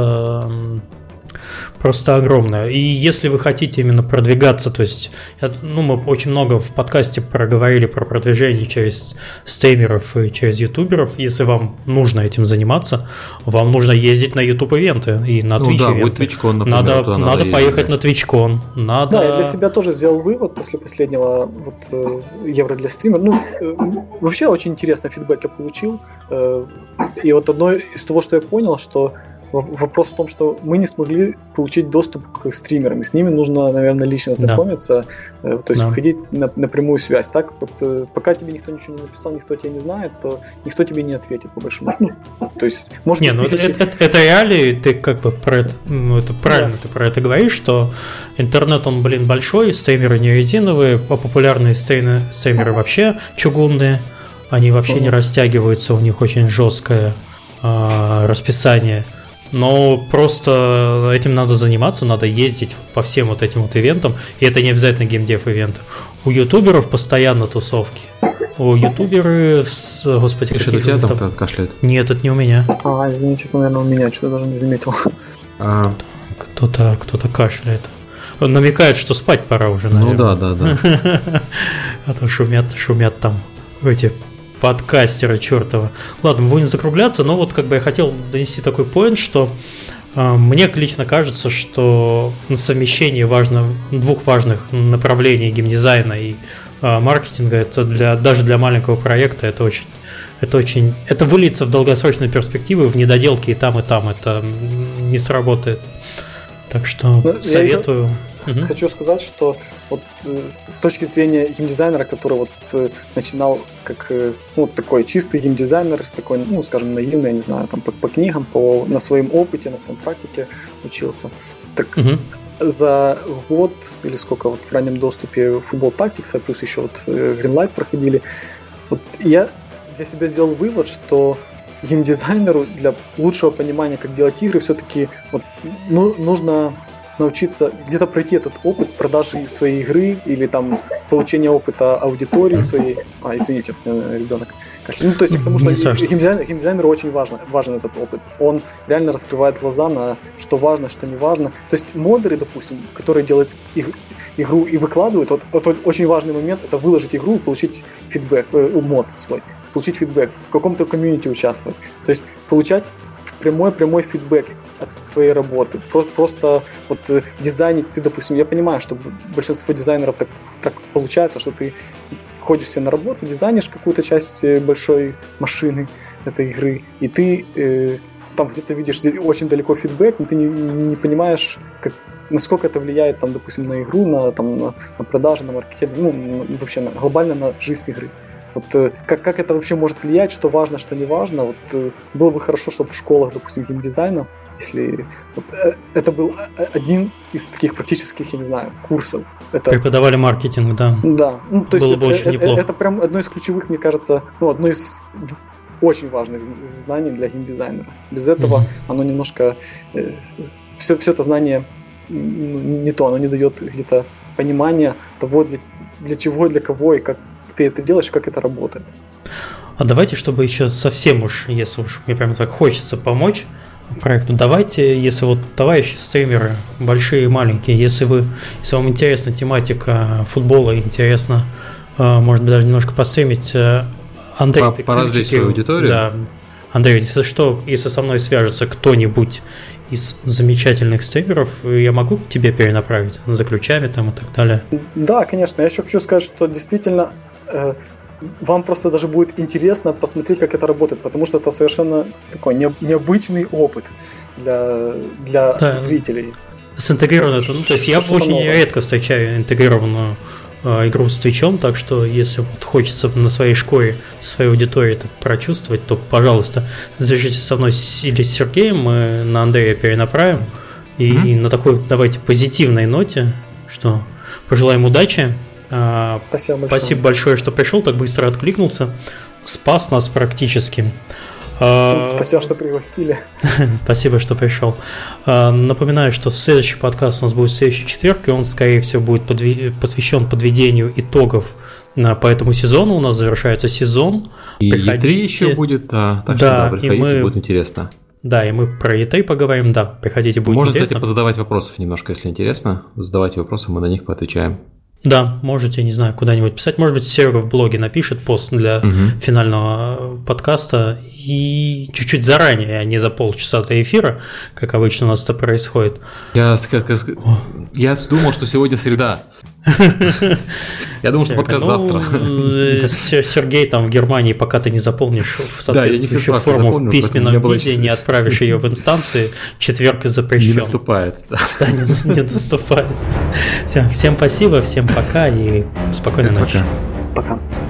просто огромное. И если вы хотите именно продвигаться, то есть, мы очень много в подкасте проговорили про продвижение через стримеров и через ютуберов. Если вам нужно этим заниматься, вам нужно ездить на YouTube-ивенты и на Twitch-ивенты. Надо поехать на TwitchCon. Да, я для себя тоже сделал вывод после последнего Евро для стримера. Вообще очень интересный фидбэк я получил. И вот одно из того, что я понял, что вопрос в том, что мы не смогли получить доступ к стримерам, и с ними нужно, наверное, лично знакомиться, то есть входить на прямую связь. Так вот, пока тебе никто ничего не написал, никто тебя не знает, то никто тебе не ответит, по большому счету. То есть, может быть, это реалии, ты как бы про это, это правильно, ты про это говоришь, что интернет, он, большой, стримеры не резиновые, а популярные стримеры вообще чугунные, они вообще не растягиваются, у них очень жесткое расписание. Но просто этим надо заниматься, надо ездить по всем вот этим вот ивентам. И это не обязательно геймдев-ивенты. У ютуберов постоянно тусовки. У ютуберы, господи, это у тебя там кашляет? Нет, это не у меня. Извините, это, наверное, у меня, что-то даже не заметил. Кто-то кашляет. Он намекает, что спать пора уже, наверное. Ну да. А то шумят там эти... подкастеры чертова. Ладно, мы будем закругляться, но вот как бы я хотел донести такой поинт, что мне лично кажется, что совмещение двух важных направлений геймдизайна и маркетинга, это даже для маленького проекта это выльется в долгосрочную перспективу, в недоделки и там, это не сработает. Так что советую. Хочу сказать, что вот с точки зрения геймдизайнера, который вот начинал как такой чистый геймдизайнер, такой, скажем, наивный, я не знаю, там по книгам, на своем опыте, на своем практике учился. Так за год или сколько вот в раннем доступе Football Tactics, а плюс еще вот Greenlight проходили, вот я для себя сделал вывод, что геймдизайнеру для лучшего понимания, как делать игры, все-таки вот, нужно научиться где-то пройти этот опыт продажи своей игры или там получения опыта аудитории своей. Извините, ребенок. То есть к тому, что геймдизайнеру очень важен этот опыт. Он реально раскрывает глаза на что важно, что не важно. То есть модеры, допустим, которые делают игру и выкладывают, вот очень важный момент — это выложить игру и получить фидбэк, мод свой, получить фидбэк, в каком-то комьюнити участвовать. То есть получать прямой фидбэк от твоей работы. Просто вот дизайнить ты, допустим, я понимаю, что большинство дизайнеров так получается, что ты ходишь себе на работу, дизайнишь какую-то часть большой машины этой игры, и ты там где-то видишь очень далеко фидбэк, но ты не понимаешь, насколько это влияет, там, допустим, на игру, на продажи, на маркетинг, вообще глобально на жизнь игры. Вот как это вообще может влиять, что важно, что не важно. Вот было бы хорошо, чтобы в школах, допустим, геймдизайна, если это был один из таких практических, я не знаю, курсов. Преподавали маркетинг, да. Да, то есть было бы очень неплохо. Это прям одно из ключевых, мне кажется, одно из очень важных знаний для геймдизайнера. Без этого оно немножко, все это знание не то, оно не дает где-то понимания того, для чего, для кого и как ты это делаешь, как это работает. А давайте, чтобы еще совсем уж, если уж мне прям так хочется помочь проекту, давайте, если вот товарищи стримеры, большие и маленькие, если вам интересна тематика футбола, интересно, может быть, даже немножко постримить, Андрей, поразвлечь свою аудиторию? Да. Андрей, если со мной свяжется кто-нибудь из замечательных стримеров, я могу к тебе перенаправить за ключами там и так далее? Да, конечно. Я еще хочу сказать, что действительно вам просто даже будет интересно посмотреть, как это работает, потому что это совершенно такой необычный опыт для зрителей. Синтегрированно, то есть я очень редко встречаю интегрированную игру с Твичом, так что если вот хочется на своей шкуре, своей аудитории это прочувствовать, то, пожалуйста, свяжитесь со мной или с Сергеем, мы на Андрея перенаправим. И на такой, давайте, позитивной ноте, что пожелаем удачи. Спасибо большое, что пришел, так быстро откликнулся. Спас нас практически. Спасибо, что пригласили. Спасибо, что пришел. Напоминаю, что следующий подкаст у нас будет в следующий четверг, и он, скорее всего, будет посвящен подведению итогов по этому сезону. У нас завершается сезон. И E3 еще будет, так что да, приходите, будет интересно. Да, и мы про E3 поговорим, да, приходите, будет интересно. Можно, кстати, позадавать вопросов немножко, если интересно. Задавайте вопросы, мы на них поотвечаем. Да, можете, не знаю, куда-нибудь писать. Может быть, Серега в блоге напишет пост для финального подкаста. И чуть-чуть заранее, а не за полчаса до эфира, как обычно у нас это происходит. Я думал, что сегодня среда. Я думал, что подкаст завтра. Сергей там в Германии, пока ты не заполнишь в соответствующую форму в письменном виде, не отправишь ее в инстанции, четверг запрещен. Не наступает. Да, не наступает. Всем спасибо, всем пока и спокойной ночи. Пока.